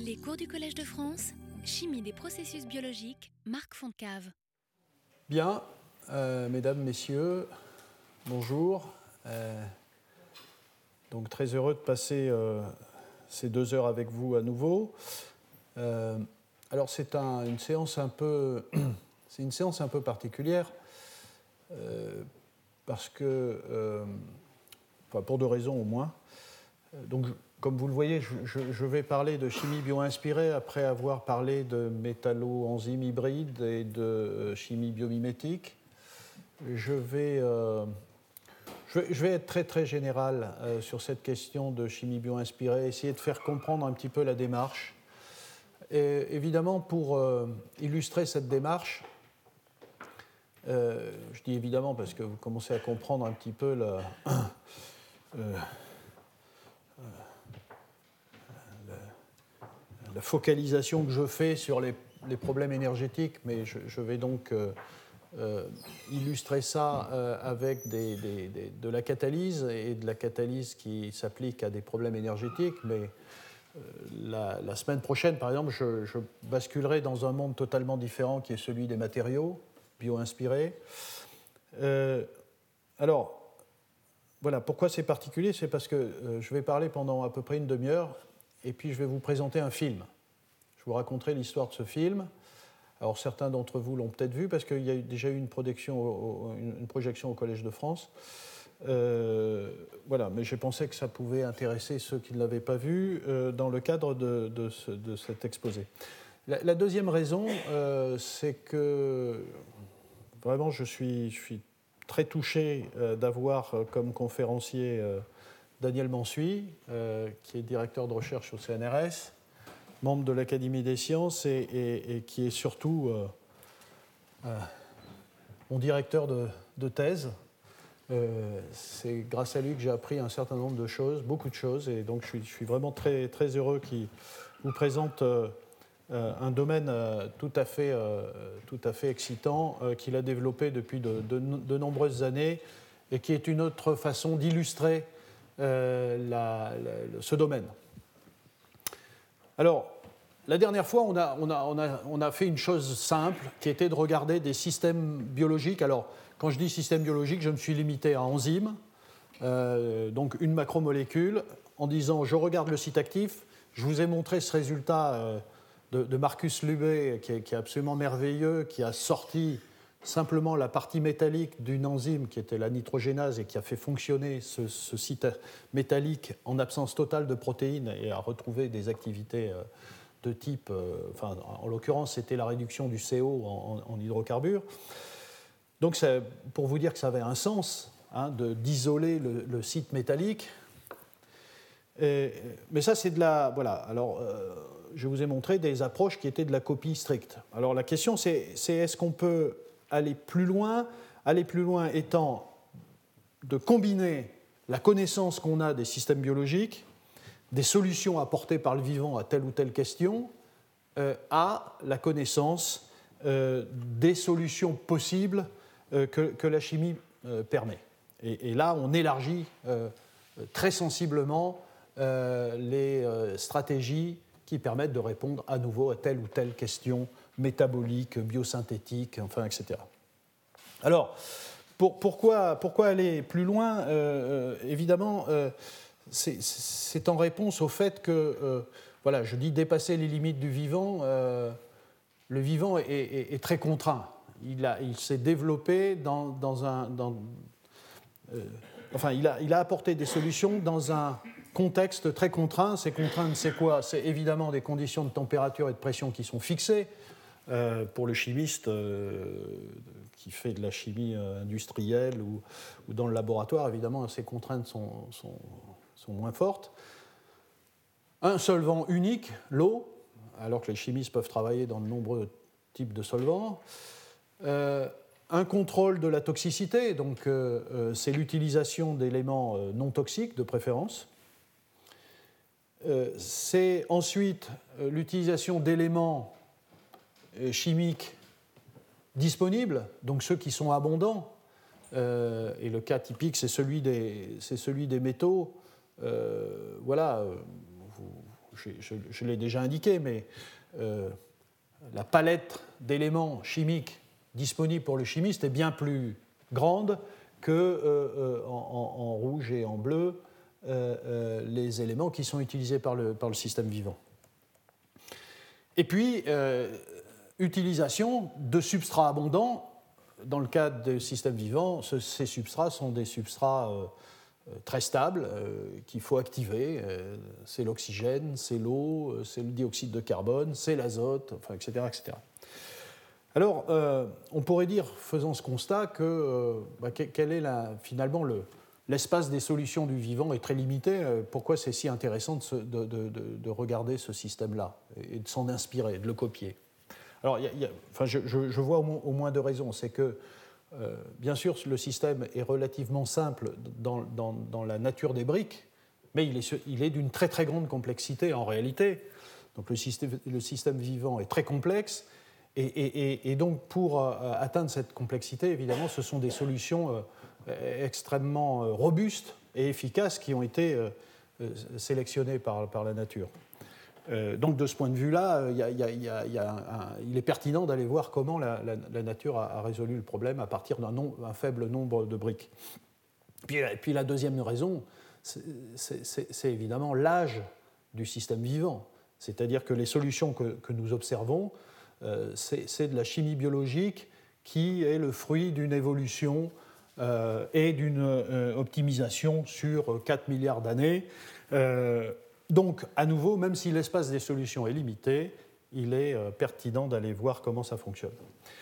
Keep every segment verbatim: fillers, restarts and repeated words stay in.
Les cours du Collège de France, Chimie des processus biologiques, Marc Fontcave. Bien, euh, mesdames, messieurs, bonjour. Euh, donc très heureux de passer euh, ces deux heures avec vous à nouveau. Euh, alors c'est un, une séance un peu, c'est une séance un peu particulière euh, parce que, euh, enfin pour deux raisons au moins. Donc, comme vous le voyez, je, je, je vais parler de chimie bio-inspirée après avoir parlé de métallo-enzymes hybrides et de euh, chimie biomimétique. Je vais, euh, je, vais, je vais être très très général euh, sur cette question de chimie bio-inspirée, essayer de faire comprendre un petit peu la démarche. Et évidemment, pour euh, illustrer cette démarche, euh, je dis évidemment parce que vous commencez à comprendre un petit peu la... Euh, la focalisation que je fais sur les, les problèmes énergétiques, mais je, je vais donc euh, euh, illustrer ça euh, avec des, des, des, de la catalyse et de la catalyse qui s'applique à des problèmes énergétiques. Mais euh, la, la semaine prochaine, par exemple, je, je basculerai dans un monde totalement différent qui est celui des matériaux bio-inspirés. Euh, alors, voilà, pourquoi c'est particulier? C'est parce que euh, je vais parler pendant à peu près une demi-heure et puis je vais vous présenter un film. Je vous raconterai l'histoire de ce film. Alors certains d'entre vous l'ont peut-être vu parce qu'il y a déjà eu une projection au, une projection au Collège de France. Euh, voilà, mais j'ai pensé que ça pouvait intéresser ceux qui ne l'avaient pas vu euh, dans le cadre de, de, ce, de cet exposé. La, la deuxième raison, euh, c'est que vraiment je suis, je suis très touché euh, d'avoir comme conférencier euh, Daniel Mansuy, euh, qui est directeur de recherche au C N R S, membre de l'Académie des sciences et, et, et qui est surtout euh, euh, mon directeur de, de thèse. Euh, c'est grâce à lui que j'ai appris un certain nombre de choses, beaucoup de choses, et donc je suis, je suis vraiment très, très heureux qu'il vous présente euh, euh, un domaine euh, tout, à fait, euh, tout à fait excitant euh, qu'il a développé depuis de, de, de nombreuses années et qui est une autre façon d'illustrer euh, la, la, ce domaine. Alors, la dernière fois, on a, on, a, on, a, on a fait une chose simple, qui était de regarder des systèmes biologiques. Alors, quand je dis système biologique, je me suis limité à enzymes, euh, donc une macromolécule, en disant je regarde le site actif. Je vous ai montré ce résultat euh, de, de Marcus Lubbe, qui est, qui est absolument merveilleux, qui a sorti simplement la partie métallique d'une enzyme qui était la nitrogénase et qui a fait fonctionner ce, ce site métallique en absence totale de protéines et a retrouvé des activités euh, de type, euh, enfin, en l'occurrence, c'était la réduction du C O en, en, en hydrocarbures. Donc, c'est pour vous dire que ça avait un sens hein, de, d'isoler le, le site métallique. Et, mais ça, c'est de la... Voilà, alors, euh, je vous ai montré des approches qui étaient de la copie stricte. Alors, la question, c'est, c'est est-ce qu'on peut aller plus loin, aller plus loin étant de combiner la connaissance qu'on a des systèmes biologiques, des solutions apportées par le vivant à telle ou telle question, euh, à la connaissance euh, des solutions possibles euh, que, que la chimie euh, permet. Et, et là, on élargit euh, très sensiblement euh, les euh, stratégies qui permettent de répondre à nouveau à telle ou telle question métabolique, biosynthétique, enfin, et cetera. Alors, pour, pourquoi, pourquoi aller plus loin euh, Évidemment, euh, c'est, c'est en réponse au fait que, euh, voilà, je dis dépasser les limites du vivant, euh, le vivant est, est, est très contraint. Il, a, il s'est développé dans, dans un... Dans, euh, enfin, il a, il a apporté des solutions dans un contexte très contraint. Ces contraintes, c'est quoi? C'est évidemment des conditions de température et de pression qui sont fixées. Euh, pour le chimiste euh, qui fait de la chimie euh, industrielle ou, ou dans le laboratoire, évidemment, ces contraintes sont, sont, sont moins fortes. Un solvant unique, l'eau, alors que les chimistes peuvent travailler dans de nombreux types de solvants. Euh, un contrôle de la toxicité, donc euh, euh, c'est l'utilisation d'éléments euh, non toxiques de préférence. Euh, c'est ensuite euh, l'utilisation d'éléments chimiques disponibles, donc ceux qui sont abondants, euh, et le cas typique, c'est celui des, c'est celui des métaux. Euh, voilà, vous, je, je, je l'ai déjà indiqué, mais euh, la palette d'éléments chimiques disponibles pour le chimiste est bien plus grande que euh, en, en rouge et en bleu euh, euh, les éléments qui sont utilisés par le, par le système vivant. Et puis, euh, utilisation de substrats abondants. Dans le cadre des systèmes vivants, ce, ces substrats sont des substrats euh, très stables euh, qu'il faut activer. Euh, c'est l'oxygène, c'est l'eau, c'est le dioxyde de carbone, c'est l'azote, enfin, et cetera, et cetera. Alors, euh, on pourrait dire, faisant ce constat, que euh, bah, quel est la, finalement le, l'espace des solutions du vivant est très limité. Pourquoi c'est si intéressant de, se, de, de, de regarder ce système-là et de s'en inspirer, de le copier? Alors, il y a, il y a, enfin, je, je, je vois au moins, au moins deux raisons. C'est que, euh, bien sûr, le système est relativement simple dans, dans, dans la nature des briques, mais il est, il est d'une très très grande complexité en réalité. Donc, le système, le système vivant est très complexe, et, et, et donc pour euh, atteindre cette complexité, évidemment, ce sont des solutions euh, extrêmement euh, robustes et efficaces qui ont été euh, sélectionnées par, par la nature. Euh, donc de ce point de vue-là, y a, y a, y a, y a un, il est pertinent d'aller voir comment la, la, la nature a, a résolu le problème à partir d'un non, un faible nombre de briques. Puis, puis la deuxième raison, c'est, c'est, c'est évidemment l'âge du système vivant. C'est-à-dire que les solutions que, que nous observons, euh, c'est, c'est de la chimie biologique qui est le fruit d'une évolution euh, et d'une euh, optimisation sur quatre milliards d'années. Euh, Donc, à nouveau, même si l'espace des solutions est limité, il est euh, pertinent d'aller voir comment ça fonctionne.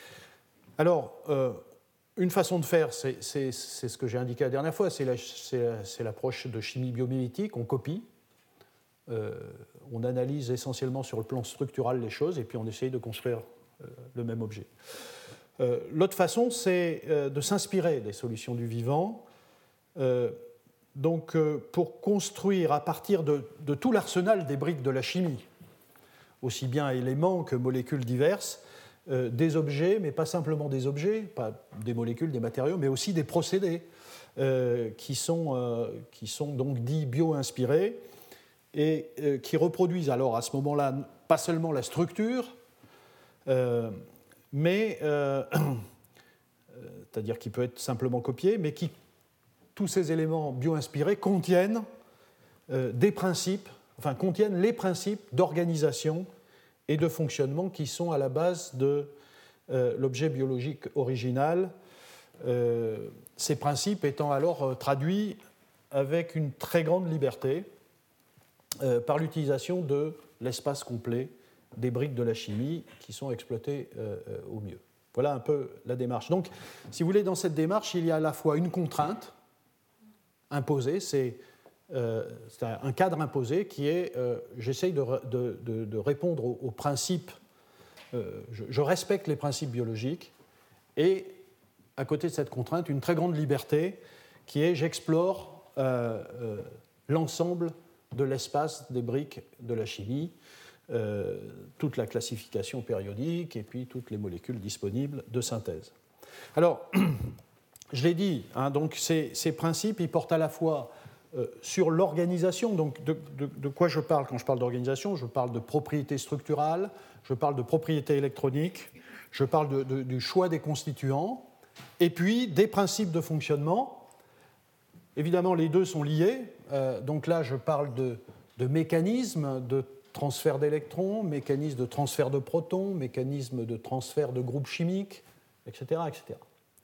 Alors, euh, une façon de faire, c'est, c'est, c'est ce que j'ai indiqué la dernière fois, c'est, la, c'est, c'est l'approche de chimie biomimétique, on copie, euh, on analyse essentiellement sur le plan structural les choses, et puis on essaye de construire euh, le même objet. Euh, l'autre façon, c'est euh, de s'inspirer des solutions du vivant, euh, Donc, euh, pour construire à partir de, de tout l'arsenal des briques de la chimie, aussi bien éléments que molécules diverses, euh, des objets, mais pas simplement des objets, pas des molécules, des matériaux, mais aussi des procédés euh, qui, sont, euh, qui sont donc dits bio-inspirés et euh, qui reproduisent alors à ce moment-là pas seulement la structure, euh, mais euh, c'est-à-dire qui peut être simplement copié, mais qui tous ces éléments bio-inspirés contiennent euh, des principes, enfin contiennent les principes d'organisation et de fonctionnement qui sont à la base de euh, l'objet biologique original. Euh, ces principes étant alors euh, traduits avec une très grande liberté euh, par l'utilisation de l'espace complet des briques de la chimie qui sont exploitées euh, euh, au mieux. Voilà un peu la démarche. Donc, si vous voulez, dans cette démarche, il y a à la fois une contrainte imposé, c'est, euh, c'est un cadre imposé qui est, euh, j'essaye de, de, de, de répondre aux, aux principes, euh, je, je respecte les principes biologiques, et à côté de cette contrainte, une très grande liberté qui est, j'explore euh, euh, l'ensemble de l'espace des briques de la chimie, euh, toute la classification périodique et puis toutes les molécules disponibles de synthèse. Alors, je l'ai dit, hein, donc ces, ces principes, ils portent à la fois euh, sur l'organisation. Donc, de, de, de quoi je parle quand je parle d'organisation? Je parle de propriétés structurales, je parle de propriétés électroniques, je parle de, de, du choix des constituants, et puis des principes de fonctionnement. Évidemment, les deux sont liés. Euh, donc là, je parle de, de mécanismes de transfert d'électrons, mécanismes de transfert de protons, mécanismes de transfert de groupes chimiques, et cetera, et cetera.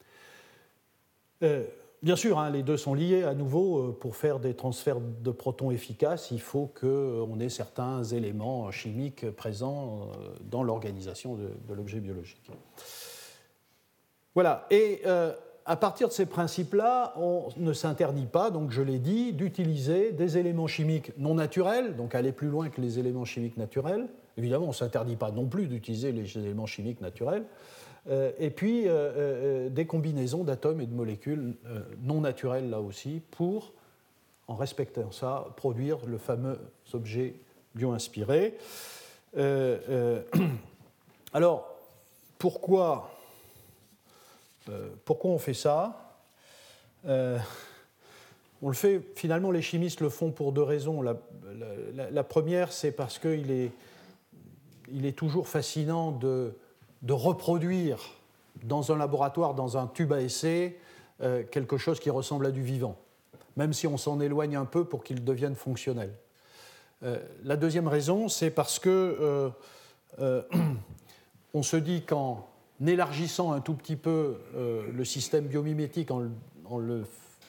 Euh, bien sûr, hein, les deux sont liés. À nouveau, euh, pour faire des transferts de protons efficaces, il faut qu'on ait certains éléments chimiques présents euh, dans l'organisation de, de l'objet biologique. Voilà. Et euh, à partir de ces principes-là, on ne s'interdit pas, donc je l'ai dit, d'utiliser des éléments chimiques non naturels, donc aller plus loin que les éléments chimiques naturels. Évidemment, on ne s'interdit pas non plus d'utiliser les éléments chimiques naturels. Euh, et puis euh, euh, des combinaisons d'atomes et de molécules euh, non naturelles là aussi pour, en respectant ça, produire le fameux objet bio-inspiré. Euh, euh, alors, pourquoi, euh, pourquoi on fait ça? euh, on le fait, finalement, les chimistes le font pour deux raisons. La, la, la première, c'est parce qu'il est, il est toujours fascinant de, de reproduire dans un laboratoire, dans un tube à essai, euh, quelque chose qui ressemble à du vivant, même si on s'en éloigne un peu pour qu'il devienne fonctionnel. Euh, la deuxième raison, c'est parce que euh, euh, on se dit qu'en élargissant un tout petit peu euh, le système biomimétique, en, en le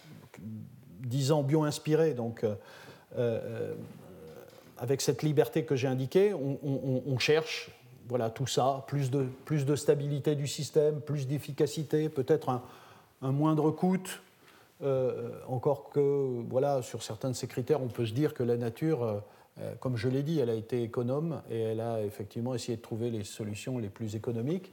disant bio-inspiré, donc euh, euh, avec cette liberté que j'ai indiquée, on, on, on cherche voilà, tout ça, plus de, plus de stabilité du système, plus d'efficacité, peut-être un, un moindre coût, euh, encore que voilà, sur certains de ces critères, on peut se dire que la nature, euh, comme je l'ai dit, elle a été économe et elle a effectivement essayé de trouver les solutions les plus économiques.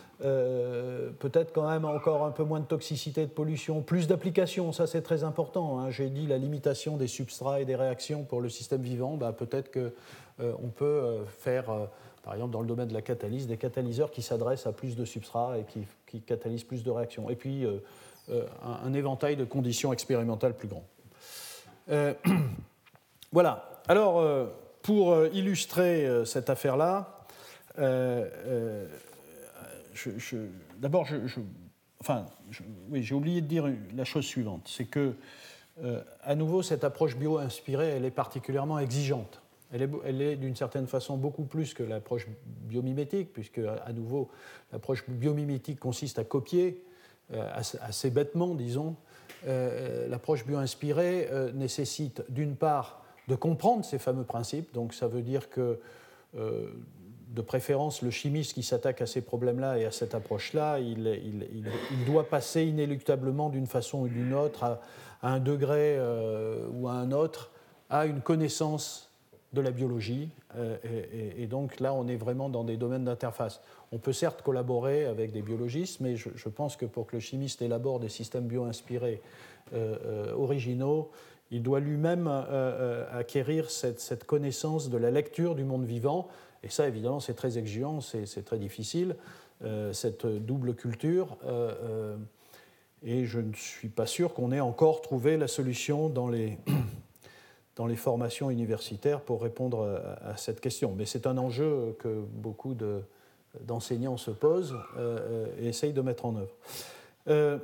Euh, peut-être quand même encore un peu moins de toxicité, de pollution, plus d'applications, ça c'est très important. Hein. J'ai dit la limitation des substrats et des réactions pour le système vivant, ben, peut-être qu'on euh, peut euh, faire, euh, par exemple dans le domaine de la catalyse, des catalyseurs qui s'adressent à plus de substrats et qui, qui catalysent plus de réactions. Et puis euh, euh, un, un éventail de conditions expérimentales plus grand. Euh, voilà. Alors, euh, pour illustrer euh, cette affaire-là, euh, euh, Je, je, d'abord, je, je, enfin, je, oui, j'ai oublié de dire la chose suivante, c'est que, euh, à nouveau, cette approche bio-inspirée, elle est particulièrement exigeante. Elle est, elle est d'une certaine façon beaucoup plus que l'approche biomimétique, puisque, à nouveau, l'approche biomimétique consiste à copier, euh, assez bêtement, disons. Euh, l'approche bio-inspirée euh, nécessite, d'une part, de comprendre ces fameux principes, donc ça veut dire que euh, de préférence, le chimiste qui s'attaque à ces problèmes-là et à cette approche-là, il, il, il, il doit passer inéluctablement d'une façon ou d'une autre, à, à un degré euh, ou à un autre, à une connaissance de la biologie. Euh, et, et donc là, on est vraiment dans des domaines d'interface. On peut certes collaborer avec des biologistes, mais je, je pense que pour que le chimiste élabore des systèmes bio-inspirés euh, euh, originaux, il doit lui-même euh, euh, acquérir cette, cette connaissance de la lecture du monde vivant. Et ça, évidemment, c'est très exigeant, c'est, c'est très difficile, euh, cette double culture. Euh, euh, et je ne suis pas sûr qu'on ait encore trouvé la solution dans les, dans les formations universitaires pour répondre à, à cette question. Mais c'est un enjeu que beaucoup de, d'enseignants se posent euh, et essayent de mettre en œuvre. Euh,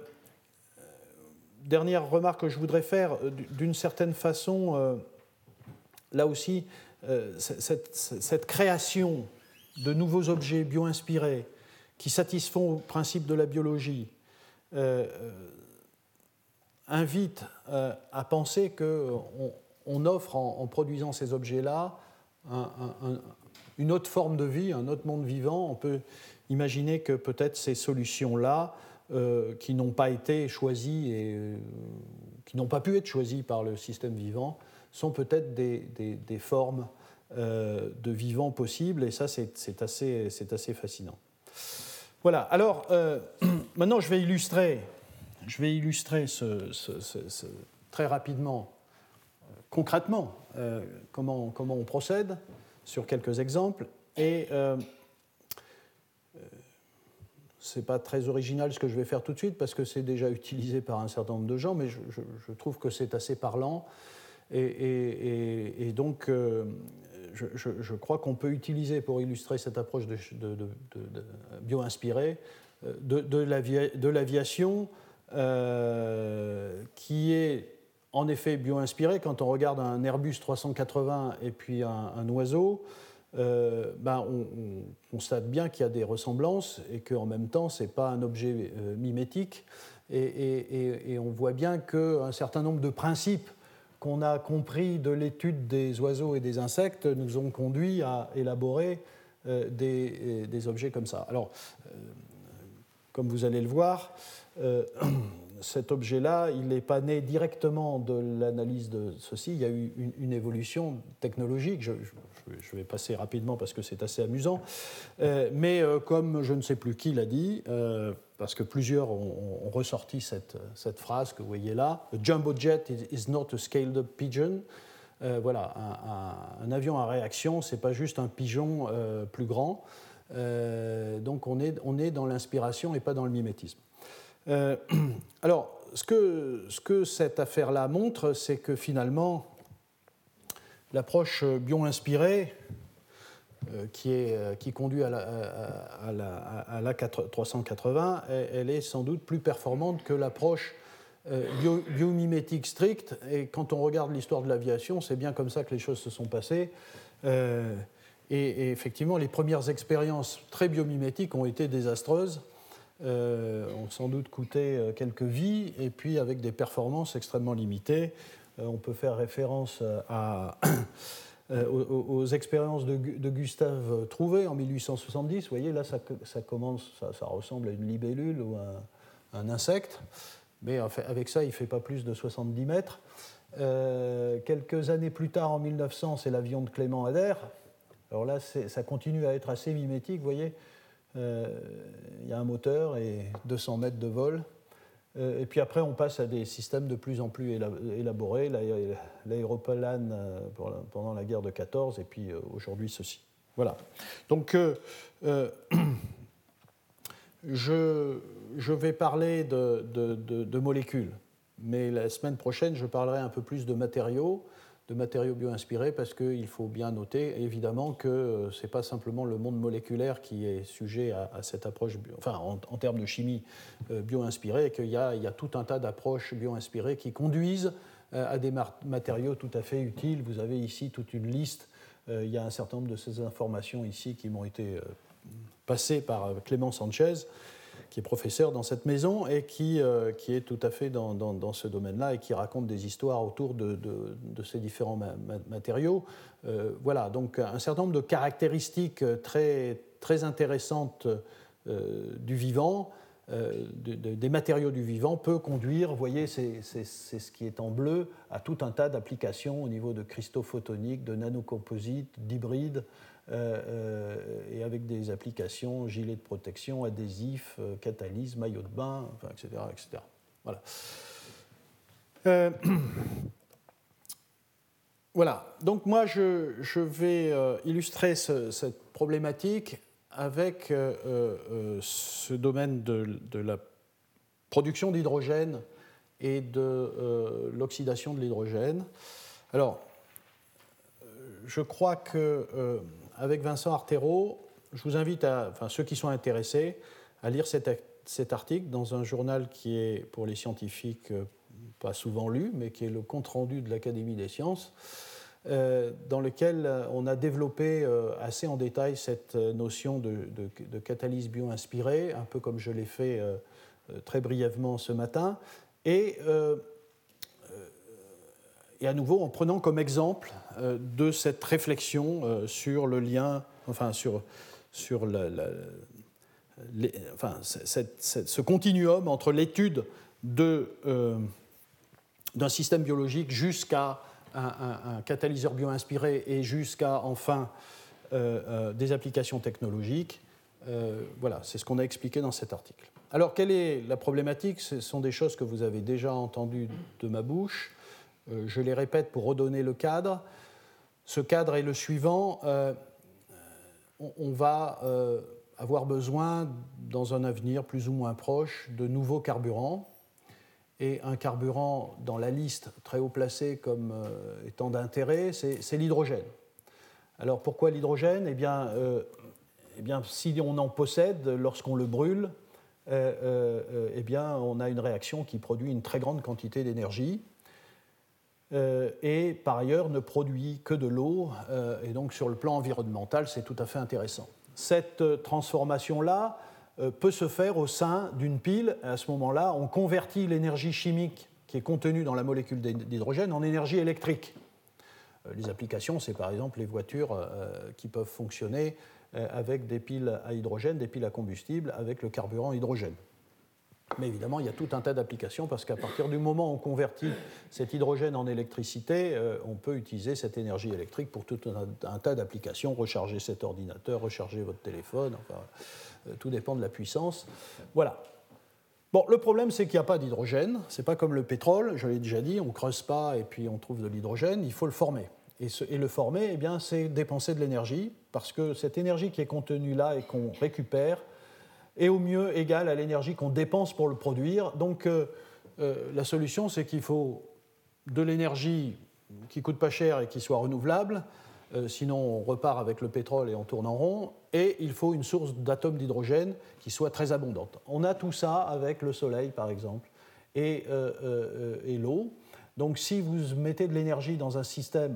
dernière remarque que je voudrais faire, d'une certaine façon, euh, là aussi, Euh, cette, cette création de nouveaux objets bio-inspirés qui satisfont au principe de la biologie euh, euh, invite euh, à penser qu'on on offre en, en produisant ces objets-là un, un, un, une autre forme de vie, un autre monde vivant. On peut imaginer que peut-être ces solutions-là, euh, qui n'ont pas été choisies et euh, qui n'ont pas pu être choisies par le système vivant, sont peut-être des, des, des formes euh, de vivants possibles, et ça, c'est, c'est, assez, c'est assez fascinant. Voilà, alors, euh, maintenant, je vais illustrer, je vais illustrer ce, ce, ce, ce, très rapidement, euh, concrètement, euh, comment, comment on procède, sur quelques exemples, et euh, euh, ce n'est pas très original ce que je vais faire tout de suite, parce que c'est déjà utilisé par un certain nombre de gens, mais je, je, je trouve que c'est assez parlant. Et, et, et donc, euh, je, je, je crois qu'on peut utiliser pour illustrer cette approche de, de, de, de bio-inspirée de, de, l'avi- de l'aviation euh, qui est en effet bio-inspirée. Quand on regarde un Airbus trois cent quatre-vingts et puis un, un oiseau, euh, ben on, on constate bien qu'il y a des ressemblances et qu'en même temps, ce n'est pas un objet euh, mimétique. Et, et, et on voit bien qu'un certain nombre de principes qu'on a compris de l'étude des oiseaux et des insectes nous ont conduit à élaborer euh, des, des objets comme ça. Alors, euh, comme vous allez le voir, euh, cet objet-là, il n'est pas né directement de l'analyse de ceci. Il y a eu une, une évolution technologique. Je, je, je vais passer rapidement parce que c'est assez amusant. Euh, mais euh, comme je ne sais plus qui l'a dit, euh, parce que plusieurs ont, ont ressorti cette, cette phrase que vous voyez là, « A jumbo jet is not a scaled-up pigeon ». Euh, voilà, un, un, un avion à réaction, ce n'est pas juste un pigeon euh, plus grand. Euh, donc on est, on est dans l'inspiration et pas dans le mimétisme. Euh, alors, ce que, ce que cette affaire-là montre, c'est que finalement, l'approche bio-inspirée, euh, qui, est, euh, qui conduit à la, à la, à la trois cent quatre-vingts, elle est sans doute plus performante que l'approche euh, bio, biomimétique stricte. Et quand on regarde l'histoire de l'aviation, c'est bien comme ça que les choses se sont passées. Euh, et, et effectivement, les premières expériences très biomimétiques ont été désastreuses. Euh, ont sans doute coûté quelques vies, et puis avec des performances extrêmement limitées. Euh, on peut faire référence à, aux, aux expériences de, de Gustave Trouvé en mille huit cent soixante-dix. Vous voyez, là, ça, ça commence, ça, ça ressemble à une libellule ou à un, un insecte, mais avec ça, il ne fait pas plus de soixante-dix mètres. Euh, quelques années plus tard, en mille neuf cents, c'est l'avion de Clément Ader. Alors là, ça continue à être assez mimétique, vous voyez. Il euh, y a un moteur et deux cents mètres de vol. Euh, et puis après, on passe à des systèmes de plus en plus élaborés, l'aéroplane pendant la guerre de quatorze, et puis aujourd'hui ceci. Voilà. Donc, euh, euh, je, je vais parler de, de, de, de molécules, mais la semaine prochaine, je parlerai un peu plus de matériaux, de matériaux bio-inspirés, parce qu'il faut bien noter, évidemment, que ce n'est pas simplement le monde moléculaire qui est sujet à, à cette approche, bio, enfin, en, en termes de chimie euh, bio-inspirée, et qu'il y a, il y a tout un tas d'approches bio-inspirées qui conduisent euh, à des matériaux tout à fait utiles. Vous avez ici toute une liste. Euh, il y a un certain nombre de ces informations ici qui m'ont été euh, passées par Clément Sanchez, qui est professeur dans cette maison et qui, euh, qui est tout à fait dans, dans, dans ce domaine-là et qui raconte des histoires autour de, de, de ces différents ma- ma- matériaux. Euh, voilà, donc un certain nombre de caractéristiques très, très intéressantes euh, du vivant, euh, de, de, des matériaux du vivant, peut conduire, vous voyez, c'est, c'est, c'est ce qui est en bleu, à tout un tas d'applications au niveau de cristaux photoniques, de nanocomposites, d'hybrides, Euh, euh, et avec des applications, gilets de protection, adhésifs, euh, catalyse, maillot de bain, enfin, et cetera, et cetera. Voilà. Euh, voilà. Donc moi, je, je vais euh, illustrer ce, cette problématique avec euh, euh, ce domaine de, de la production d'hydrogène et de euh, l'oxydation de l'hydrogène. Alors, je crois que euh, avec Vincent Artero, je vous invite, à, enfin ceux qui sont intéressés, à lire cet, cet article dans un journal qui est pour les scientifiques euh, pas souvent lu, mais qui est le compte-rendu de l'Académie des sciences, euh, dans lequel on a développé euh, assez en détail cette notion de, de, de catalyse bio-inspirée, un peu comme je l'ai fait euh, très brièvement ce matin, et euh, Et à nouveau, en prenant comme exemple euh, de cette réflexion euh, sur le lien, enfin sur, sur la, la, les, enfin, cette, cette, ce continuum entre l'étude de, euh, d'un système biologique jusqu'à un, un, un catalyseur bio-inspiré et jusqu'à enfin euh, euh, des applications technologiques. Euh, voilà, c'est ce qu'on a expliqué dans cet article. Alors, quelle est la problématique ? Ce sont des choses que vous avez déjà entendues de ma bouche. Je les répète pour redonner le cadre. Ce cadre est le suivant. Euh, on, on va euh, avoir besoin, dans un avenir plus ou moins proche, de nouveaux carburants. Et un carburant dans la liste très haut placé comme euh, étant d'intérêt, c'est, c'est l'hydrogène. Alors pourquoi l'hydrogène ? Eh bien, euh, eh bien, si on en possède, lorsqu'on le brûle, euh, euh, eh bien, on a une réaction qui produit une très grande quantité d'énergie. Euh, et par ailleurs ne produit que de l'eau, euh, et donc sur le plan environnemental, c'est tout à fait intéressant. Cette euh, transformation-là euh, peut se faire au sein d'une pile. À ce moment-là, on convertit l'énergie chimique qui est contenue dans la molécule d'hydrogène en énergie électrique. Euh, les applications, c'est par exemple les voitures euh, qui peuvent fonctionner euh, avec des piles à hydrogène, des piles à combustible, avec le carburant hydrogène. Mais évidemment, il y a tout un tas d'applications parce qu'à partir du moment où on convertit cet hydrogène en électricité, euh, on peut utiliser cette énergie électrique pour tout un, un tas d'applications, recharger cet ordinateur, recharger votre téléphone, enfin, euh, tout dépend de la puissance. Voilà. Bon, le problème, c'est qu'il n'y a pas d'hydrogène. Ce n'est pas comme le pétrole, je l'ai déjà dit, on ne creuse pas et puis on trouve de l'hydrogène, il faut le former. Et, ce, et le former, eh bien, c'est dépenser de l'énergie parce que cette énergie qui est contenue là et qu'on récupère, est au mieux égale à l'énergie qu'on dépense pour le produire. Donc, euh, euh, la solution, c'est qu'il faut de l'énergie qui ne coûte pas cher et qui soit renouvelable, euh, sinon on repart avec le pétrole et on tourne en rond, et il faut une source d'atomes d'hydrogène qui soit très abondante. On a tout ça avec le soleil, par exemple, et, euh, euh, et l'eau. Donc si vous mettez de l'énergie dans un système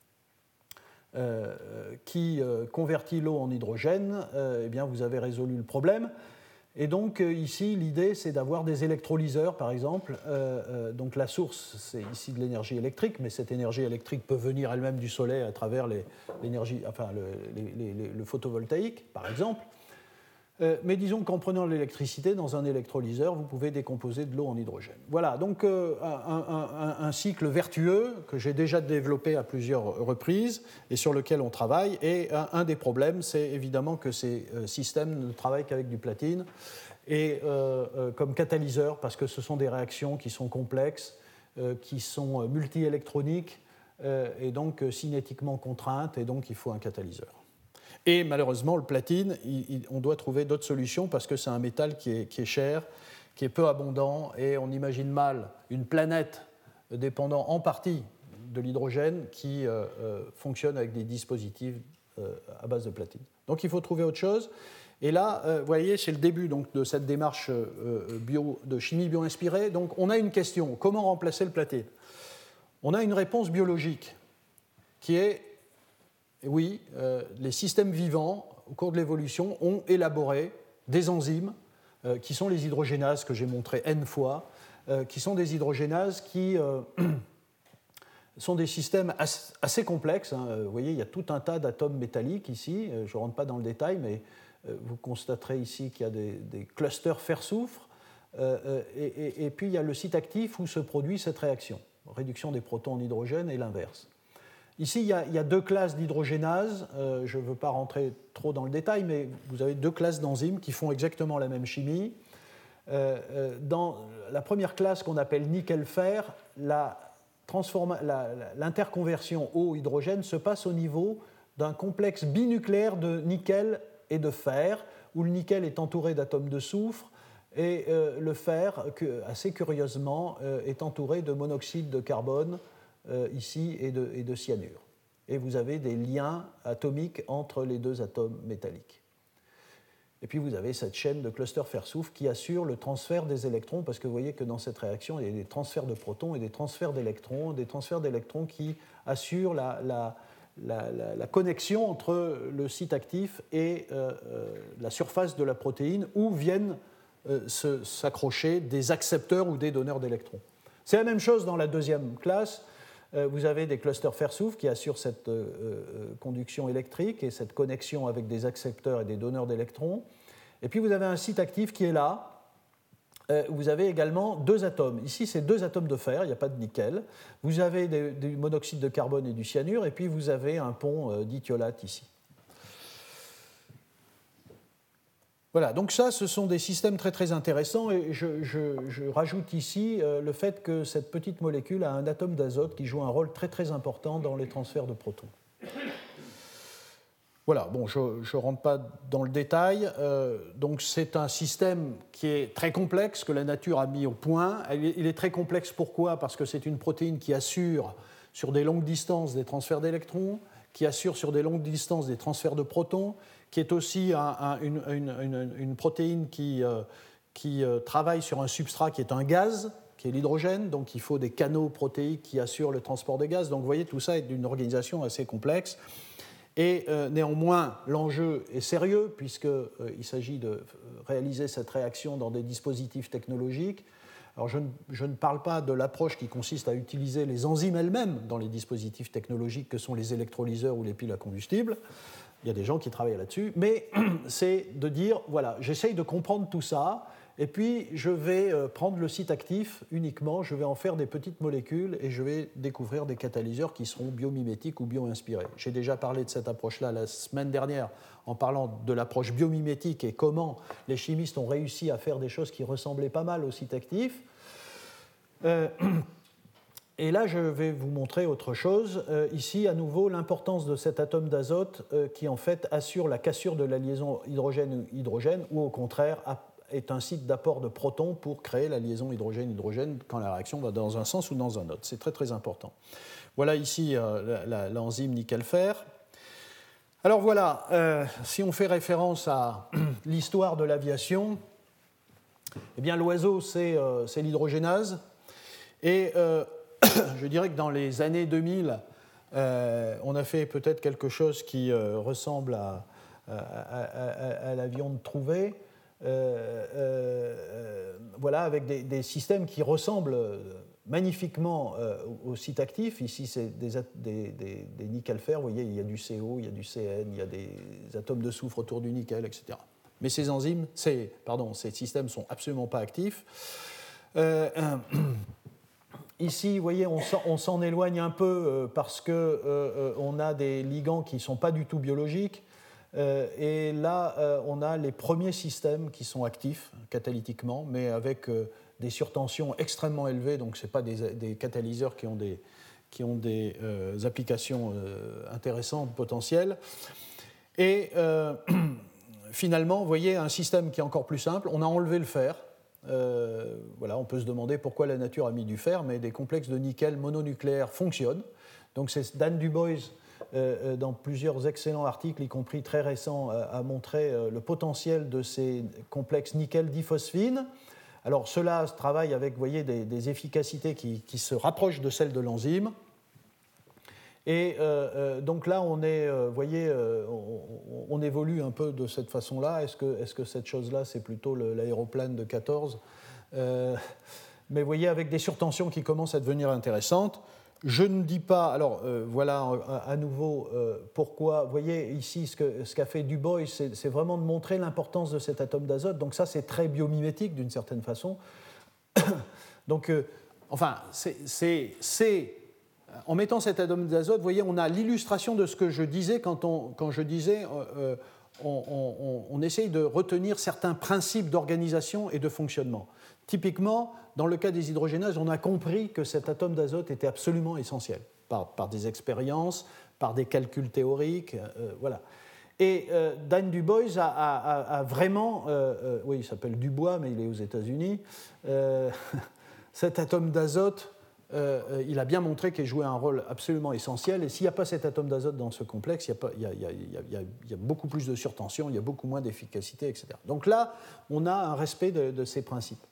euh, qui euh, convertit l'eau en hydrogène, euh, eh bien vous avez résolu le problème. Et donc euh, ici, l'idée, c'est d'avoir des électrolyseurs, par exemple. Euh, euh, donc la source, c'est ici de l'énergie électrique, mais cette énergie électrique peut venir elle-même du soleil à travers les, l'énergie, enfin, le, les, les, le photovoltaïque, par exemple. Euh, mais disons qu'en prenant l'électricité dans un électrolyseur, vous pouvez décomposer de l'eau en hydrogène. Voilà, donc euh, un, un, un cycle vertueux que j'ai déjà développé à plusieurs reprises et sur lequel on travaille. Et un, un des problèmes, c'est évidemment que ces euh, systèmes ne travaillent qu'avec du platine et euh, euh, comme catalyseur, parce que ce sont des réactions qui sont complexes, euh, qui sont multi-électroniques euh, et donc euh, cinétiquement contraintes, et donc il faut un catalyseur. Et malheureusement, le platine, il, il, on doit trouver d'autres solutions parce que c'est un métal qui est, qui est cher, qui est peu abondant, et on imagine mal une planète dépendant en partie de l'hydrogène qui euh, euh, fonctionne avec des dispositifs euh, à base de platine. Donc il faut trouver autre chose. Et là, euh, vous voyez, c'est le début donc, de cette démarche euh, bio, de chimie bio-inspirée. Donc on a une question, comment remplacer le platine? On a une réponse biologique qui est... Oui, euh, les systèmes vivants, au cours de l'évolution, ont élaboré des enzymes euh, qui sont les hydrogénases que j'ai montrées N fois, euh, qui sont des hydrogénases qui euh, sont des systèmes as, assez complexes. Hein. Vous voyez, il y a tout un tas d'atomes métalliques ici. Je ne rentre pas dans le détail, mais euh, vous constaterez ici qu'il y a des, des clusters fer-soufre. Euh, et, et, et puis, il y a le site actif où se produit cette réaction, réduction des protons en hydrogène et l'inverse. Ici, il y, a, il y a deux classes d'hydrogénases. Euh, je ne veux pas rentrer trop dans le détail, mais vous avez deux classes d'enzymes qui font exactement la même chimie. Euh, euh, dans la première classe qu'on appelle nickel-fer, la transforma- la, la, l'interconversion eau-hydrogène se passe au niveau d'un complexe binucléaire de nickel et de fer, où le nickel est entouré d'atomes de soufre et euh, le fer, que, assez curieusement, euh, est entouré de monoxyde de carbone, Euh, ici, et de, et de cyanure. Et vous avez des liens atomiques entre les deux atomes métalliques. Et puis vous avez cette chaîne de clusters fer-soufre qui assure le transfert des électrons, parce que vous voyez que dans cette réaction, il y a des transferts de protons et des transferts d'électrons, des transferts d'électrons qui assurent la, la, la, la, la connexion entre le site actif et euh, euh, la surface de la protéine, où viennent euh, se, s'accrocher des accepteurs ou des donneurs d'électrons. C'est la même chose dans la deuxième classe. Vous avez des clusters fer-soufre qui assurent cette euh, conduction électrique et cette connexion avec des accepteurs et des donneurs d'électrons. Et puis vous avez un site actif qui est là. Euh, vous avez également deux atomes. Ici, c'est deux atomes de fer, il n'y a pas de nickel. Vous avez des, du monoxyde de carbone et du cyanure, et puis vous avez un pont euh, dithiolate ici. Voilà, donc ça, ce sont des systèmes très très intéressants, et je, je, je rajoute ici euh, le fait que cette petite molécule a un atome d'azote qui joue un rôle très très important dans les transferts de protons. Voilà, bon, je ne rentre pas dans le détail. Euh, donc c'est un système qui est très complexe, que la nature a mis au point. Il est très complexe pourquoi ? Parce que c'est une protéine qui assure sur des longues distances des transferts d'électrons, qui assure sur des longues distances des transferts de protons, qui est aussi un, un, une, une, une, une protéine qui, euh, qui euh, travaille sur un substrat qui est un gaz, qui est l'hydrogène, donc il faut des canaux protéiques qui assurent le transport des gaz. Donc vous voyez, tout ça est d'une organisation assez complexe. Et euh, néanmoins, l'enjeu est sérieux, puisqu'il euh, s'agit de réaliser cette réaction dans des dispositifs technologiques. Alors je ne, je ne parle pas de l'approche qui consiste à utiliser les enzymes elles-mêmes dans les dispositifs technologiques que sont les électrolyseurs ou les piles à combustible. Il y a des gens qui travaillent là-dessus, mais c'est de dire, voilà, j'essaye de comprendre tout ça, et puis je vais prendre le site actif uniquement, je vais en faire des petites molécules, et je vais découvrir des catalyseurs qui seront biomimétiques ou bio-inspirés. J'ai déjà parlé de cette approche-là la semaine dernière, en parlant de l'approche biomimétique et comment les chimistes ont réussi à faire des choses qui ressemblaient pas mal au site actif. Euh, Et là, je vais vous montrer autre chose. Euh, ici, à nouveau, l'importance de cet atome d'azote euh, qui, en fait, assure la cassure de la liaison hydrogène-hydrogène ou, au contraire, est un site d'apport de protons pour créer la liaison hydrogène-hydrogène quand la réaction va dans un sens ou dans un autre. C'est très très important. Voilà ici euh, l'enzyme nickel-fer. Alors voilà, euh, si on fait référence à l'histoire de l'aviation, eh bien l'oiseau c'est euh, l'hydrogénase. Et euh, je dirais que dans les années deux mille, euh, on a fait peut-être quelque chose qui euh, ressemble à, à, à, à l'avion de Trouvé. Euh, euh, voilà, avec des, des systèmes qui ressemblent magnifiquement euh, au site actif. Ici, c'est des, des, des, des nickel-fer. Vous voyez, il y a du C O, il y a du C N, il y a des atomes de soufre autour du nickel, et cetera. Mais ces enzymes, ces, pardon, ces systèmes ne sont absolument pas actifs. Euh, ici, vous voyez, on s'en éloigne un peu parce qu'on euh, a des ligands qui ne sont pas du tout biologiques. Euh, et là, euh, on a les premiers systèmes qui sont actifs catalytiquement, mais avec euh, des surtensions extrêmement élevées, donc ce n'est pas des, des catalyseurs qui ont des, qui ont des euh, applications euh, intéressantes, potentielles. Et euh, finalement, vous voyez un système qui est encore plus simple, on a enlevé le fer. Euh, voilà, on peut se demander pourquoi la nature a mis du fer, mais des complexes de nickel mononucléaires fonctionnent. Donc c'est Dan Dubois, Euh, dans plusieurs excellents articles, y compris très récents, euh, a montré euh, le potentiel de ces complexes nickel-diphosphine. Alors, cela travaille avec, vous voyez, des, des efficacités qui, qui se rapprochent de celles de l'enzyme. Et euh, euh, donc là, on est, euh, vous voyez, euh, on, on évolue un peu de cette façon-là. Est-ce que, est-ce que cette chose-là, c'est plutôt l'aéroplane de quatorze euh, Mais vous voyez, avec des surtensions qui commencent à devenir intéressantes. Je ne dis pas, alors euh, voilà à, à nouveau euh, pourquoi, vous voyez ici ce qu'a ce qu'a fait Du Bois, c'est vraiment de montrer l'importance de cet atome d'azote, donc ça c'est très biomimétique d'une certaine façon. Donc, euh, enfin, c'est, en mettant cet atome d'azote, vous voyez, on a l'illustration de ce que je disais quand, on, quand je disais euh, on, on, on essaye de retenir certains principes d'organisation et de fonctionnement. Typiquement, dans le cas des hydrogénases, on a compris que cet atome d'azote était absolument essentiel, par, par des expériences, par des calculs théoriques, euh, voilà. Et euh, Dan Dubois a, a, a vraiment, euh, euh, oui, il s'appelle Dubois, mais il est aux États-Unis, euh, cet atome d'azote, euh, il a bien montré qu'il jouait un rôle absolument essentiel, et s'il n'y a pas cet atome d'azote dans ce complexe, il y, a pas, il, y a, il, y a, il, y a, il y a beaucoup plus de surtension, il y a beaucoup moins d'efficacité, et cetera. Donc là, on a un respect de, de ces principes.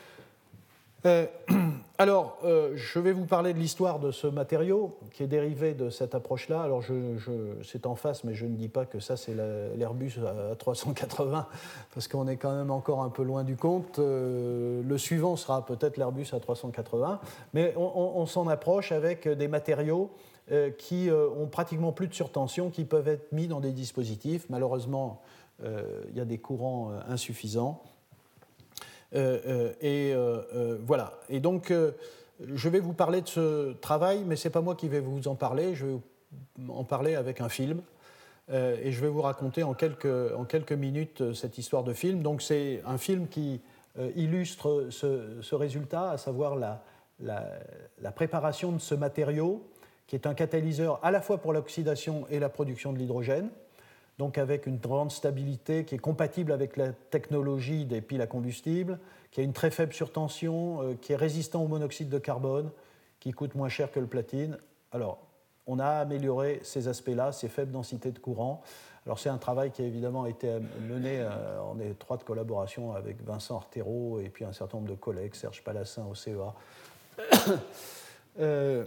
Euh, alors, euh, je vais vous parler de l'histoire de ce matériau qui est dérivé de cette approche-là. Alors, je, je, c'est en face, mais je ne dis pas que ça, c'est l'Airbus A trois cent quatre-vingts, parce qu'on est quand même encore un peu loin du compte. Euh, le suivant sera peut-être l'Airbus A trois cent quatre-vingts, mais on, on, on s'en approche avec des matériaux euh, qui euh, ont pratiquement plus de surtension, qui peuvent être mis dans des dispositifs. Malheureusement, euh, il y a des courants euh, insuffisants. Euh, euh, et euh, euh, voilà. Et donc, euh, je vais vous parler de ce travail, mais ce n'est pas moi qui vais vous en parler. Je vais en parler avec un film. Euh, et je vais vous raconter en quelques, en quelques minutes cette histoire de film. Donc, c'est un film qui euh, illustre ce, ce résultat, à savoir la, la, la préparation de ce matériau, qui est un catalyseur à la fois pour l'oxydation et la production de l'hydrogène, donc avec une grande stabilité qui est compatible avec la technologie des piles à combustible, qui a une très faible surtension, euh, qui est résistant au monoxyde de carbone, qui coûte moins cher que le platine. Alors, on a amélioré ces aspects-là, ces faibles densités de courant. Alors, c'est un travail qui a évidemment été mené euh, en étroite collaboration avec Vincent Artero et puis un certain nombre de collègues, Serge Palassin au C E A. euh,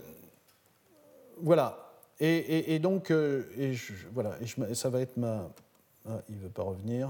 voilà. Et, et, et donc, euh, et je, voilà, et je, ça va être ma... Ah, il ne veut pas revenir.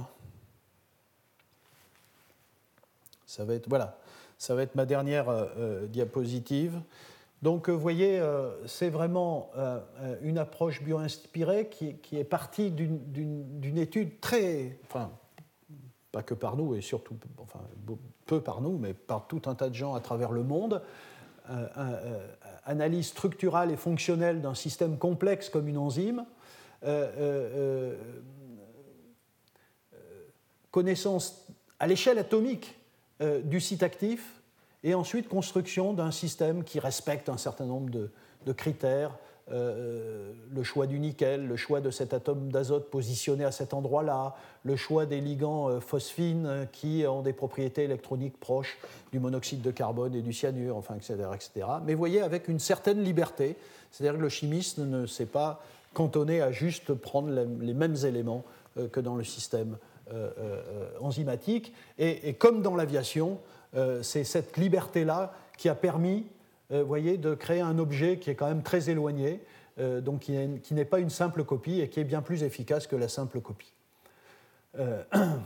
Ça va être, voilà, ça va être ma dernière euh, diapositive. Donc, vous voyez, euh, c'est vraiment euh, une approche bio-inspirée qui, qui est partie d'une étude très... Enfin, pas que par nous, et surtout, enfin, peu par nous, mais par tout un tas de gens à travers le monde. Euh, euh, analyse structurale et fonctionnelle d'un système complexe comme une enzyme, euh, euh, euh, connaissance à l'échelle atomique euh, du site actif, et ensuite construction d'un système qui respecte un certain nombre de, de critères euh, le choix du nickel, le choix de cet atome d'azote positionné à cet endroit-là, le choix des ligands euh, phosphines qui ont des propriétés électroniques proches du monoxyde de carbone et du cyanure, enfin, et cetera, et cetera. Mais vous voyez, avec une certaine liberté, c'est-à-dire que le chimiste ne s'est pas cantonné à juste prendre les mêmes éléments euh, que dans le système euh, euh, enzymatique. Et, et comme dans l'aviation, euh, c'est cette liberté-là qui a permis, euh, vous voyez, de créer un objet qui est quand même très éloigné, euh, donc qui, est, qui n'est pas une simple copie et qui est bien plus efficace que la simple copie. Euh,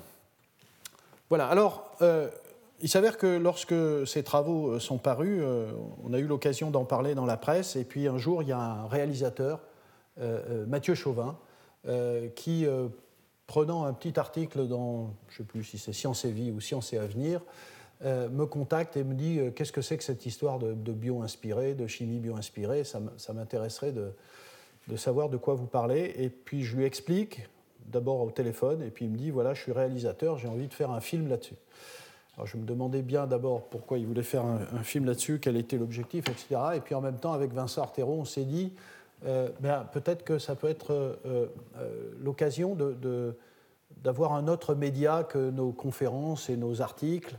voilà, alors, euh, il s'avère que lorsque ces travaux sont parus, euh, on a eu l'occasion d'en parler dans la presse, et puis un jour, il y a un réalisateur, euh, Mathieu Chauvin, euh, qui, euh, prenant un petit article dans, je ne sais plus si c'est Science et Vie ou Science et Avenir, Euh, me contacte et me dit euh, qu'est-ce que c'est que cette histoire de, de bio-inspiré, de chimie bio-inspirée, ça, ça m'intéresserait de, de savoir de quoi vous parlez. Et puis je lui explique, d'abord au téléphone, et puis il me dit voilà, je suis réalisateur, j'ai envie de faire un film là-dessus. Alors je me demandais bien d'abord pourquoi il voulait faire un, un film là-dessus, quel était l'objectif, et cetera. Et puis en même temps, avec Vincent Artero, on s'est dit euh, ben, peut-être que ça peut être euh, euh, l'occasion de, de, d'avoir un autre média que nos conférences et nos articles,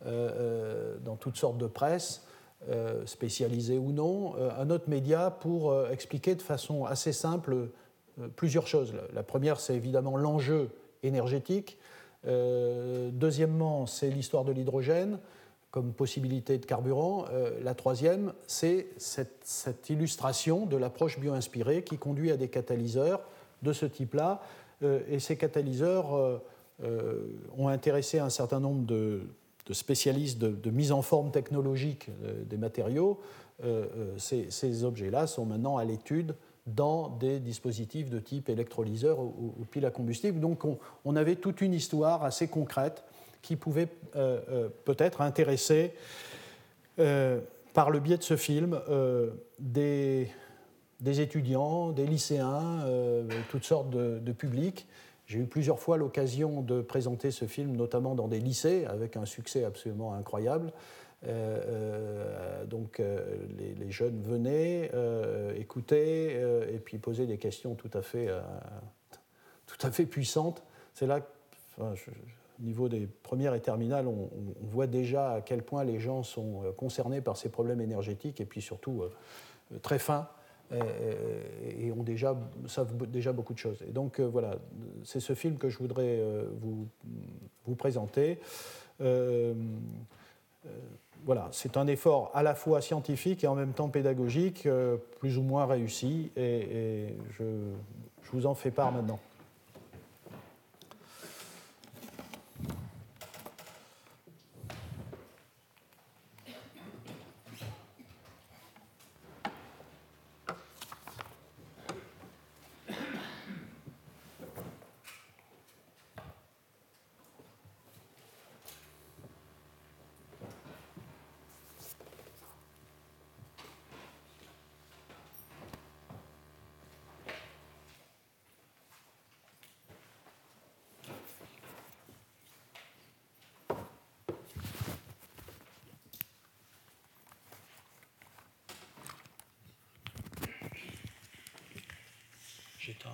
Euh, dans toutes sortes de presse, euh, spécialisées ou non, euh, un autre média pour euh, expliquer de façon assez simple euh, plusieurs choses. La première, c'est évidemment l'enjeu énergétique. Euh, deuxièmement, c'est l'histoire de l'hydrogène comme possibilité de carburant. Euh, la troisième, c'est cette, cette illustration de l'approche bio-inspirée qui conduit à des catalyseurs de ce type-là. Euh, et ces catalyseurs euh, euh, ont intéressé un certain nombre de de spécialistes de, de mise en forme technologique euh, des matériaux. Euh, euh, ces, ces objets-là sont maintenant à l'étude dans des dispositifs de type électrolyseur ou, ou pile à combustible. Donc on, on avait toute une histoire assez concrète qui pouvait euh, euh, peut-être intéresser, euh, par le biais de ce film, euh, des, des étudiants, des lycéens, euh, toutes sortes de, de publics. J'ai eu plusieurs fois l'occasion de présenter ce film, notamment dans des lycées, avec un succès absolument incroyable. Euh, euh, donc euh, les, les jeunes venaient, euh, écoutaient, euh, et puis posaient des questions tout à fait, euh, tout à fait puissantes. C'est là, enfin, je, au niveau des premières et terminales, on, on voit déjà à quel point les gens sont concernés par ces problèmes énergétiques, et puis surtout euh, très fins. Et ont déjà, savent déjà beaucoup de choses. Et donc euh, voilà, c'est ce film que je voudrais euh, vous, vous présenter. Euh, euh, voilà, c'est un effort à la fois scientifique et en même temps pédagogique, euh, plus ou moins réussi, et, et je, je vous en fais part maintenant. J'éteins.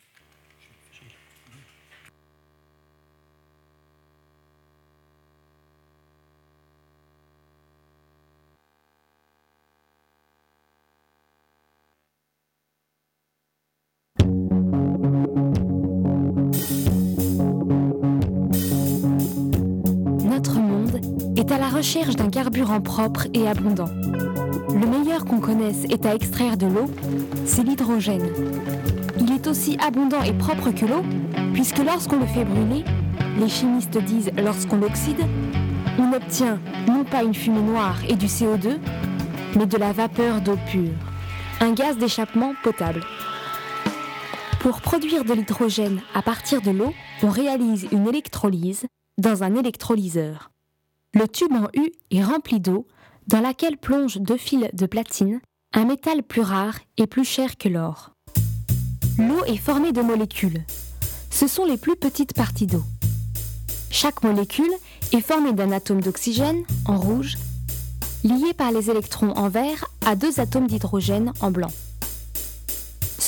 Notre monde est à la recherche d'un carburant propre et abondant. Le meilleur qu'on connaisse est à extraire de l'eau, c'est l'hydrogène. Il est aussi abondant et propre que l'eau, puisque lorsqu'on le fait brûler, les chimistes disent lorsqu'on l'oxyde, on obtient non pas une fumée noire et du C O deux, mais de la vapeur d'eau pure, un gaz d'échappement potable. Pour produire de l'hydrogène à partir de l'eau, on réalise une électrolyse dans un électrolyseur. Le tube en U est rempli d'eau, dans laquelle plongent deux fils de platine, un métal plus rare et plus cher que l'or. L'eau est formée de molécules. Ce sont les plus petites parties d'eau. Chaque molécule est formée d'un atome d'oxygène, en rouge, lié par les électrons en vert à deux atomes d'hydrogène, en blanc.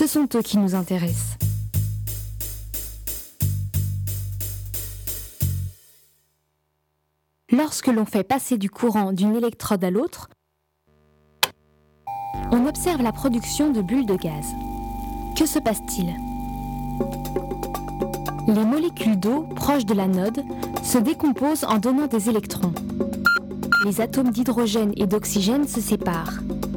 Ce sont eux qui nous intéressent. Lorsque l'on fait passer du courant d'une électrode à l'autre, on observe la production de bulles de gaz. Que se passe-t-il ? Les molécules d'eau proches de l'anode se décomposent en donnant des électrons. Les atomes d'hydrogène et d'oxygène se séparent.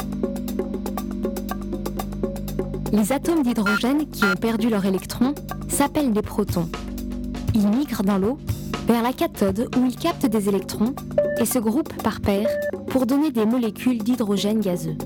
Les atomes d'hydrogène qui ont perdu leurs électrons s'appellent des protons. Ils migrent dans l'eau vers la cathode où ils captent des électrons et se groupent par paires pour donner des molécules d'hydrogène gazeux.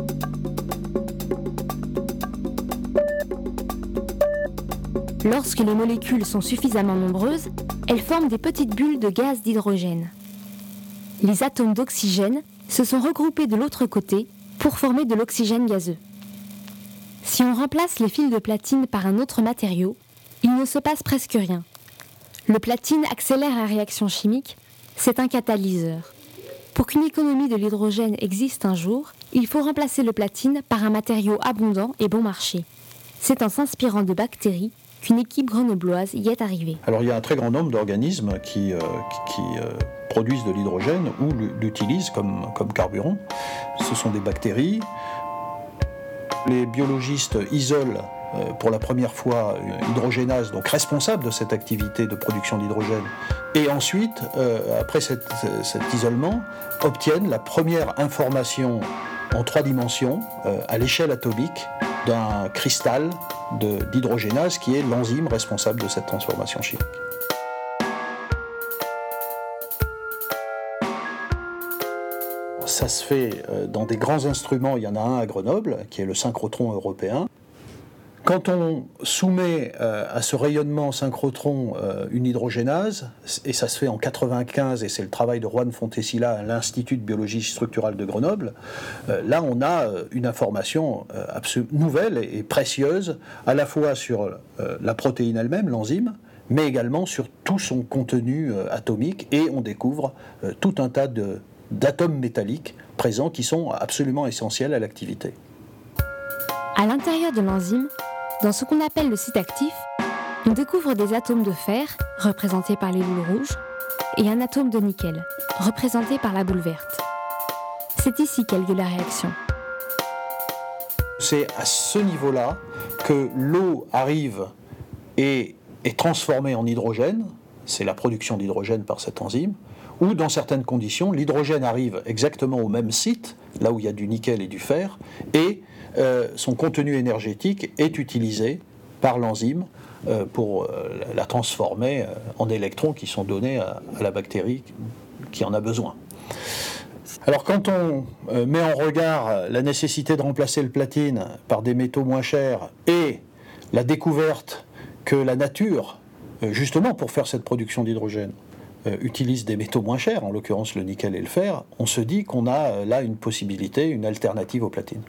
Lorsque les molécules sont suffisamment nombreuses, elles forment des petites bulles de gaz d'hydrogène. Les atomes d'oxygène se sont regroupés de l'autre côté pour former de l'oxygène gazeux. Si on remplace les fils de platine par un autre matériau, il ne se passe presque rien. Le platine accélère la réaction chimique, c'est un catalyseur. Pour qu'une économie de l'hydrogène existe un jour, il faut remplacer le platine par un matériau abondant et bon marché. C'est en s'inspirant de bactéries qu'une équipe grenobloise y est arrivée. Alors il y a un très grand nombre d'organismes qui, euh, qui, qui euh, produisent de l'hydrogène ou l'utilisent comme, comme carburant. Ce sont des bactéries. Les biologistes isolent euh, pour la première fois une hydrogénase, donc responsable de cette activité de production d'hydrogène, et ensuite, euh, après cette, cet isolement, obtiennent la première information en trois dimensions, euh, à l'échelle atomique, d'un cristal de, d'hydrogénase qui est l'enzyme responsable de cette transformation chimique. Ça se fait dans des grands instruments, il y en a un à Grenoble, qui est le synchrotron européen. Quand on soumet à ce rayonnement synchrotron une hydrogénase, et ça se fait en quatre-vingt-quinze, et c'est le travail de Juan Fontecilla à l'Institut de biologie structurale de Grenoble, là on a une information nouvelle et précieuse, à la fois sur la protéine elle-même, l'enzyme, mais également sur tout son contenu atomique, et on découvre tout un tas de d'atomes métalliques présents qui sont absolument essentiels à l'activité. À l'intérieur de l'enzyme, dans ce qu'on appelle le site actif, on découvre des atomes de fer, représentés par les boules rouges, et un atome de nickel, représenté par la boule verte. C'est ici qu'a lieu la réaction. C'est à ce niveau-là que l'eau arrive et est transformée en hydrogène, c'est la production d'hydrogène par cette enzyme, ou dans certaines conditions, l'hydrogène arrive exactement au même site, là où il y a du nickel et du fer, et euh, son contenu énergétique est utilisé par l'enzyme euh, pour euh, la transformer en électrons qui sont donnés à, à la bactérie qui en a besoin. Alors quand on euh, met en regard la nécessité de remplacer le platine par des métaux moins chers et la découverte que la nature, euh, justement pour faire cette production d'hydrogène, Euh, utilise des métaux moins chers, en l'occurrence le nickel et le fer, on se dit qu'on a euh, là une possibilité, une alternative au platine.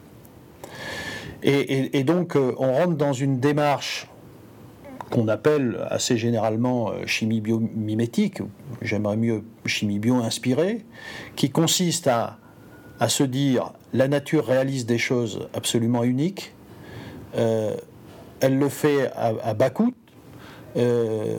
Et, et, et donc euh, on rentre dans une démarche qu'on appelle assez généralement euh, chimie biomimétique, j'aimerais mieux chimie bio-inspirée, qui consiste à, à se dire la nature réalise des choses absolument uniques, euh, elle le fait à, à bas coût, euh,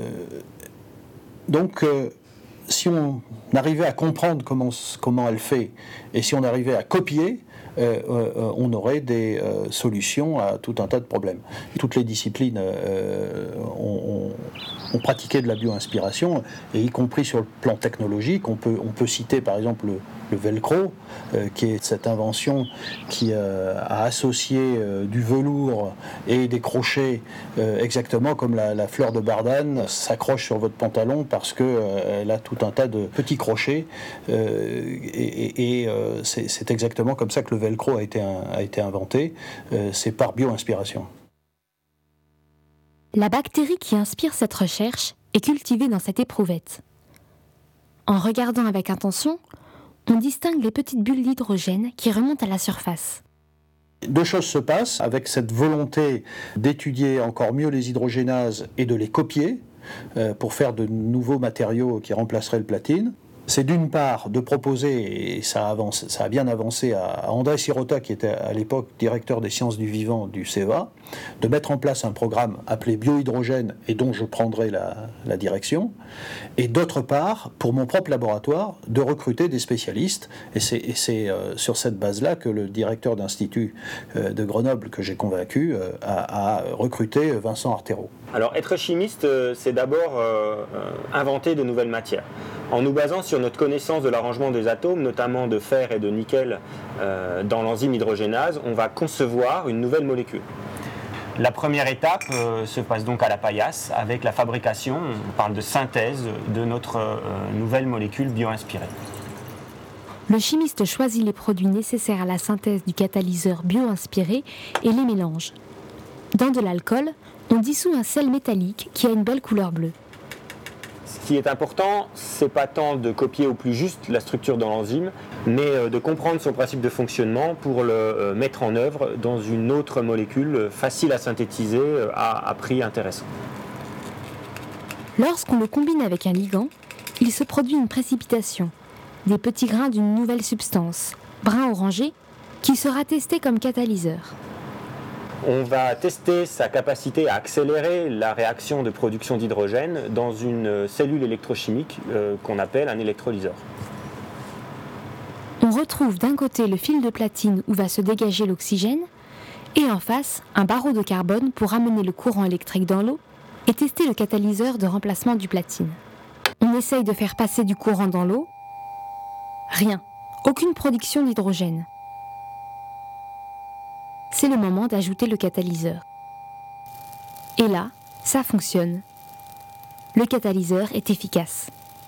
donc euh, si on arrivait à comprendre comment, comment elle fait, et si on arrivait à copier, euh, euh, on aurait des euh, solutions à tout un tas de problèmes. Toutes les disciplines euh, ont, ont, ont pratiqué de la bio-inspiration, et y compris sur le plan technologique, on peut, on peut citer par exemple le, le velcro, euh, qui est cette invention qui euh, a associé euh, du velours et des crochets, euh, exactement comme la, la fleur de bardane s'accroche sur votre pantalon parce qu'elle euh, a tout un tas de petits crochets, euh, et, et, et euh, c'est, c'est exactement comme ça que le velcro a été, un, a été inventé, euh, c'est par bio-inspiration. La bactérie qui inspire cette recherche est cultivée dans cette éprouvette. En regardant avec attention, on distingue les petites bulles d'hydrogène qui remontent à la surface. Deux choses se passent avec cette volonté d'étudier encore mieux les hydrogénases et de les copier euh, pour faire de nouveaux matériaux qui remplaceraient le platine. c'est d'une part de proposer, et ça a, avancé, ça a bien avancé à André Sirota, qui était à l'époque directeur des sciences du vivant du CEVA, de mettre en place un programme appelé biohydrogène et dont je prendrai la, la direction, et d'autre part, pour mon propre laboratoire, de recruter des spécialistes, et c'est, et c'est euh, sur cette base-là que le directeur d'institut euh, de Grenoble que j'ai convaincu euh, a, a recruté Vincent Artero. Alors être chimiste, c'est d'abord euh, inventer de nouvelles matières. En nous basant sur notre connaissance de l'arrangement des atomes, notamment de fer et de nickel euh, dans l'enzyme hydrogénase, on va concevoir une nouvelle molécule. La première étape euh, se passe donc à la paillasse avec la fabrication, on parle de synthèse, de notre euh, nouvelle molécule bio-inspirée. Le chimiste choisit les produits nécessaires à la synthèse du catalyseur bio-inspiré et les mélange. Dans de l'alcool, on dissout un sel métallique qui a une belle couleur bleue. Ce qui est important, c'est pas tant de copier au plus juste la structure de l'enzyme, mais de comprendre son principe de fonctionnement pour le mettre en œuvre dans une autre molécule facile à synthétiser à, à prix intéressant. Lorsqu'on le combine avec un ligand, il se produit une précipitation, des petits grains d'une nouvelle substance, brun orangé, qui sera testé comme catalyseur. On va tester sa capacité à accélérer la réaction de production d'hydrogène dans une cellule électrochimique euh, qu'on appelle un électrolyseur. On retrouve d'un côté le fil de platine où va se dégager l'oxygène et en face un barreau de carbone pour amener le courant électrique dans l'eau et tester le catalyseur de remplacement du platine. On essaye de faire passer du courant dans l'eau. Rien, aucune production d'hydrogène. C'est le moment d'ajouter le catalyseur. Et là, ça fonctionne. Le catalyseur est efficace.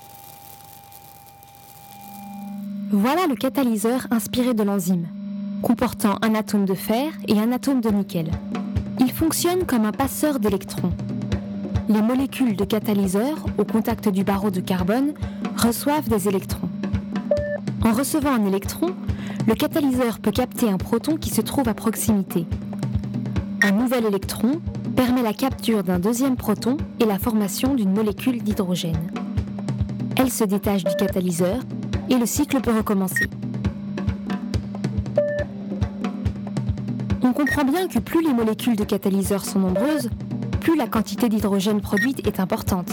Voilà le catalyseur inspiré de l'enzyme, comportant un atome de fer et un atome de nickel. Il fonctionne comme un passeur d'électrons. Les molécules de catalyseur, au contact du barreau de carbone, reçoivent des électrons. En recevant un électron, le catalyseur peut capter un proton qui se trouve à proximité. Un nouvel électron permet la capture d'un deuxième proton et la formation d'une molécule d'hydrogène. Elle se détache du catalyseur et le cycle peut recommencer. On comprend bien que plus les molécules de catalyseur sont nombreuses, plus la quantité d'hydrogène produite est importante.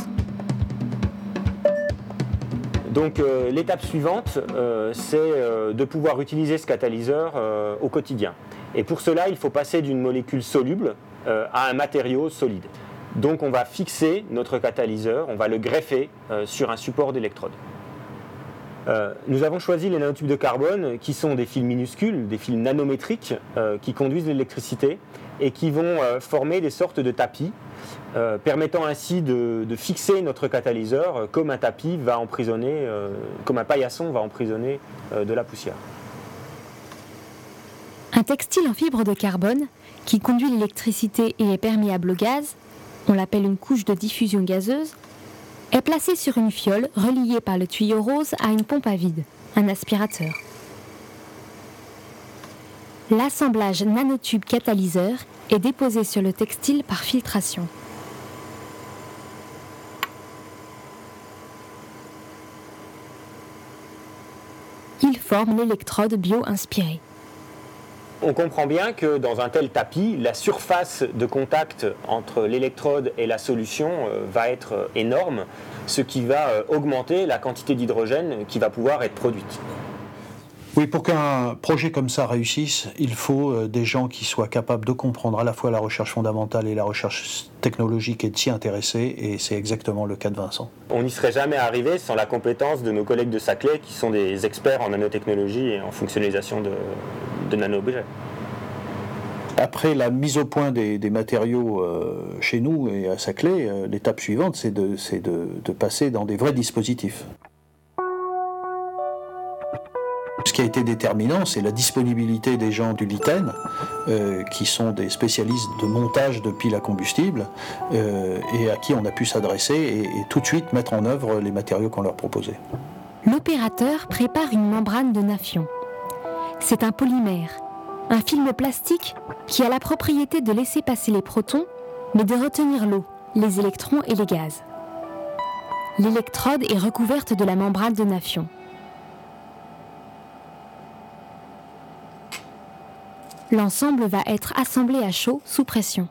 Donc euh, l'étape suivante, euh, c'est euh, de pouvoir utiliser ce catalyseur euh, au quotidien. Et pour cela, il faut passer d'une molécule soluble euh, à un matériau solide. Donc on va fixer notre catalyseur, on va le greffer euh, sur un support d'électrode. Euh, nous avons choisi les nanotubes de carbone qui sont des fils minuscules, des fils nanométriques euh, qui conduisent l'électricité et qui vont euh, former des sortes de tapis, euh, permettant ainsi de, de fixer notre catalyseur euh, comme un tapis va emprisonner, euh, comme un paillasson va emprisonner euh, de la poussière. Un textile en fibre de carbone qui conduit l'électricité et est perméable au gaz, on l'appelle une couche de diffusion gazeuse, est placé sur une fiole reliée par le tuyau rose à une pompe à vide, un aspirateur. L'assemblage nanotube catalyseur est déposé sur le textile par filtration. Il forme l'électrode bio-inspirée. On comprend bien que dans un tel tapis, la surface de contact entre l'électrode et la solution va être énorme, ce qui va augmenter la quantité d'hydrogène qui va pouvoir être produite. Oui, pour qu'un projet comme ça réussisse, il faut des gens qui soient capables de comprendre à la fois la recherche fondamentale et la recherche technologique et de s'y intéresser, et c'est exactement le cas de Vincent. On n'y serait jamais arrivé sans la compétence de nos collègues de Saclay qui sont des experts en nanotechnologie et en fonctionnalisation de, de nano-objets. Après la mise au point des, des matériaux euh, chez nous et à Saclay, euh, l'étape suivante, c'est, de, c'est de, de passer dans des vrais dispositifs. Ce qui a été déterminant, c'est la disponibilité des gens du Liten, euh, qui sont des spécialistes de montage de piles à combustible, euh, et à qui on a pu s'adresser et, et tout de suite mettre en œuvre les matériaux qu'on leur proposait. L'opérateur prépare une membrane de Nafion. C'est un polymère, un film plastique qui a la propriété de laisser passer les protons, mais de retenir l'eau, les électrons et les gaz. L'électrode est recouverte de la membrane de Nafion. L'ensemble va être assemblé à chaud sous pression.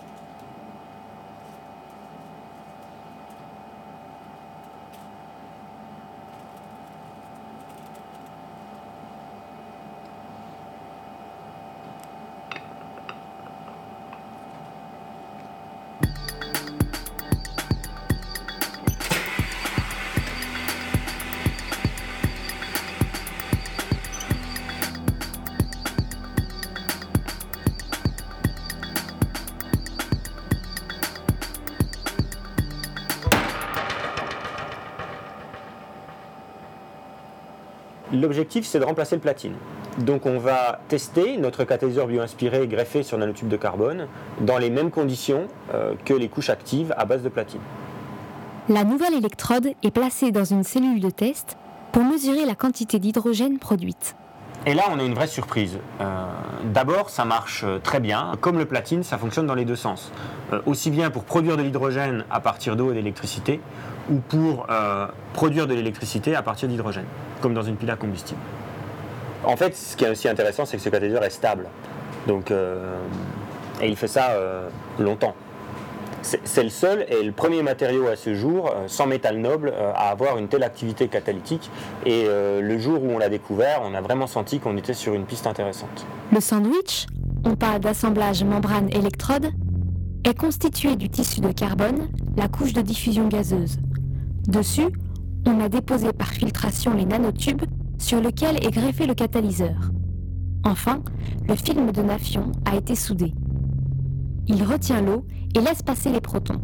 L'objectif, c'est de remplacer le platine. Donc on va tester notre catalyseur bio-inspiré greffé sur nanotube de carbone dans les mêmes conditions euh, que les couches actives à base de platine. La nouvelle électrode est placée dans une cellule de test pour mesurer la quantité d'hydrogène produite. Et là, on a une vraie surprise. Euh, d'abord, ça marche très bien. Comme le platine, ça fonctionne dans les deux sens. Euh, aussi bien pour produire de l'hydrogène à partir d'eau et d'électricité, ou pour euh, produire de l'électricité à partir d'hydrogène, comme dans une pile à combustible. En fait, ce qui est aussi intéressant, c'est que ce catalyseur est stable. Donc, euh, et il fait ça euh, longtemps. C'est, c'est le seul et le premier matériau à ce jour, euh, sans métal noble, euh, à avoir une telle activité catalytique. Et euh, le jour où on l'a découvert, on a vraiment senti qu'on était sur une piste intéressante. Le sandwich, on parle d'assemblage membrane-électrode, est constitué du tissu de carbone, la couche de diffusion gazeuse. Dessus, on a déposé par filtration les nanotubes sur lesquels est greffé le catalyseur. Enfin, le film de Nafion a été soudé. Il retient l'eau et laisse passer les protons.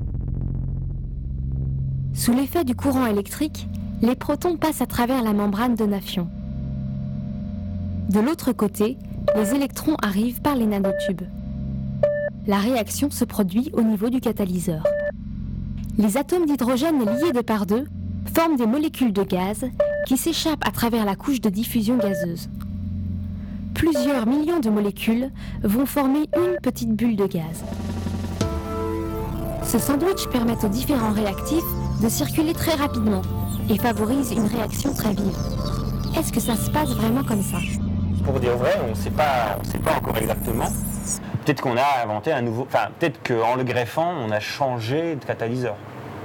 Sous l'effet du courant électrique, les protons passent à travers la membrane de Nafion. De l'autre côté, les électrons arrivent par les nanotubes. La réaction se produit au niveau du catalyseur. Les atomes d'hydrogène liés de par deux forment des molécules de gaz qui s'échappent à travers la couche de diffusion gazeuse. Plusieurs millions de molécules vont former une petite bulle de gaz. Ce sandwich permet aux différents réactifs de circuler très rapidement et favorise une réaction très vive. Est-ce que ça se passe vraiment comme ça ? Pour dire vrai, on ne sait pas, on sait pas encore exactement. Peut-être qu'on a inventé un nouveau... Enfin, peut-être qu'en le greffant, on a changé de catalyseur.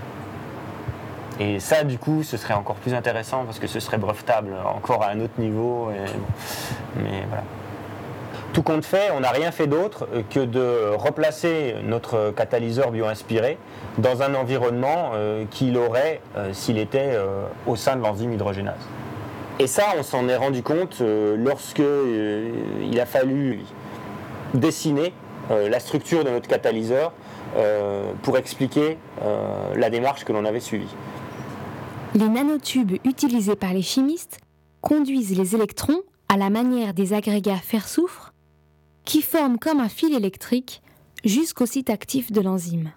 Et ça, du coup, ce serait encore plus intéressant parce que ce serait brevetable encore à un autre niveau. Et... Mais voilà. Tout compte fait, on n'a rien fait d'autre que de replacer notre catalyseur bio-inspiré dans un environnement euh, qu'il aurait euh, s'il était euh, au sein de l'enzyme hydrogénase. Et ça, on s'en est rendu compte euh, lorsque euh, il a fallu dessiner euh, la structure de notre catalyseur euh, pour expliquer euh, la démarche que l'on avait suivie. Les nanotubes utilisés par les chimistes conduisent les électrons à la manière des agrégats fer-soufre qui forment comme un fil électrique jusqu'au site actif de l'enzyme.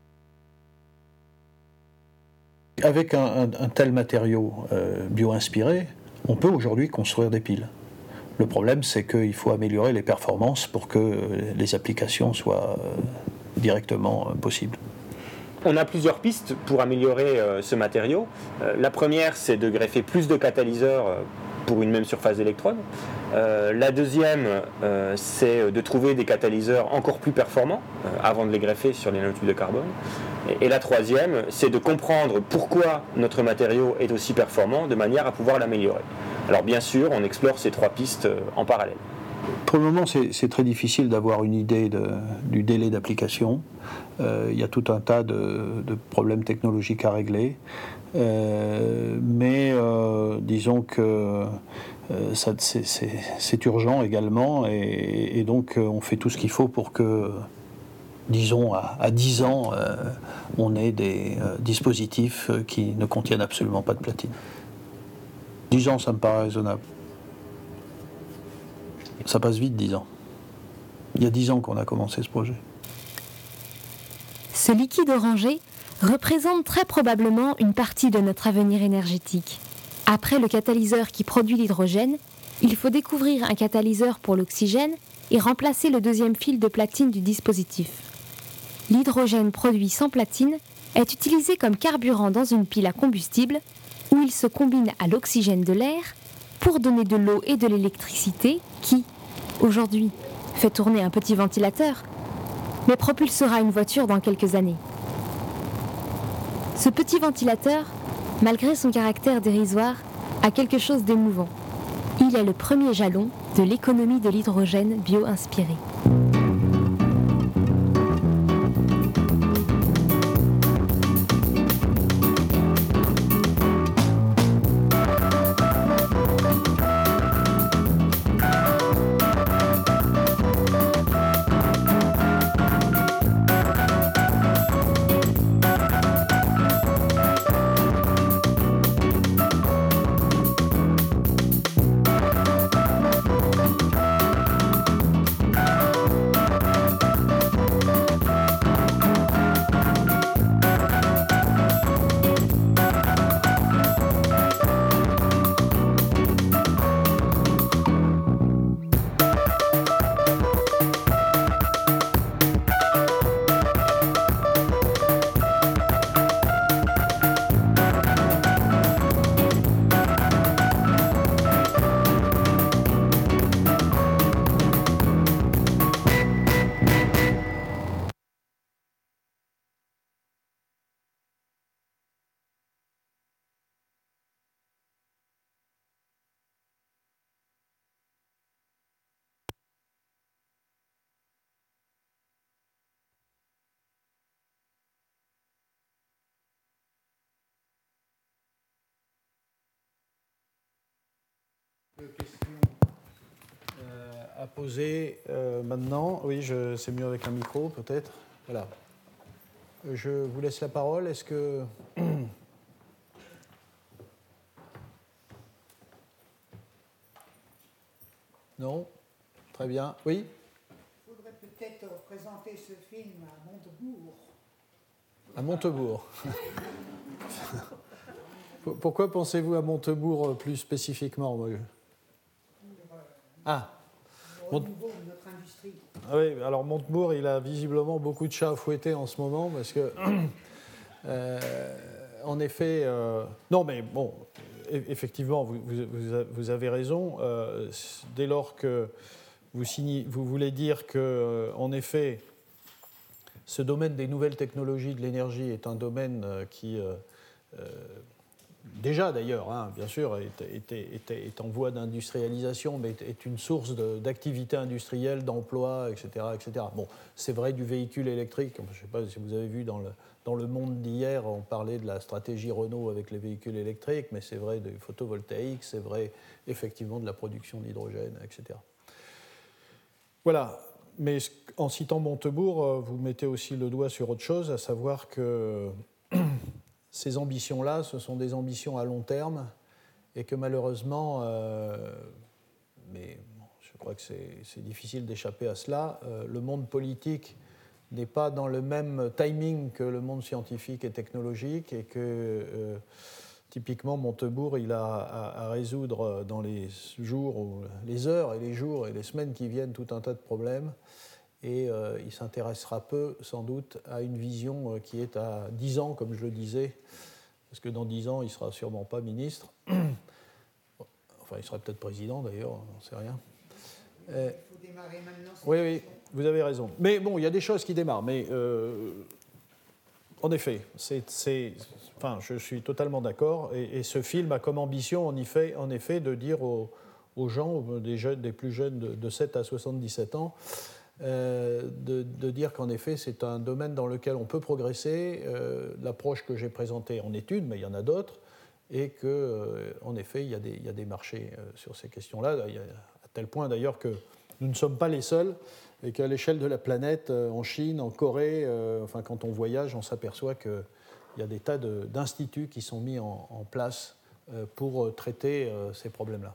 Avec un, un, un tel matériau euh, bio-inspiré, on peut aujourd'hui construire des piles. Le problème, c'est qu'il faut améliorer les performances pour que euh, les applications soient euh, directement euh, possibles. On a plusieurs pistes pour améliorer euh, ce matériau. Euh, la première, c'est de greffer plus de catalyseurs euh, pour une même surface d'électrode. Euh, la deuxième, euh, c'est de trouver des catalyseurs encore plus performants euh, avant de les greffer sur les nanotubes de carbone. Et, et la troisième, c'est de comprendre pourquoi notre matériau est aussi performant de manière à pouvoir l'améliorer. Alors bien sûr, on explore ces trois pistes euh, en parallèle. Pour le moment, c'est, c'est très difficile d'avoir une idée de, du délai d'application. Euh, il y a tout un tas de, de problèmes technologiques à régler. Euh, mais euh, disons que euh, ça, c'est, c'est, c'est urgent également. Et, et donc, on fait tout ce qu'il faut pour que, disons, à, à dix ans, euh, on ait des euh, dispositifs qui ne contiennent absolument pas de platine. dix ans, ça me paraît raisonnable. Ça passe vite, dix ans. Il y a dix ans qu'on a commencé ce projet. Ce liquide orangé représente très probablement une partie de notre avenir énergétique. Après le catalyseur qui produit l'hydrogène, il faut découvrir un catalyseur pour l'oxygène et remplacer le deuxième fil de platine du dispositif. L'hydrogène produit sans platine est utilisé comme carburant dans une pile à combustible où il se combine à l'oxygène de l'air pour donner de l'eau et de l'électricité qui, aujourd'hui, fait tourner un petit ventilateur, mais propulsera une voiture dans quelques années. Ce petit ventilateur, malgré son caractère dérisoire, a quelque chose d'émouvant. Il est le premier jalon de l'économie de l'hydrogène bio-inspiré. Question euh, à poser euh, maintenant. Oui, je, c'est mieux avec un micro, peut-être. Voilà. Je vous laisse la parole. Est-ce que... Non? Très bien. Oui? Il faudrait peut-être présenter ce film à Montebourg. À Montebourg. Pourquoi pensez-vous à Montebourg plus spécifiquement? Ah. Au niveau de notre industrie. Ah oui, alors Montebourg, il a visiblement beaucoup de chats à fouetter en ce moment parce que, euh, en effet, euh, non mais bon, effectivement, vous, vous, vous avez raison. Euh, dès lors que vous, signez, vous voulez dire que, euh, en effet, ce domaine des nouvelles technologies de l'énergie est un domaine euh, qui euh, euh, déjà d'ailleurs, hein, bien sûr, est, est, est, est en voie d'industrialisation, mais est une source de, d'activité industrielle, d'emploi, et cetera, et cetera. Bon, c'est vrai du véhicule électrique. Je ne sais pas si vous avez vu dans le, dans le Monde d'hier, on parlait de la stratégie Renault avec les véhicules électriques, mais c'est vrai du photovoltaïque, c'est vrai effectivement de la production d'hydrogène, et cetera. Voilà. Mais en citant Montebourg, vous mettez aussi le doigt sur autre chose, à savoir que ces ambitions-là, ce sont des ambitions à long terme et que malheureusement, euh, mais bon, je crois que c'est, c'est difficile d'échapper à cela, euh, le monde politique n'est pas dans le même timing que le monde scientifique et technologique et que euh, typiquement Montebourg, il a à, à résoudre dans les jours, ou les heures et les jours et les semaines qui viennent tout un tas de problèmes. Et euh, il s'intéressera peu, sans doute, à une vision euh, qui est à dix ans, comme je le disais, parce que dans dix ans, il ne sera sûrement pas ministre. Enfin, il sera peut-être président, d'ailleurs, on n'en sait rien. Euh, il faut démarrer maintenant. Oui, oui, vous avez raison. Mais bon, il y a des choses qui démarrent. Mais euh, en effet, c'est, c'est, enfin, je suis totalement d'accord. Et, et ce film a comme ambition, en effet, en effet de dire aux, aux gens, des, jeunes, des plus jeunes de, de sept à soixante-dix-sept ans, Euh, de, de dire qu'en effet c'est un domaine dans lequel on peut progresser. Euh, l'approche que j'ai présentée en études, mais il y en a d'autres, et qu'en euh, effet il y, a des, il y a des marchés euh, sur ces questions-là, il y a, à tel point d'ailleurs que nous ne sommes pas les seuls, et qu'à l'échelle de la planète, euh, en Chine, en Corée, euh, enfin quand on voyage, on s'aperçoit qu'il y a des tas de, d'instituts qui sont mis en, en place euh, pour traiter euh, ces problèmes-là.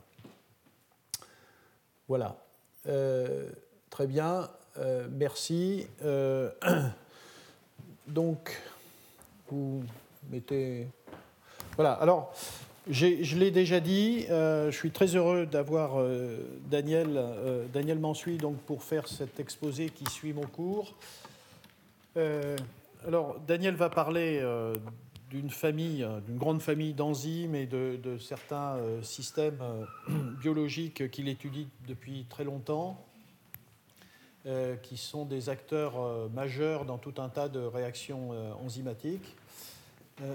Voilà. Euh, Très bien, euh, merci. Euh, donc, vous mettez... Voilà, alors, j'ai, je l'ai déjà dit, euh, je suis très heureux d'avoir euh, Daniel, euh, Daniel Mansuy donc, pour faire cet exposé qui suit mon cours. Euh, alors, Daniel va parler euh, d'une famille, d'une grande famille d'enzymes et de, de certains euh, systèmes euh, biologiques qu'il étudie depuis très longtemps, euh, qui sont des acteurs euh, majeurs dans tout un tas de réactions euh, enzymatiques. Euh,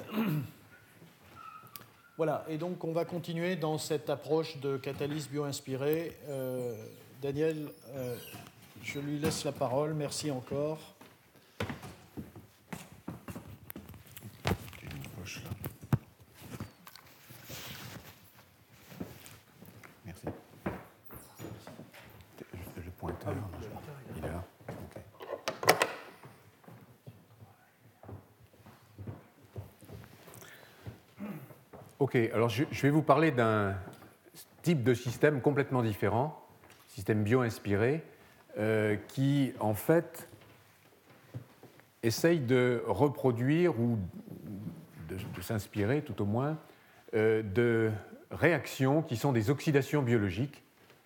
voilà, et donc on va continuer dans cette approche de catalyse bio-inspirée. Euh, Daniel, euh, je lui laisse la parole. Merci encore. Merci. Le pointeur, il est là. Okay. Ok, alors je, je vais vous parler d'un type de système complètement différent, système bio-inspiré, euh, qui en fait essaye de reproduire ou de, de s'inspirer tout au moins euh, de réactions qui sont des oxydations biologiques.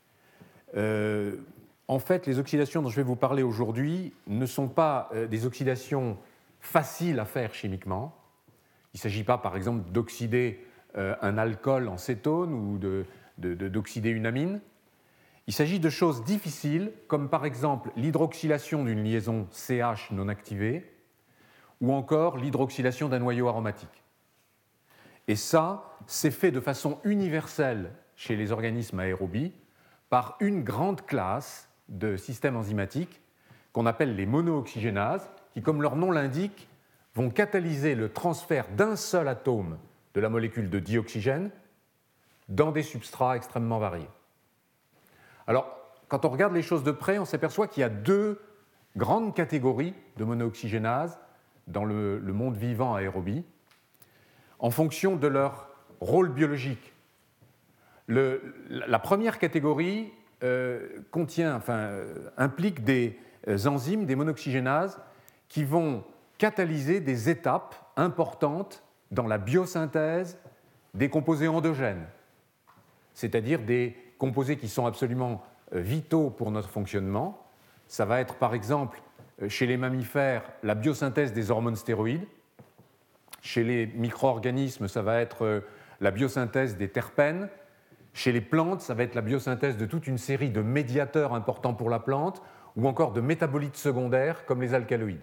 Euh, en fait, les oxydations dont je vais vous parler aujourd'hui ne sont pas euh, des oxydations faciles à faire chimiquement. Il ne s'agit pas, par exemple, d'oxyder euh, un alcool en cétone ou de, de, de, d'oxyder une amine. Il s'agit de choses difficiles, comme par exemple l'hydroxylation d'une liaison C H non activée ou encore l'hydroxylation d'un noyau aromatique. Et ça, c'est fait de façon universelle chez les organismes aérobies par une grande classe de systèmes enzymatiques qu'on appelle les monooxygénases, qui, comme leur nom l'indique, vont catalyser le transfert d'un seul atome de la molécule de dioxygène dans des substrats extrêmement variés. Alors, quand on regarde les choses de près, on s'aperçoit qu'il y a deux grandes catégories de monooxygénases dans le, le monde vivant aérobie, en fonction de leur rôle biologique. Le, la première catégorie euh, contient, enfin, euh, implique des euh, enzymes, des monooxygénases, qui vont catalyser des étapes importantes dans la biosynthèse des composés endogènes, c'est-à-dire des composés qui sont absolument vitaux pour notre fonctionnement. Ça va être par exemple chez les mammifères la biosynthèse des hormones stéroïdes, chez les micro-organismes ça va être la biosynthèse des terpènes, chez les plantes ça va être la biosynthèse de toute une série de médiateurs importants pour la plante ou encore de métabolites secondaires comme les alcaloïdes.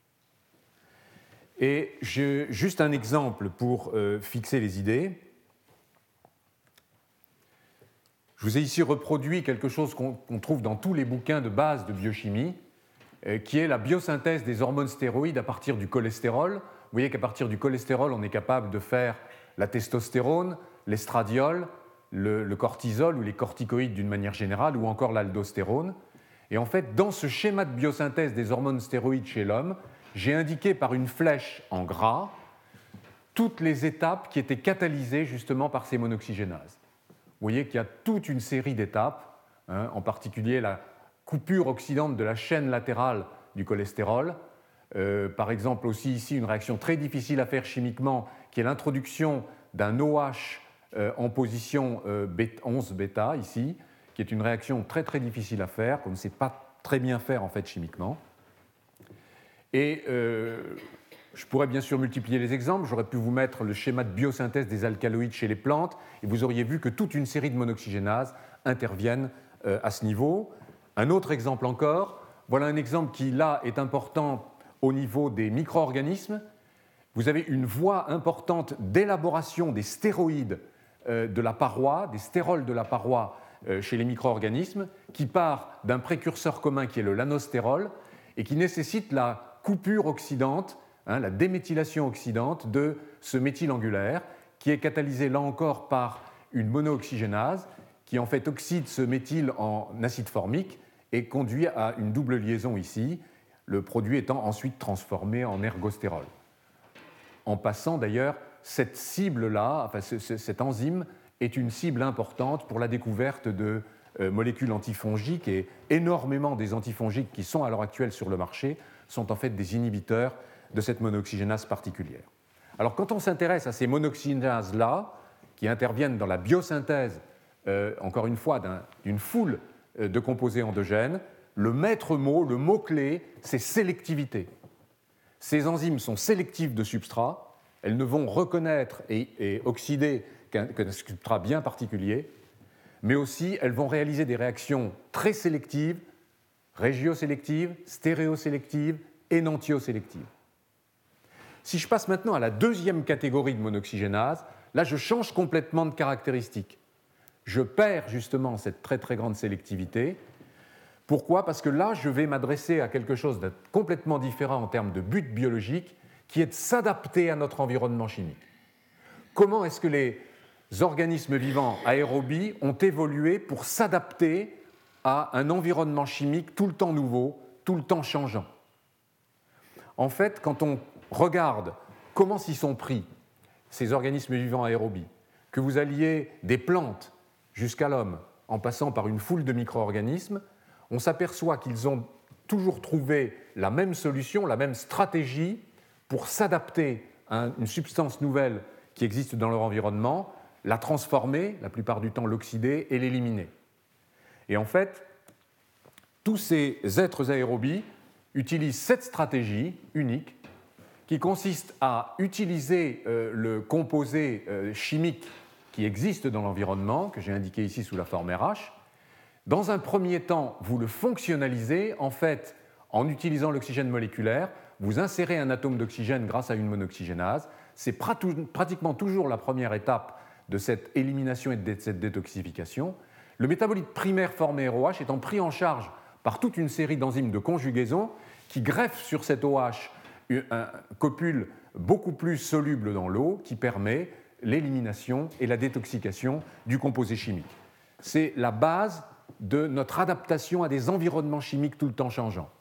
Et j'ai juste un exemple pour euh, fixer les idées. Je vous ai ici reproduit quelque chose qu'on, qu'on trouve dans tous les bouquins de base de biochimie, euh, qui est la biosynthèse des hormones stéroïdes à partir du cholestérol. Vous voyez qu'à partir du cholestérol, on est capable de faire la testostérone, l'estradiol, le, le cortisol ou les corticoïdes d'une manière générale, ou encore l'aldostérone. Et en fait, dans ce schéma de biosynthèse des hormones stéroïdes chez l'homme, j'ai indiqué par une flèche en gras toutes les étapes qui étaient catalysées justement par ces monooxygénases. Vous voyez qu'il y a toute une série d'étapes, hein, en particulier la coupure oxydante de la chaîne latérale du cholestérol. Euh, par exemple, aussi ici, une réaction très difficile à faire chimiquement, qui est l'introduction d'un O H euh, en position euh, onze bêta, ici, qui est une réaction très très difficile à faire, qu'on ne sait pas très bien faire en fait chimiquement. Et euh, je pourrais bien sûr multiplier les exemples. J'aurais pu vous mettre le schéma de biosynthèse des alcaloïdes chez les plantes, et vous auriez vu que toute une série de monooxygénases interviennent euh, à ce niveau. Un autre exemple encore, voilà un exemple qui, là, est important au niveau des micro-organismes. Vous avez une voie importante d'élaboration des stéroïdes euh, de la paroi, des stérols de la paroi euh, chez les micro-organismes, qui part d'un précurseur commun qui est le lanostérol, et qui nécessite la coupure oxydante, hein, la déméthylation oxydante de ce méthylangulaire, qui est catalysé là encore par une monooxygénase, qui en fait oxyde ce méthyle en acide formique et conduit à une double liaison ici, le produit étant ensuite transformé en ergostérol. En passant d'ailleurs, cette cible-là, enfin ce, ce, cette enzyme, est une cible importante pour la découverte de euh, molécules antifongiques, et énormément des antifongiques qui sont à l'heure actuelle sur le marché sont en fait des inhibiteurs de cette monooxygénase particulière. Alors quand on s'intéresse à ces monooxygénases-là, qui interviennent dans la biosynthèse, euh, encore une fois, d'un, d'une foule de composés endogènes, le maître mot, le mot-clé, c'est sélectivité. Ces enzymes sont sélectives de substrat, elles ne vont reconnaître et, et oxyder qu'un, qu'un substrat bien particulier, mais aussi elles vont réaliser des réactions très sélectives, régiosélectives, stéréosélectives, énantiosélectives. Si je passe maintenant à la deuxième catégorie de monoxygénase, là je change complètement de caractéristique. Je perds justement cette très très grande sélectivité. Pourquoi ? Parce que là, je vais m'adresser à quelque chose de complètement différent en termes de but biologique, qui est de s'adapter à notre environnement chimique. Comment est-ce que les organismes vivants aérobies ont évolué pour s'adapter à un environnement chimique tout le temps nouveau, tout le temps changeant ? En fait, quand on regarde comment s'y sont pris ces organismes vivants aérobies, que vous alliez des plantes jusqu'à l'homme, en passant par une foule de micro-organismes, on s'aperçoit qu'ils ont toujours trouvé la même solution, la même stratégie pour s'adapter à une substance nouvelle qui existe dans leur environnement, la transformer, la plupart du temps l'oxyder et l'éliminer. Et en fait, tous ces êtres aérobies utilisent cette stratégie unique qui consiste à utiliser euh, le composé euh, chimique qui existe dans l'environnement, que j'ai indiqué ici sous la forme R H. Dans un premier temps, vous le fonctionnalisez, en fait, en utilisant l'oxygène moléculaire, vous insérez un atome d'oxygène grâce à une monoxygénase. C'est pratiquement toujours la première étape de cette élimination et de cette détoxification. Le métabolite primaire formé R O H étant pris en charge par toute une série d'enzymes de conjugaison qui greffent sur cet O H un copule beaucoup plus soluble dans l'eau qui permet l'élimination et la détoxication du composé chimique. C'est la base de notre adaptation à des environnements chimiques tout le temps changeants.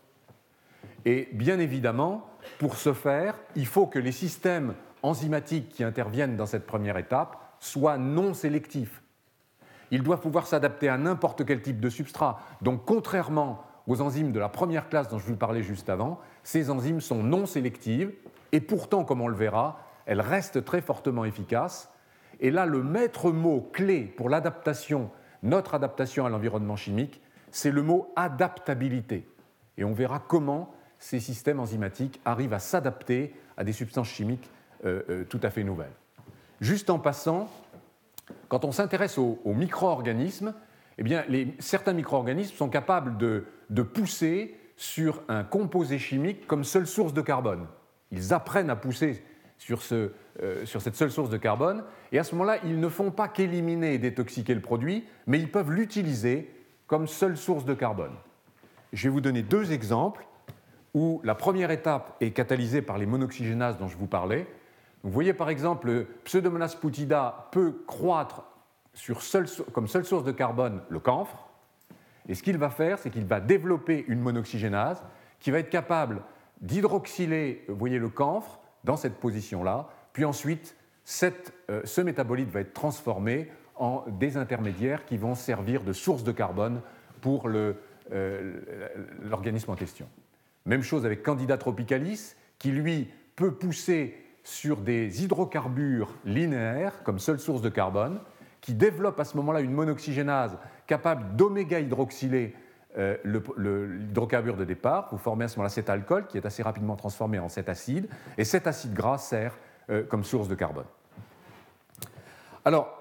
Et bien évidemment, pour ce faire, il faut que les systèmes enzymatiques qui interviennent dans cette première étape soient non sélectifs. Ils doivent pouvoir s'adapter à n'importe quel type de substrat. Donc, contrairement aux enzymes de la première classe dont je vous parlais juste avant, ces enzymes sont non sélectives et pourtant, comme on le verra, elles restent très fortement efficaces. Et là, le maître mot clé pour l'adaptation, notre adaptation à l'environnement chimique, c'est le mot adaptabilité. Et on verra comment ces systèmes enzymatiques arrivent à s'adapter à des substances chimiques euh, euh, tout à fait nouvelles. Juste en passant, quand on s'intéresse aux, aux micro-organismes, eh bien, les, certains micro-organismes sont capables de, de pousser sur un composé chimique comme seule source de carbone. Ils apprennent à pousser sur, ce, euh, sur cette seule source de carbone, et à ce moment-là, ils ne font pas qu'éliminer et détoxiquer le produit, mais ils peuvent l'utiliser comme seule source de carbone. Je vais vous donner deux exemples où la première étape est catalysée par les monoxygénases dont je vous parlais. Vous voyez par exemple, Pseudomonas putida peut croître sur seul, comme seule source de carbone le camphre, et ce qu'il va faire, c'est qu'il va développer une monoxygénase qui va être capable d'hydroxyler, vous voyez, le camphre dans cette position-là, puis ensuite, cette, euh, ce métabolite va être transformé en des intermédiaires qui vont servir de source de carbone pour le, euh, l'organisme en question. Même chose avec Candida tropicalis, qui lui peut pousser sur des hydrocarbures linéaires comme seule source de carbone, qui développe à ce moment-là une monoxygénase capable d'oméga-hydroxyler euh, le, le, l'hydrocarbure de départ. Vous formez à ce moment-là cet alcool qui est assez rapidement transformé en cet acide, et cet acide gras sert euh, comme source de carbone. Alors,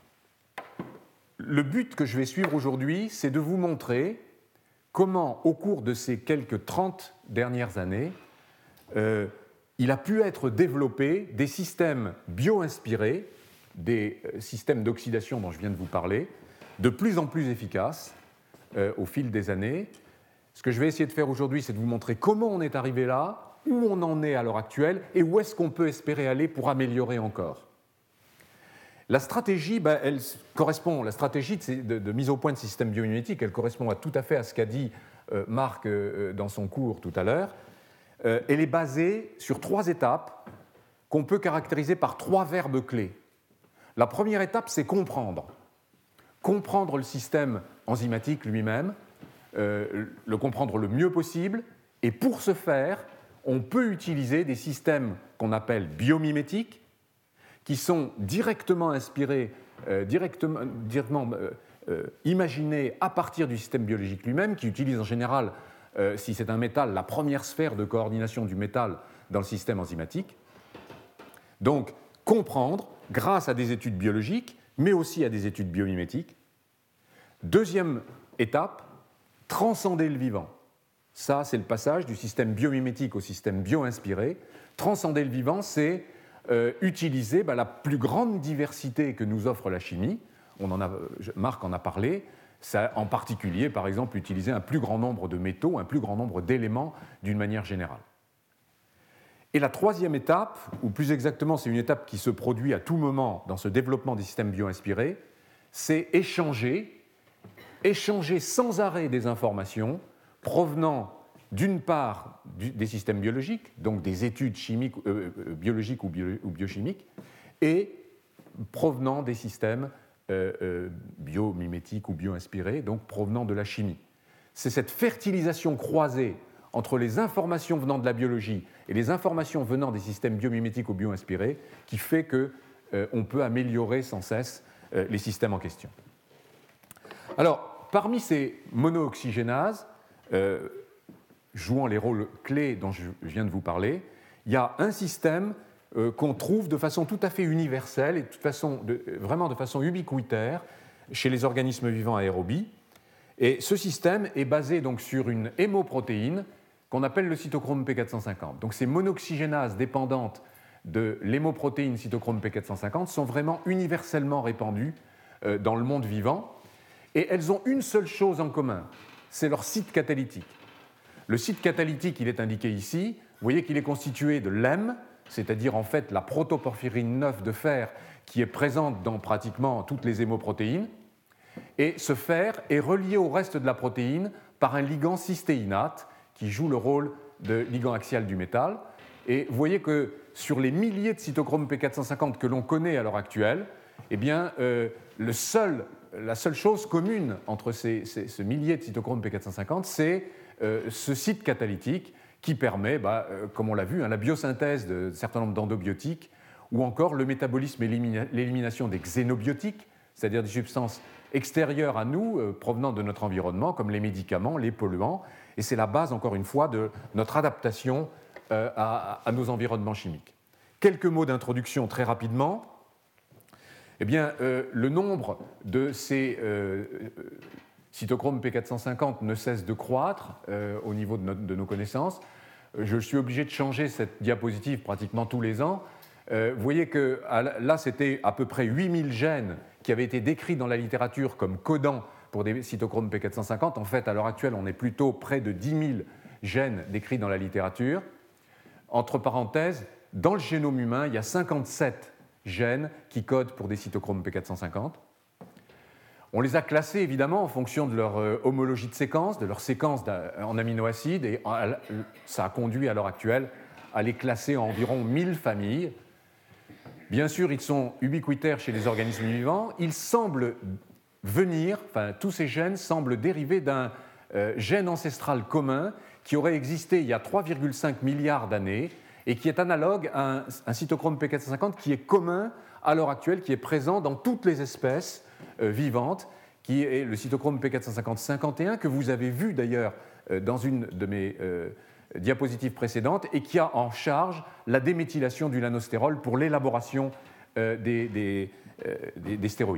le but que je vais suivre aujourd'hui, c'est de vous montrer comment, au cours de ces quelques trente dernières années, euh, il a pu être développé des systèmes bio-inspirés, des systèmes d'oxydation dont je viens de vous parler, de plus en plus efficaces euh, au fil des années. Ce que je vais essayer de faire aujourd'hui, c'est de vous montrer comment on est arrivé là, où on en est à l'heure actuelle et où est-ce qu'on peut espérer aller pour améliorer encore. La stratégie, ben, elle correspond, la stratégie de, de, de mise au point de ces systèmes biomimétiques, elle correspond à, tout à fait à ce qu'a dit euh, Marc euh, dans son cours tout à l'heure. Euh, elle est basée sur trois étapes qu'on peut caractériser par trois verbes clés. La première étape, c'est comprendre. Comprendre le système enzymatique lui-même, euh, le comprendre le mieux possible, et pour ce faire, on peut utiliser des systèmes qu'on appelle biomimétiques, qui sont directement inspirés, euh, directement, directement euh, euh, imaginés à partir du système biologique lui-même, qui utilise en général, euh, si c'est un métal, la première sphère de coordination du métal, dans le système enzymatique. Donc, comprendre, grâce à des études biologiques, mais aussi à des études biomimétiques. Deuxième étape, transcender le vivant. Ça, c'est le passage du système biomimétique au système bio-inspiré. Transcender le vivant, c'est euh, utiliser bah, la plus grande diversité que nous offre la chimie. On en a, Marc en a parlé. Ça, en particulier, par exemple, utiliser un plus grand nombre de métaux, un plus grand nombre d'éléments d'une manière générale. Et la troisième étape, ou plus exactement, c'est une étape qui se produit à tout moment dans ce développement des systèmes bio-inspirés, c'est échanger, échanger sans arrêt des informations provenant d'une part du, des systèmes biologiques, donc des études chimiques, euh, biologiques ou, bio, ou biochimiques, et provenant des systèmes euh, euh, biomimétiques ou bio-inspirés, donc provenant de la chimie. C'est cette fertilisation croisée entre les informations venant de la biologie et les informations venant des systèmes biomimétiques ou bio-inspirés qui fait qu'on euh, peut améliorer sans cesse euh, les systèmes en question. Alors, parmi ces monooxygénases, euh, jouant les rôles clés dont je viens de vous parler, il y a un système euh, qu'on trouve de façon tout à fait universelle et de toute façon, de, vraiment de façon ubiquitaire chez les organismes vivants aérobies. Et ce système est basé donc sur une hémoprotéine qu'on appelle le cytochrome P quatre cent cinquante. Donc ces monooxygénases dépendantes de l'hémoprotéine cytochrome P quatre cent cinquante sont vraiment universellement répandues euh, dans le monde vivant. Et elles ont une seule chose en commun, c'est leur site catalytique. Le site catalytique, il est indiqué ici. Vous voyez qu'il est constitué de l'H E M, c'est-à-dire en fait la protoporphyrine neuf de fer qui est présente dans pratiquement toutes les hémoprotéines. Et ce fer est relié au reste de la protéine par un ligand cystéinate qui joue le rôle de ligand axial du métal. Et vous voyez que sur les milliers de cytochromes P quatre cent cinquante que l'on connaît à l'heure actuelle, eh bien, euh, le seul, la seule chose commune entre ces, ces, ce millier de cytochromes P quatre cent cinquante, c'est euh, ce site catalytique qui permet, bah, euh, comme on l'a vu, hein, la biosynthèse d'un certain nombre d'endobiotiques ou encore le métabolisme et l'élimination des xénobiotiques, c'est-à-dire des substances extérieures à nous, euh, provenant de notre environnement, comme les médicaments, les polluants. Et c'est la base, encore une fois, de notre adaptation euh, à, à nos environnements chimiques. Quelques mots d'introduction très rapidement. Eh bien, euh, le nombre de ces euh, cytochromes P quatre cent cinquante ne cesse de croître euh, au niveau de, notre, de nos connaissances. Je suis obligé de changer cette diapositive pratiquement tous les ans. Euh, vous voyez que là, c'était à peu près huit mille gènes qui avaient été décrits dans la littérature comme codants pour des cytochromes P quatre cent cinquante. En fait, à l'heure actuelle, on est plutôt près de dix mille gènes décrits dans la littérature. Entre parenthèses, dans le génome humain, il y a cinquante-sept gènes qui codent pour des cytochromes P quatre cent cinquante. On les a classés évidemment en fonction de leur homologie de séquence, de leur séquence en aminoacides, et ça a conduit à l'heure actuelle à les classer en environ mille familles. Bien sûr, ils sont ubiquitaires chez les organismes vivants. Ils semblent venir, enfin, tous ces gènes semblent dériver d'un euh, gène ancestral commun qui aurait existé il y a trois virgule cinq milliards d'années et qui est analogue à un, un cytochrome P quatre cent cinquante qui est commun à l'heure actuelle, qui est présent dans toutes les espèces euh, vivantes, qui est le cytochrome P quatre cent cinquante cinquante et un, que vous avez vu d'ailleurs euh, dans une de mes euh, diapositives précédentes, et qui a en charge la déméthylation du lanostérol pour l'élaboration euh, des, des, euh, des, des stéroïdes.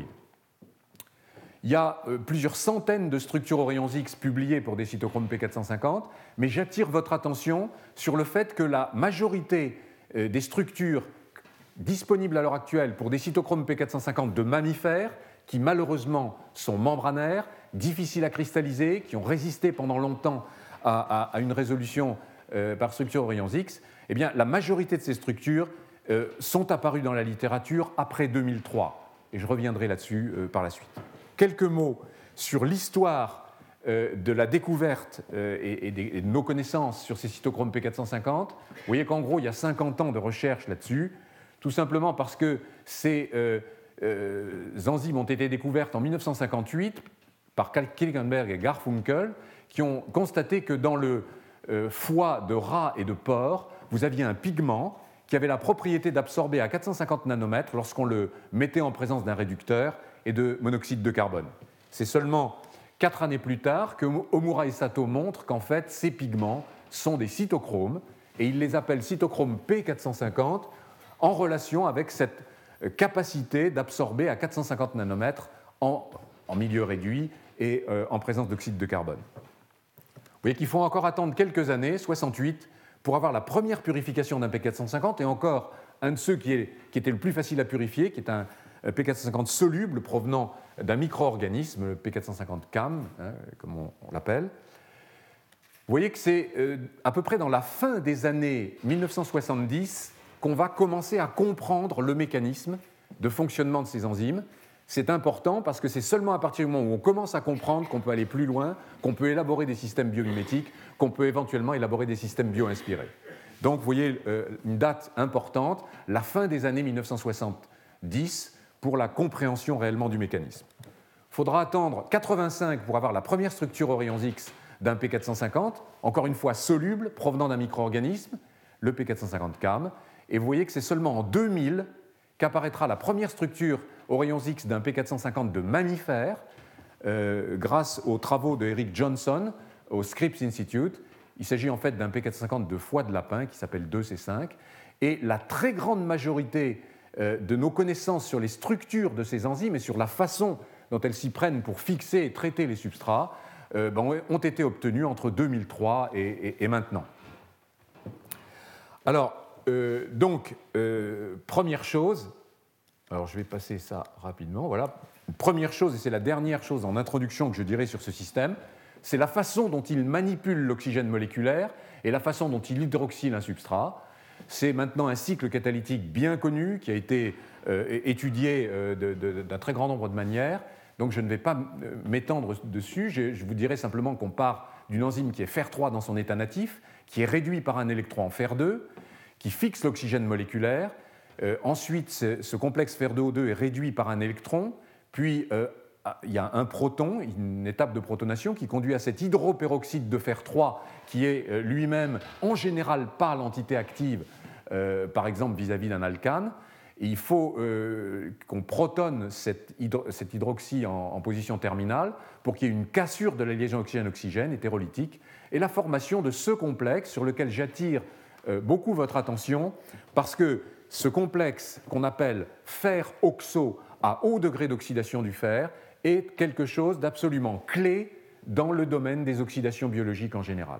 Il y a euh, plusieurs centaines de structures aux rayons X publiées pour des cytochromes P quatre cent cinquante, mais j'attire votre attention sur le fait que la majorité euh, des structures disponibles à l'heure actuelle pour des cytochromes P quatre cent cinquante de mammifères, qui malheureusement sont membranaires, difficiles à cristalliser, qui ont résisté pendant longtemps à, à, à une résolution euh, par structure aux rayons X, eh bien, la majorité de ces structures euh, sont apparues dans la littérature après deux mille trois, et je reviendrai là-dessus euh, par la suite. Quelques mots sur l'histoire euh, de la découverte euh, et, et, des, et de nos connaissances sur ces cytochromes P quatre cent cinquante. Vous voyez qu'en gros, il y a cinquante ans de recherche là-dessus, tout simplement parce que ces euh, euh, enzymes ont été découvertes en mille neuf cent cinquante-huit par Kilkenberg et Garfunkel, qui ont constaté que dans le euh, foie de rats et de porcs, vous aviez un pigment qui avait la propriété d'absorber à quatre cent cinquante nanomètres lorsqu'on le mettait en présence d'un réducteur et de monoxyde de carbone. C'est seulement quatre années plus tard que Omura et Sato montrent qu'en fait, ces pigments sont des cytochromes et il les appelle cytochromes P quatre cent cinquante en relation avec cette capacité d'absorber à quatre cent cinquante nanomètres en, en milieu réduit et euh, en présence d'oxyde de carbone. Vous voyez qu'il faut encore attendre quelques années, soixante-huit, pour avoir la première purification d'un P quatre cent cinquante, et encore un de ceux qui, est, qui était le plus facile à purifier, qui est un P quatre cent cinquante soluble provenant d'un micro-organisme, le P quatre cent cinquante C A M, hein, comme on, on l'appelle. Vous voyez que c'est euh, à peu près dans la fin des années mille neuf cent soixante-dix qu'on va commencer à comprendre le mécanisme de fonctionnement de ces enzymes. C'est important parce que c'est seulement à partir du moment où on commence à comprendre qu'on peut aller plus loin, qu'on peut élaborer des systèmes biomimétiques, qu'on peut éventuellement élaborer des systèmes bio-inspirés. Donc vous voyez euh, une date importante, la fin des années mille neuf cent soixante-dix, pour la compréhension réellement du mécanisme. Il faudra attendre quatre-vingt-cinq pour avoir la première structure aux rayons X d'un P quatre cent cinquante, encore une fois soluble, provenant d'un micro-organisme, le P quatre cent cinquante C A M, et vous voyez que c'est seulement en deux mille qu'apparaîtra la première structure aux rayons X d'un P quatre cent cinquante de mammifère, euh, grâce aux travaux de Eric Johnson au Scripps Institute. Il s'agit en fait d'un P quatre cent cinquante de foie de lapin qui s'appelle deux C cinq, et la très grande majorité euh, de nos connaissances sur les structures de ces enzymes et sur la façon dont elles s'y prennent pour fixer et traiter les substrats euh, ben, ont été obtenues entre deux mille trois et, et, et maintenant. Alors, Euh, donc, euh, première chose, alors je vais passer ça rapidement, voilà. Première chose, et c'est la dernière chose en introduction que je dirais sur ce système, c'est la façon dont il manipule l'oxygène moléculaire et la façon dont il hydroxyle un substrat. C'est maintenant un cycle catalytique bien connu qui a été euh, étudié euh, de, de, d'un très grand nombre de manières, donc je ne vais pas m'étendre dessus, je, je vous dirai simplement qu'on part d'une enzyme qui est fer trois dans son état natif, qui est réduit par un électron en fer deux, qui fixe l'oxygène moléculaire. Euh, ensuite, ce, ce complexe fer deux O deux est réduit par un électron, puis euh, il y a un proton, une étape de protonation qui conduit à cet hydroperoxyde de fer trois qui est euh, lui-même en général pas l'entité active, euh, par exemple vis-à-vis d'un alcane. Et il faut euh, qu'on protonne cet, hydro, cet hydroxy en, en position terminale pour qu'il y ait une cassure de la liaison oxygène-oxygène hétérolytique et la formation de ce complexe sur lequel j'attire beaucoup votre attention parce que ce complexe qu'on appelle fer-oxo à haut degré d'oxydation du fer est quelque chose d'absolument clé dans le domaine des oxydations biologiques en général.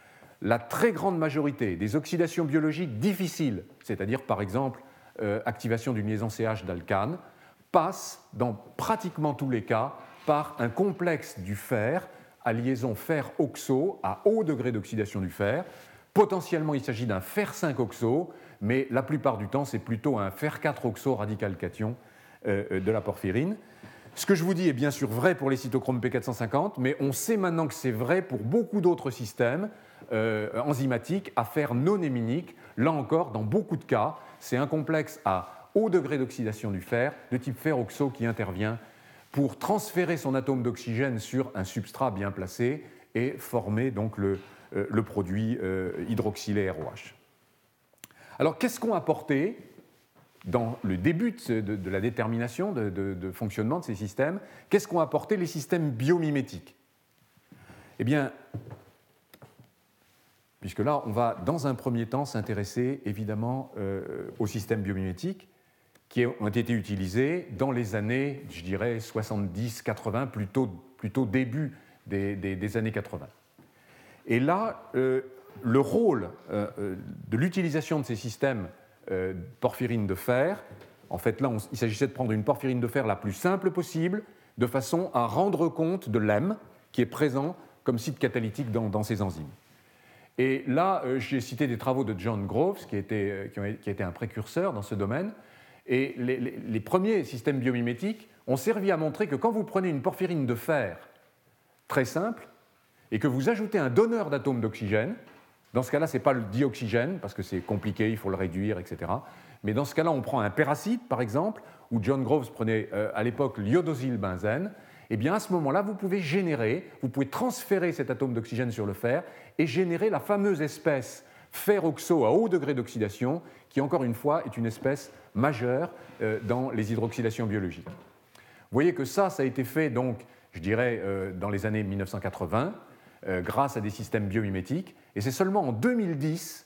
La très grande majorité des oxydations biologiques difficiles, c'est-à-dire par exemple euh, activation d'une liaison C H d'alcane, passent dans pratiquement tous les cas par un complexe du fer à liaison fer-oxo à haut degré d'oxydation du fer. Potentiellement, il s'agit d'un fer cinq oxo, mais la plupart du temps, c'est plutôt un fer quatre oxo radical cation euh, de la porphyrine. Ce que je vous dis est bien sûr vrai pour les cytochromes P quatre cent cinquante, mais on sait maintenant que c'est vrai pour beaucoup d'autres systèmes euh, enzymatiques à fer non héminique. Là encore, dans beaucoup de cas, c'est un complexe à haut degré d'oxydation du fer, de type fer oxo, qui intervient pour transférer son atome d'oxygène sur un substrat bien placé et former donc le le produit euh, hydroxylé R O H. Alors, qu'est-ce qu'ont apporté dans le début de, de, de la détermination de, de, de fonctionnement de ces systèmes, qu'est-ce qu'ont apporté les systèmes biomimétiques? Eh bien, puisque là, on va dans un premier temps s'intéresser évidemment euh, aux systèmes biomimétiques qui ont été utilisés dans les années, je dirais, soixante-dix quatre-vingts, plutôt, plutôt début des, des, des années quatre-vingts. Et là, euh, le rôle euh, de l'utilisation de ces systèmes euh, porphyrine de fer, en fait là, on, il s'agissait de prendre une porphyrine de fer la plus simple possible, de façon à rendre compte de l'H E M qui est présent comme site catalytique dans, dans ces enzymes. Et là, euh, j'ai cité des travaux de John Groves, qui, était, qui, ont, qui a été un précurseur dans ce domaine, et les, les, les premiers systèmes biomimétiques ont servi à montrer que quand vous prenez une porphyrine de fer très simple, et que vous ajoutez un donneur d'atomes d'oxygène, dans ce cas-là, ce n'est pas le dioxygène, parce que c'est compliqué, il faut le réduire, et cetera. Mais dans ce cas-là, on prend un péracide, par exemple, où John Groves prenait euh, à l'époque l'iodosylbenzène, et bien à ce moment-là, vous pouvez générer, vous pouvez transférer cet atome d'oxygène sur le fer et générer la fameuse espèce fer-oxo à haut degré d'oxydation, qui, encore une fois, est une espèce majeure euh, dans les hydroxydations biologiques. Vous voyez que ça, ça a été fait, donc, je dirais, euh, dans les années mille neuf cent quatre-vingts, Euh, grâce à des systèmes biomimétiques. Et c'est seulement en deux mille dix,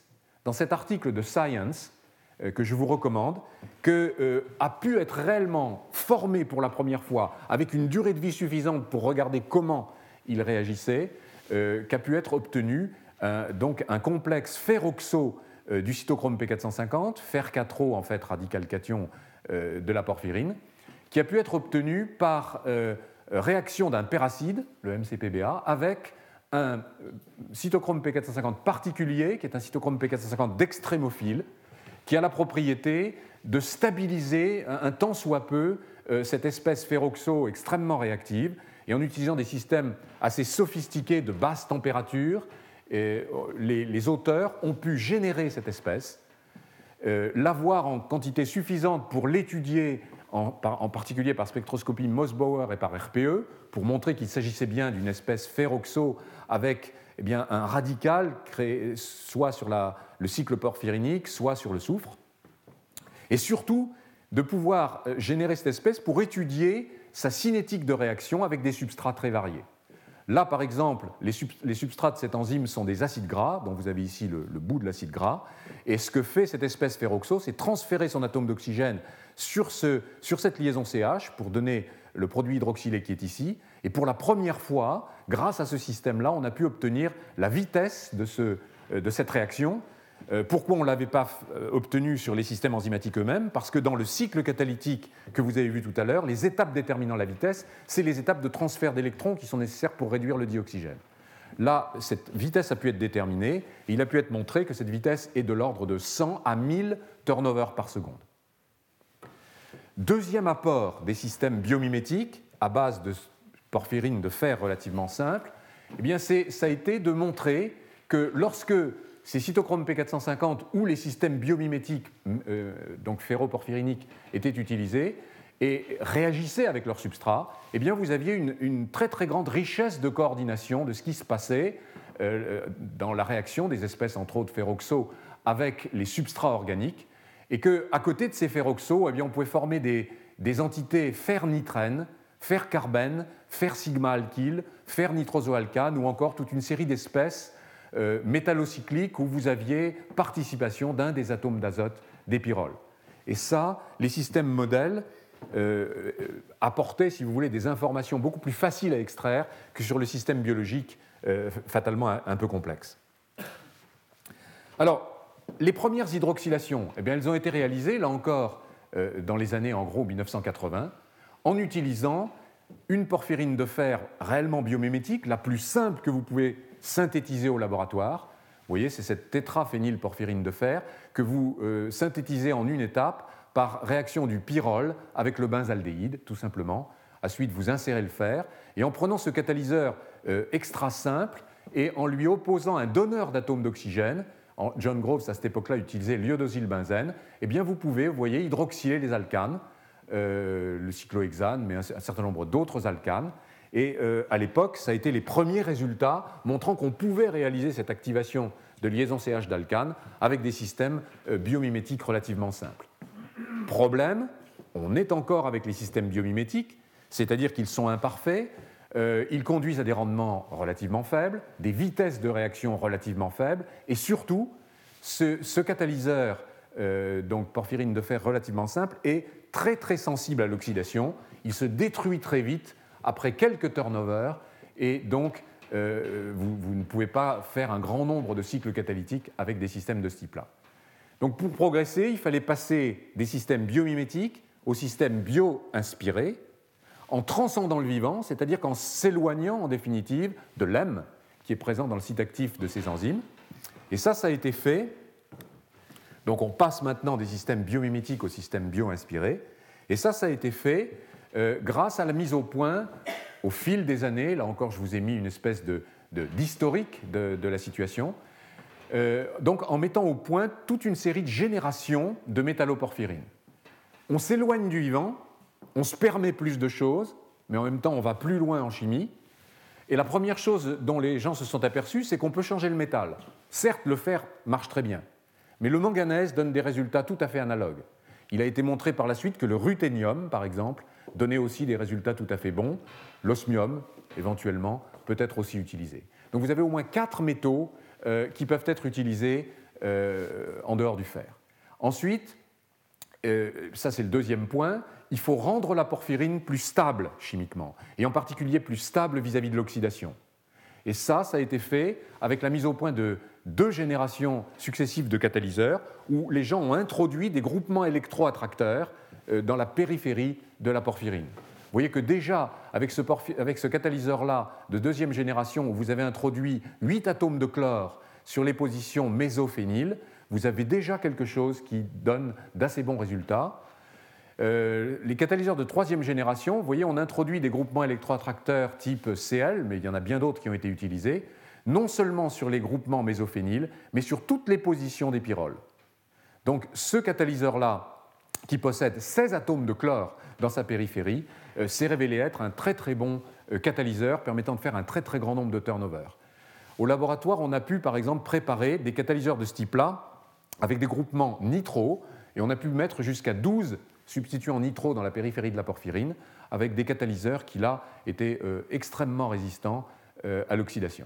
dans cet article de Science, euh, que je vous recommande, que euh, a pu être réellement formé pour la première fois, avec une durée de vie suffisante pour regarder comment il réagissait, euh, qu'a pu être obtenu euh, donc un complexe fer-oxo euh, du cytochrome P quatre cent cinquante, fer quatre O, en fait, radical cation euh, de la porphyrine, qui a pu être obtenu par euh, réaction d'un péracide, le M C P B A, avec un cytochrome P quatre cent cinquante particulier, qui est un cytochrome P quatre cent cinquante d'extrémophile, qui a la propriété de stabiliser un, un tant soit peu euh, cette espèce ferroxo extrêmement réactive, et en utilisant des systèmes assez sophistiqués de basse température, et, euh, les, les auteurs ont pu générer cette espèce, euh, l'avoir en quantité suffisante pour l'étudier, en, par, en particulier par spectroscopie Mossbauer et par R P E, pour montrer qu'il s'agissait bien d'une espèce ferroxo avec eh bien, un radical créé soit sur la, le cycle porphyrinique, soit sur le soufre, et surtout de pouvoir générer cette espèce pour étudier sa cinétique de réaction avec des substrats très variés. Là, par exemple, les, sub, les substrats de cette enzyme sont des acides gras, dont vous avez ici le, le bout de l'acide gras, et ce que fait cette espèce ferroxo, c'est transférer son atome d'oxygène sur, ce, sur cette liaison C H pour donner le produit hydroxylé qui est ici, et pour la première fois, grâce à ce système-là, on a pu obtenir la vitesse de, ce, de cette réaction. Pourquoi on ne l'avait pas obtenu sur les systèmes enzymatiques eux-mêmes? Parce que dans le cycle catalytique que vous avez vu tout à l'heure, les étapes déterminant la vitesse, c'est les étapes de transfert d'électrons qui sont nécessaires pour réduire le dioxygène. Là, cette vitesse a pu être déterminée, et il a pu être montré que cette vitesse est de l'ordre de cent à mille turnovers par seconde. Deuxième apport des systèmes biomimétiques à base de porphyrine de fer relativement simple, eh bien c'est, ça a été de montrer que lorsque ces cytochromes P quatre cent cinquante ou les systèmes biomimétiques, euh, donc ferroporphyriniques, étaient utilisés et réagissaient avec leur substrat, eh bien vous aviez une, une très très grande richesse de coordination de ce qui se passait euh, dans la réaction des espèces, entre autres ferroxo, avec les substrats organiques, et qu'à côté de ces ferroxos, eh bien, on pouvait former des, des entités fer-nitrène, fer-carbène, fer-sigma-alkyle, fer-nitrosoalcane, ou encore toute une série d'espèces euh, métallocycliques où vous aviez participation d'un des atomes d'azote des pyroles. Et ça, les systèmes modèles euh, apportaient, si vous voulez, des informations beaucoup plus faciles à extraire que sur le système biologique euh, fatalement un, un peu complexe. Alors, les premières hydroxylations, eh bien, elles ont été réalisées, là encore, euh, dans les années en gros mille neuf cent quatre-vingts, en utilisant une porphyrine de fer réellement biomimétique, la plus simple que vous pouvez synthétiser au laboratoire. Vous voyez, c'est cette tétraphénylporphyrine de fer que vous euh, synthétisez en une étape par réaction du pyrrole avec le benzaldéhyde, tout simplement. Ensuite, vous insérez le fer, et en prenant ce catalyseur euh, extra simple et en lui opposant un donneur d'atomes d'oxygène, John Groves, à cette époque-là, utilisait l'iodosylbenzène, eh bien, vous pouvez, vous voyez, hydroxyler les alcanes, euh, le cyclohexane, mais un, un certain nombre d'autres alcanes. Et euh, à l'époque, ça a été les premiers résultats montrant qu'on pouvait réaliser cette activation de liaison C H d'alcanes avec des systèmes euh, biomimétiques relativement simples. Problème, on est encore avec les systèmes biomimétiques, c'est-à-dire qu'ils sont imparfaits, Euh, ils conduisent à des rendements relativement faibles, des vitesses de réaction relativement faibles, et surtout, ce, ce catalyseur, euh, donc porphyrine de fer relativement simple, est très très sensible à l'oxydation. Il se détruit très vite après quelques turnovers, et donc euh, vous, vous ne pouvez pas faire un grand nombre de cycles catalytiques avec des systèmes de ce type-là. Donc pour progresser, il fallait passer des systèmes biomimétiques aux systèmes bio-inspirés, en transcendant le vivant, c'est-à-dire qu'en s'éloignant en définitive de l'M qui est présent dans le site actif de ces enzymes. Et ça, ça a été fait. Donc on passe maintenant des systèmes biomimétiques aux systèmes bio-inspirés. Et ça, ça a été fait euh, grâce à la mise au point, au fil des années, là encore je vous ai mis une espèce de, de, d'historique de, de la situation, euh, donc en mettant au point toute une série de générations de métalloporphyrine. On s'éloigne du vivant, on se permet plus de choses, mais en même temps, on va plus loin en chimie. Et la première chose dont les gens se sont aperçus, c'est qu'on peut changer le métal. Certes, le fer marche très bien, mais le manganèse donne des résultats tout à fait analogues. Il a été montré par la suite que le ruthénium, par exemple, donnait aussi des résultats tout à fait bons. L'osmium, éventuellement, peut être aussi utilisé. Donc vous avez au moins quatre métaux euh, qui peuvent être utilisés euh, en dehors du fer. Ensuite, euh, ça c'est le deuxième point, il faut rendre la porphyrine plus stable chimiquement, et en particulier plus stable vis-à-vis de l'oxydation. Et ça, ça a été fait avec la mise au point de deux générations successives de catalyseurs où les gens ont introduit des groupements électroattracteurs euh, dans la périphérie de la porphyrine. Vous voyez que déjà, avec ce, avec ce catalyseur-là de deuxième génération où vous avez introduit huit atomes de chlore sur les positions mésophényles, vous avez déjà quelque chose qui donne d'assez bons résultats. Euh, les catalyseurs de troisième génération, vous voyez, on introduit des groupements électroattracteurs type C L, mais il y en a bien d'autres qui ont été utilisés, non seulement sur les groupements mésophényles, mais sur toutes les positions des pyrroles. Donc ce catalyseur-là, qui possède seize atomes de chlore dans sa périphérie, euh, s'est révélé être un très très bon euh, catalyseur permettant de faire un très très grand nombre de turnovers. Au laboratoire, on a pu par exemple préparer des catalyseurs de ce type-là avec des groupements nitro, et on a pu mettre jusqu'à douze substituants nitro dans la périphérie de la porphyrine, avec des catalyseurs qui là étaient euh, extrêmement résistants euh, à l'oxydation.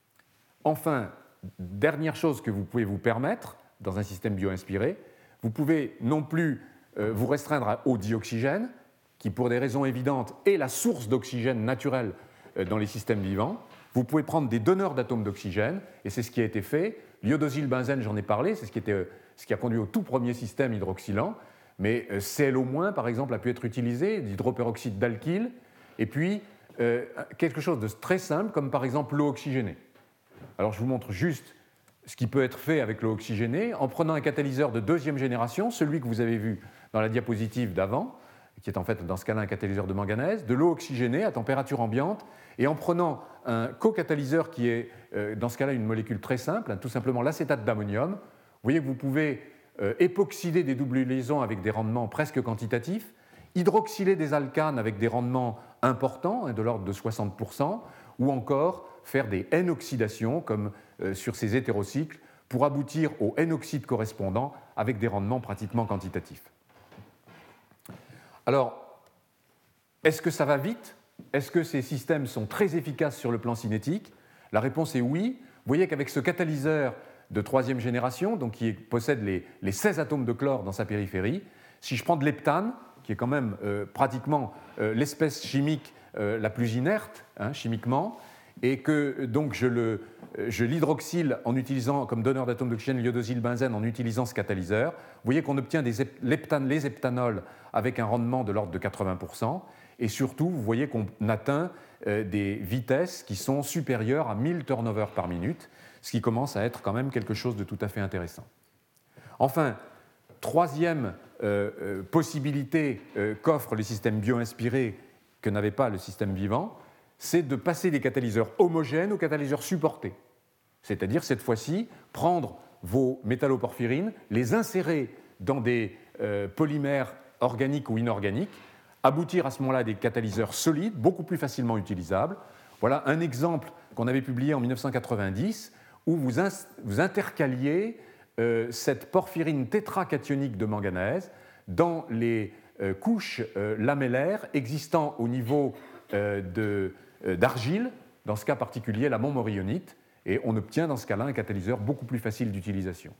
Enfin, dernière chose que vous pouvez vous permettre dans un système bio-inspiré, vous pouvez non plus euh, vous restreindre au dioxygène, qui pour des raisons évidentes est la source d'oxygène naturel euh, dans les systèmes vivants. Vous pouvez prendre des donneurs d'atomes d'oxygène, et c'est ce qui a été fait. L'iodosylbenzène, j'en ai parlé, c'est ce qui, était, euh, ce qui a conduit au tout premier système hydroxylant, mais euh, C L O moins, par exemple, a pu être utilisé, d'hydroperoxyde d'alkyle, et puis euh, quelque chose de très simple, comme par exemple l'eau oxygénée. Alors je vous montre juste ce qui peut être fait avec l'eau oxygénée en prenant un catalyseur de deuxième génération, celui que vous avez vu dans la diapositive d'avant, qui est en fait dans ce cas-là un catalyseur de manganèse, de l'eau oxygénée à température ambiante, et en prenant un co-catalyseur qui est euh, dans ce cas-là une molécule très simple, hein, tout simplement l'acétate d'ammonium. Vous voyez que vous pouvez euh, époxyder des doubles liaisons avec des rendements presque quantitatifs, hydroxyler des alcanes avec des rendements importants, hein, de l'ordre de soixante pour cent, ou encore faire des N-oxydations, comme euh, sur ces hétérocycles, pour aboutir au N-oxyde correspondant avec des rendements pratiquement quantitatifs. Alors, est-ce que ça va vite? Est-ce que ces systèmes sont très efficaces sur le plan cinétique? La réponse est oui. Vous voyez qu'avec ce catalyseur de troisième génération, donc qui possède les, les seize atomes de chlore dans sa périphérie, si je prends de l'heptane, qui est quand même euh, pratiquement euh, l'espèce chimique euh, la plus inerte, hein, chimiquement, et que donc je, le, je l'hydroxyle en utilisant comme donneur d'atomes d'oxygène l'iodosylbenzène en utilisant ce catalyseur, vous voyez qu'on obtient des leptanes, les heptanols avec un rendement de l'ordre de quatre-vingts pour cent, et surtout vous voyez qu'on atteint euh, des vitesses qui sont supérieures à mille turnovers par minute, ce qui commence à être quand même quelque chose de tout à fait intéressant. Enfin, troisième euh, euh, possibilité euh, qu'offre le système bio-inspiré que n'avait pas le système vivant, c'est de passer des catalyseurs homogènes aux catalyseurs supportés. C'est-à-dire, cette fois-ci, prendre vos métalloporphyrines, les insérer dans des euh, polymères organiques ou inorganiques, aboutir à ce moment-là à des catalyseurs solides, beaucoup plus facilement utilisables. Voilà un exemple qu'on avait publié en mille neuf cent quatre-vingt-dix, où vous, in- vous intercaliez euh, cette porphyrine tétracationique de manganèse dans les euh, couches euh, lamellaires existant au niveau euh, de d'argile, dans ce cas particulier la montmorillonite, et on obtient dans ce cas-là un catalyseur beaucoup plus facile d'utilisation.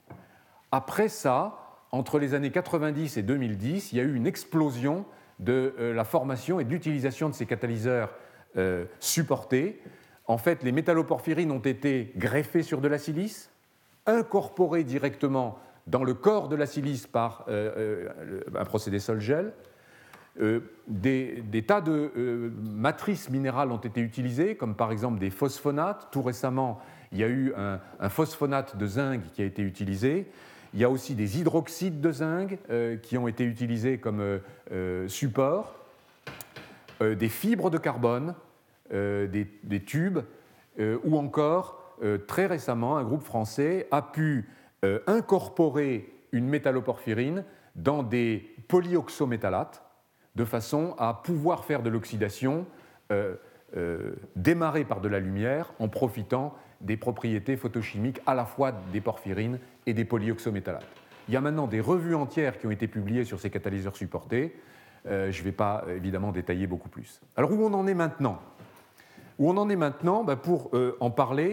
Après ça, entre les années quatre-vingt-dix et deux mille dix, il y a eu une explosion de euh, la formation et de l'utilisation de ces catalyseurs euh, supportés. En fait, les métalloporphyrines ont été greffés sur de la silice, incorporés directement dans le corps de la silice par euh, euh, un procédé sol-gel. Euh, des, des tas de euh, matrices minérales ont été utilisées, comme par exemple des phosphonates. Tout récemment, il y a eu un, un phosphonate de zinc qui a été utilisé. Il y a aussi des hydroxydes de zinc euh, qui ont été utilisés comme euh, euh, support, euh, des fibres de carbone, euh, des, des tubes, euh, ou encore, euh, très récemment, un groupe français a pu euh, incorporer une métalloporphyrine dans des polyoxométallates, de façon à pouvoir faire de l'oxydation euh, euh, démarrée par de la lumière en profitant des propriétés photochimiques à la fois des porphyrines et des polyoxométallates. Il y a maintenant des revues entières qui ont été publiées sur ces catalyseurs supportés. Euh, je ne vais pas évidemment détailler beaucoup plus. Alors où on en est maintenant? Où on en est maintenant, ben pour euh, en parler,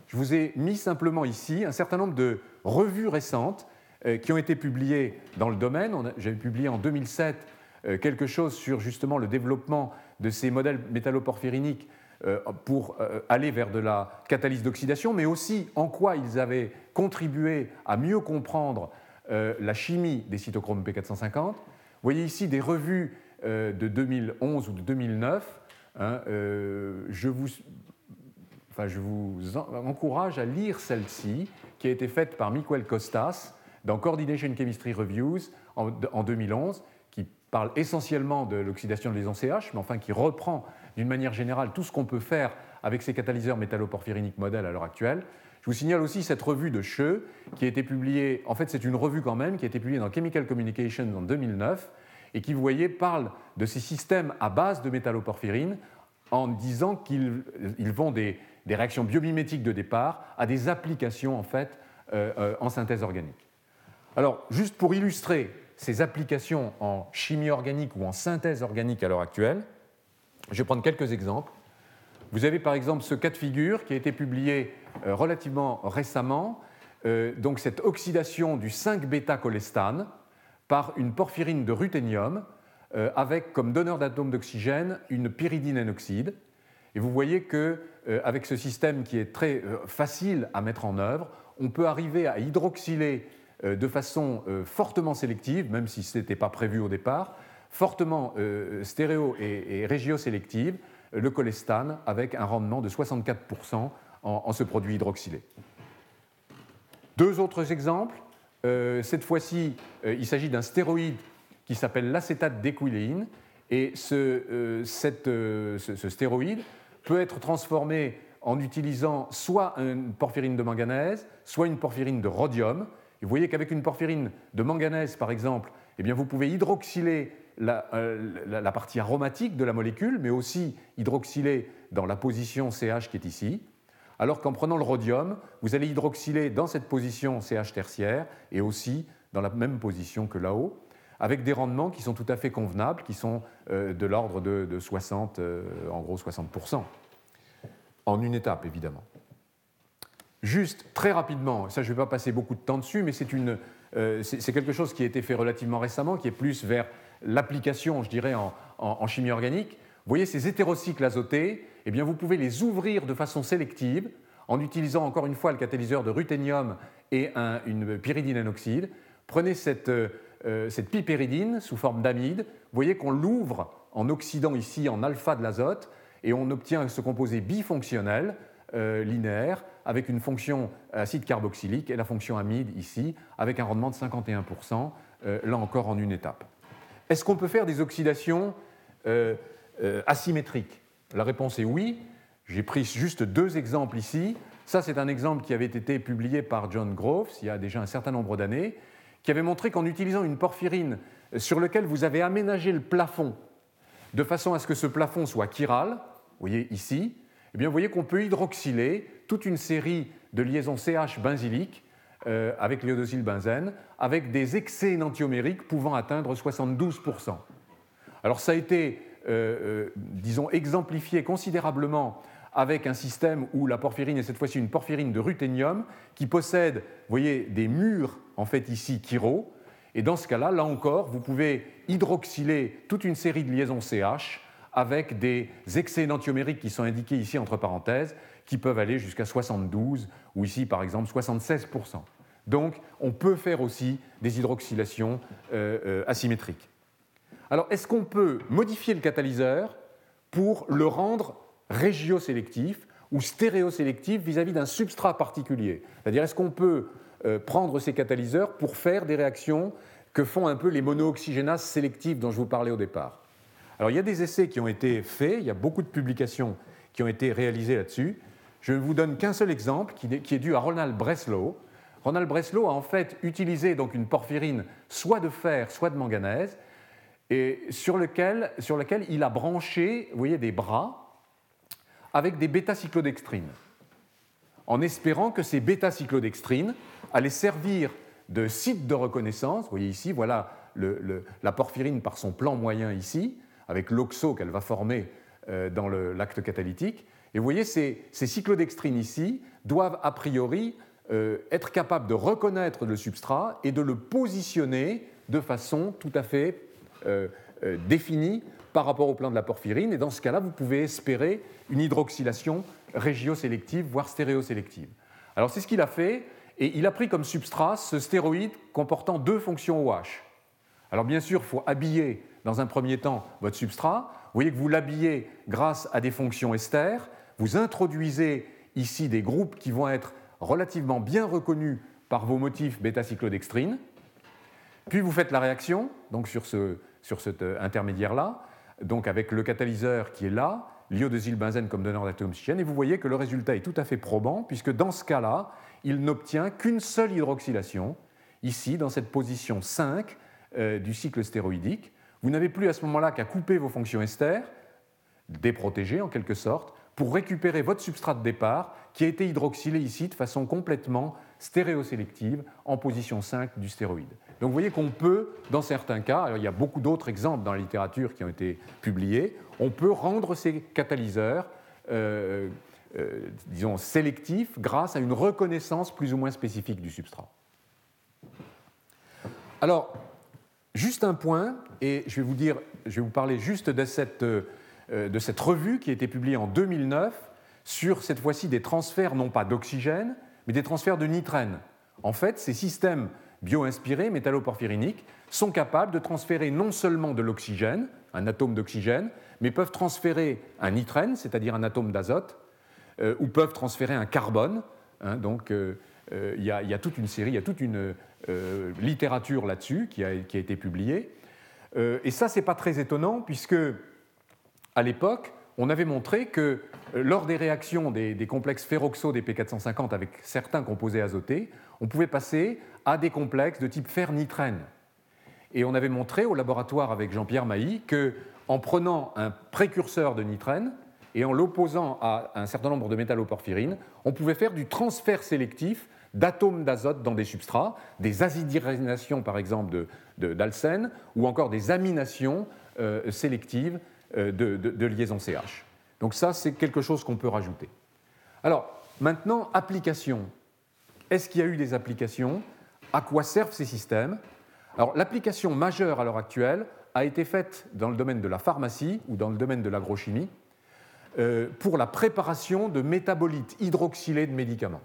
je vous ai mis simplement ici un certain nombre de revues récentes euh, qui ont été publiées dans le domaine. J'avais publié en deux mille sept euh, quelque chose sur justement le développement de ces modèles métalloporphyriniques euh, pour euh, aller vers de la catalyse d'oxydation, mais aussi en quoi ils avaient contribué à mieux comprendre euh, la chimie des cytochromes P quatre cent cinquante. Vous voyez ici des revues euh, de deux mille onze ou de deux mille neuf. Hein, euh, je vous... Enfin, je vous encourage à lire celle-ci, qui a été faite par Miquel Costas dans Coordination Chemistry Reviews en, en deux mille onze, qui parle essentiellement de l'oxydation de liaison C H, mais enfin qui reprend d'une manière générale tout ce qu'on peut faire avec ces catalyseurs métalloporphyriniques modèles à l'heure actuelle. Je vous signale aussi cette revue de Che, qui a été publiée, en fait c'est une revue quand même, qui a été publiée dans Chemical Communications en deux mille neuf, et qui, vous voyez, parle de ces systèmes à base de métalloporphyrine en disant qu'ils ils vont des des réactions biomimétiques de départ à des applications en fait euh, euh, en synthèse organique. Alors, juste pour illustrer ces applications en chimie organique ou en synthèse organique à l'heure actuelle, je vais prendre quelques exemples. Vous avez par exemple ce cas de figure qui a été publié euh, relativement récemment, euh, donc cette oxydation du cinq bêta-cholestane par une porphyrine de ruthénium euh, avec comme donneur d'atomes d'oxygène une pyridine N-oxyde. Et vous voyez qu'avec euh, ce système qui est très euh, facile à mettre en œuvre, on peut arriver à hydroxyler euh, de façon euh, fortement sélective, même si ce n'était pas prévu au départ, fortement euh, stéréo- et, et régiosélective, euh, le cholestane avec un rendement de soixante-quatre pour cent en, en ce produit hydroxylé. Deux autres exemples. Euh, cette fois-ci, euh, il s'agit d'un stéroïde qui s'appelle l'acétate d'équiléine. Et ce, euh, cette, euh, ce, ce stéroïde peut être transformé en utilisant soit une porphyrine de manganèse, soit une porphyrine de rhodium. Et vous voyez qu'avec une porphyrine de manganèse, par exemple, eh bien, vous pouvez hydroxyler la, euh, la, la partie aromatique de la molécule, mais aussi hydroxyler dans la position C H qui est ici, alors qu'en prenant le rhodium, vous allez hydroxyler dans cette position C H tertiaire et aussi dans la même position que là-haut, avec des rendements qui sont tout à fait convenables, qui sont euh, de l'ordre de, de soixante, euh, en gros soixante pour cent, en une étape évidemment. Juste très rapidement, ça je ne vais pas passer beaucoup de temps dessus, mais c'est, une, euh, c'est, c'est quelque chose qui a été fait relativement récemment, qui est plus vers l'application, je dirais, en, en, en chimie organique. Vous voyez ces hétérocycles azotés, eh bien, vous pouvez les ouvrir de façon sélective en utilisant encore une fois le catalyseur de ruthénium et un, une pyridine N-oxyde. Prenez cette euh, Euh, cette pipéridine sous forme d'amide, vous voyez qu'on l'ouvre en oxydant ici en alpha de l'azote et on obtient ce composé bifonctionnel euh, linéaire avec une fonction acide carboxylique et la fonction amide ici avec un rendement de cinquante et un pour cent, euh, là encore en une étape. Est-ce qu'on peut faire des oxydations euh, euh, asymétriques? La réponse est oui. J'ai pris juste deux exemples ici. Ça, c'est un exemple qui avait été publié par John Groves il y a déjà un certain nombre d'années, qui avait montré qu'en utilisant une porphyrine sur laquelle vous avez aménagé le plafond de façon à ce que ce plafond soit chiral, vous voyez ici, eh bien vous voyez qu'on peut hydroxyler toute une série de liaisons C H benzyliques euh, avec l'iodosylbenzène avec des excès énantiomériques pouvant atteindre soixante-douze pour cent. Alors ça a été, euh, euh, disons, exemplifié considérablement avec un système où la porphyrine est cette fois-ci une porphyrine de ruthénium qui possède, vous voyez, des murs, en fait, ici, chiro. Et dans ce cas-là, là encore, vous pouvez hydroxyler toute une série de liaisons C H avec des excès énantiomériques qui sont indiqués ici entre parenthèses, qui peuvent aller jusqu'à soixante-douze, ou ici, par exemple, soixante-seize pour cent. Donc, on peut faire aussi des hydroxylations euh, euh, asymétriques. Alors, est-ce qu'on peut modifier le catalyseur pour le rendre régiosélectif ou stéréosélectif vis-à-vis d'un substrat particulier? C'est-à-dire, est-ce qu'on peut euh, prendre ces catalyseurs pour faire des réactions que font un peu les monooxygénases sélectives dont je vous parlais au départ? Alors, il y a des essais qui ont été faits, il y a beaucoup de publications qui ont été réalisées là-dessus. Je ne vous donne qu'un seul exemple qui est dû à Ronald Breslow. Ronald Breslow a en fait utilisé donc une porphyrine soit de fer, soit de manganèse, et sur lequel, sur lequel il a branché, vous voyez, des bras avec des bêta-cyclodextrines, en espérant que ces bêta-cyclodextrines allaient servir de site de reconnaissance. Vous voyez ici, voilà le, le, la porphyrine par son plan moyen ici, avec l'oxo qu'elle va former euh, dans le, l'acte catalytique. Et vous voyez ces, ces cyclodextrines ici, doivent a priori euh, être capables de reconnaître le substrat et de le positionner de façon tout à fait euh, euh, définie par rapport au plan de la porphyrine. Et dans ce cas-là, vous pouvez espérer une hydroxylation régiosélective, voire stéréosélective. Alors c'est ce qu'il a fait, et il a pris comme substrat ce stéroïde comportant deux fonctions O H. Alors bien sûr, il faut habiller dans un premier temps votre substrat. Vous voyez que vous l'habillez grâce à des fonctions ester. Vous introduisez ici des groupes qui vont être relativement bien reconnus par vos motifs bêta-cyclodextrine. Puis vous faites la réaction donc sur, ce, sur cet intermédiaire-là, donc avec le catalyseur qui est là, l'iodésylbenzène comme donneur d'atomoxygène, et vous voyez que le résultat est tout à fait probant, puisque dans ce cas-là, il n'obtient qu'une seule hydroxylation, ici, dans cette position cinq euh, du cycle stéroïdique. Vous n'avez plus à ce moment-là qu'à couper vos fonctions ester, déprotégées en quelque sorte, pour récupérer votre substrat de départ, qui a été hydroxylé ici de façon complètement stéréosélective, en position cinq du stéroïde. Donc vous voyez qu'on peut, dans certains cas, alors il y a beaucoup d'autres exemples dans la littérature qui ont été publiés, on peut rendre ces catalyseurs, euh, euh, disons, sélectifs grâce à une reconnaissance plus ou moins spécifique du substrat. Alors, juste un point, et je vais vous dire, je vais vous parler juste de cette, euh, de cette revue qui a été publiée en deux mille neuf sur cette fois-ci des transferts non pas d'oxygène, mais des transferts de nitrène. En fait, ces systèmes bio-inspirés, métalloporphyriniques, sont capables de transférer non seulement de l'oxygène, un atome d'oxygène, mais peuvent transférer un nitrène, c'est-à-dire un atome d'azote, euh, ou peuvent transférer un carbone. Hein, donc, il euh, euh, y, y a toute une série, il y a toute une euh, littérature là-dessus qui a, qui a été publiée. Euh, et ça, ce n'est pas très étonnant, puisque, à l'époque, on avait montré que euh, lors des réactions des, des complexes ferroxo des P quatre cent cinquante avec certains composés azotés, on pouvait passer à des complexes de type fer-nitrène. Et on avait montré au laboratoire avec Jean-Pierre Mailly qu'en prenant un précurseur de nitrène et en l'opposant à un certain nombre de métalloporphyrines, on pouvait faire du transfert sélectif d'atomes d'azote dans des substrats, des azidirations par exemple de, de, d'alcène, ou encore des aminations euh, sélectives euh, de, de, de liaison C H. Donc ça, c'est quelque chose qu'on peut rajouter. Alors, maintenant, application. Est-ce qu'il y a eu des applications? À quoi servent ces systèmes? Alors, l'application majeure à l'heure actuelle a été faite dans le domaine de la pharmacie ou dans le domaine de l'agrochimie euh, pour la préparation de métabolites hydroxylés de médicaments.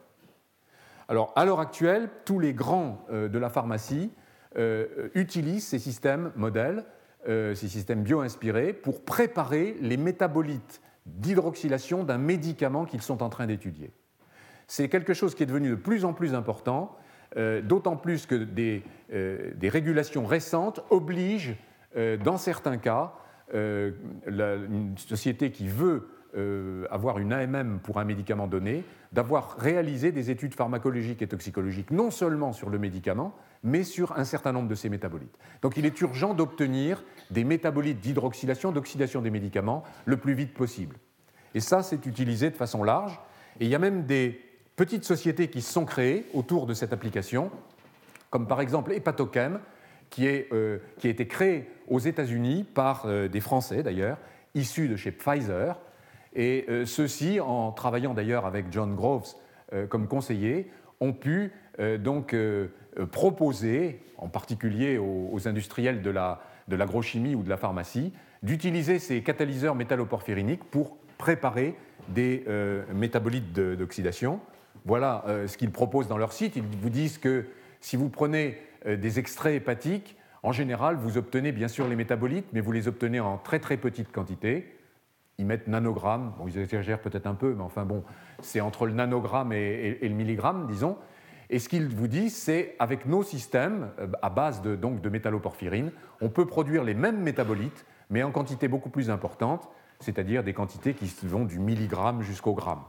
Alors, à l'heure actuelle, tous les grands euh, de la pharmacie euh, utilisent ces systèmes modèles, euh, ces systèmes bio-inspirés, pour préparer les métabolites d'hydroxylation d'un médicament qu'ils sont en train d'étudier. C'est quelque chose qui est devenu de plus en plus important, euh, d'autant plus que des, euh, des régulations récentes obligent, euh, dans certains cas, euh, la, une société qui veut euh, avoir une A M M pour un médicament donné, d'avoir réalisé des études pharmacologiques et toxicologiques non seulement sur le médicament, mais sur un certain nombre de ces métabolites. Donc il est urgent d'obtenir des métabolites d'hydroxylation, d'oxydation des médicaments le plus vite possible. Et ça, c'est utilisé de façon large. Et il y a même des petites sociétés qui se sont créées autour de cette application, comme par exemple Hepatochem, qui, est, euh, qui a été créée aux États-Unis par euh, des Français d'ailleurs, issus de chez Pfizer. Et euh, ceux-ci, en travaillant d'ailleurs avec John Groves euh, comme conseiller, ont pu euh, donc euh, proposer, en particulier aux, aux industriels de, la, de l'agrochimie ou de la pharmacie, d'utiliser ces catalyseurs métalloporphyriniques pour préparer des euh, métabolites de, d'oxydation. Voilà euh, ce qu'ils proposent dans leur site. Ils vous disent que si vous prenez euh, des extraits hépatiques, en général, vous obtenez bien sûr les métabolites, mais vous les obtenez en très très petite quantité. Ils mettent nanogrammes, bon, ils exagèrent peut-être un peu, mais enfin bon, c'est entre le nanogramme et, et, et le milligramme, disons. Et ce qu'ils vous disent, c'est avec nos systèmes, à base de, donc, de métalloporphyrine, on peut produire les mêmes métabolites, mais en quantité beaucoup plus importante, c'est-à-dire des quantités qui vont du milligramme jusqu'au gramme.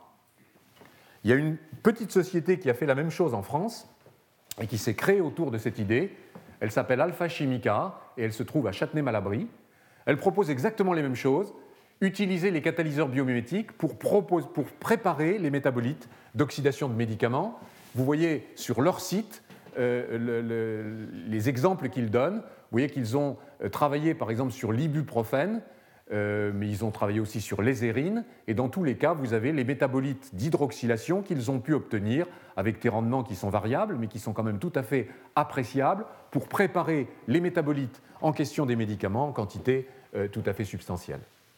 Il y a une petite société qui a fait la même chose en France et qui s'est créée autour de cette idée. Elle s'appelle Alpha Chimica et elle se trouve à Châtenay-Malabry. Elle propose exactement les mêmes choses, utiliser les catalyseurs biomimétiques pour, propose, pour préparer les métabolites d'oxydation de médicaments. Vous voyez sur leur site euh, le, le, les exemples qu'ils donnent. Vous voyez qu'ils ont travaillé par exemple sur l'ibuprofène, euh, mais ils ont travaillé aussi sur les érines, et dans tous les cas, vous avez les métabolites d'hydroxylation qu'ils ont pu obtenir avec des rendements qui sont variables, mais qui sont quand même tout à fait appréciables pour préparer les métabolites en question des médicaments en quantité euh, tout à fait substantielle.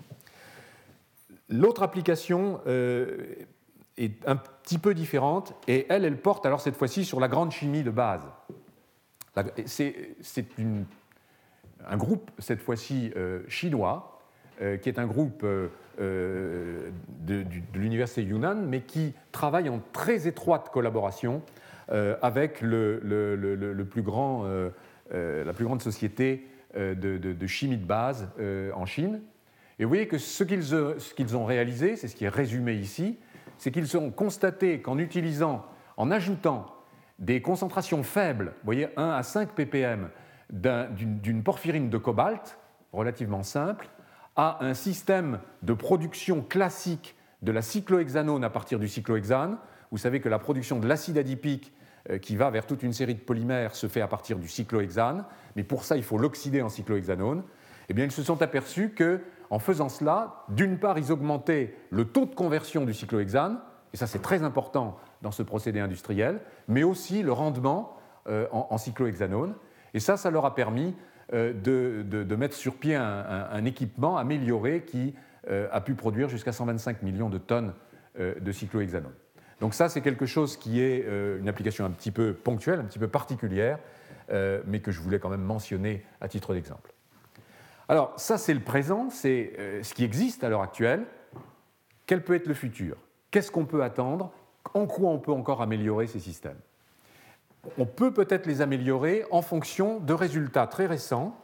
L'autre application euh, est un petit peu différente, et elle, elle porte alors cette fois-ci sur la grande chimie de base. C'est, c'est une, un groupe, cette fois-ci euh, chinois, euh, qui est un groupe euh, euh, de, de, de l'université Yunnan, mais qui travaille en très étroite collaboration euh, avec le, le, le, le plus grand, euh, euh, la plus grande société euh, de, de, de chimie de base euh, en Chine. Et vous voyez que ce qu'ils, ce qu'ils ont réalisé, c'est ce qui est résumé ici, c'est qu'ils ont constaté qu'en utilisant, en ajoutant des concentrations faibles, vous voyez, un à cinq ppm d'un, d'une, d'une porphyrine de cobalt, relativement simple, à un système de production classique de la cyclohexanone à partir du cyclohexane. Vous savez que la production de l'acide adipique euh, qui va vers toute une série de polymères se fait à partir du cyclohexane, mais pour ça, il faut l'oxyder en cyclohexanone. Eh bien, ils se sont aperçus qu'en faisant cela, d'une part, ils augmentaient le taux de conversion du cyclohexane, et ça c'est très important dans ce procédé industriel, mais aussi le rendement euh, en, en cyclohexanone. Et ça, ça leur a permis euh, de, de, de mettre sur pied un, un, un équipement amélioré qui euh, a pu produire jusqu'à cent vingt-cinq millions de tonnes euh, de cyclohexanone. Donc ça, c'est quelque chose qui est euh, une application un petit peu ponctuelle, un petit peu particulière, euh, mais que je voulais quand même mentionner à titre d'exemple. Alors ça, c'est le présent, c'est euh, ce qui existe à l'heure actuelle. Quel peut être le futur ? Qu'est-ce qu'on peut attendre ? En quoi on peut encore améliorer ces systèmes ? On peut peut-être les améliorer en fonction de résultats très récents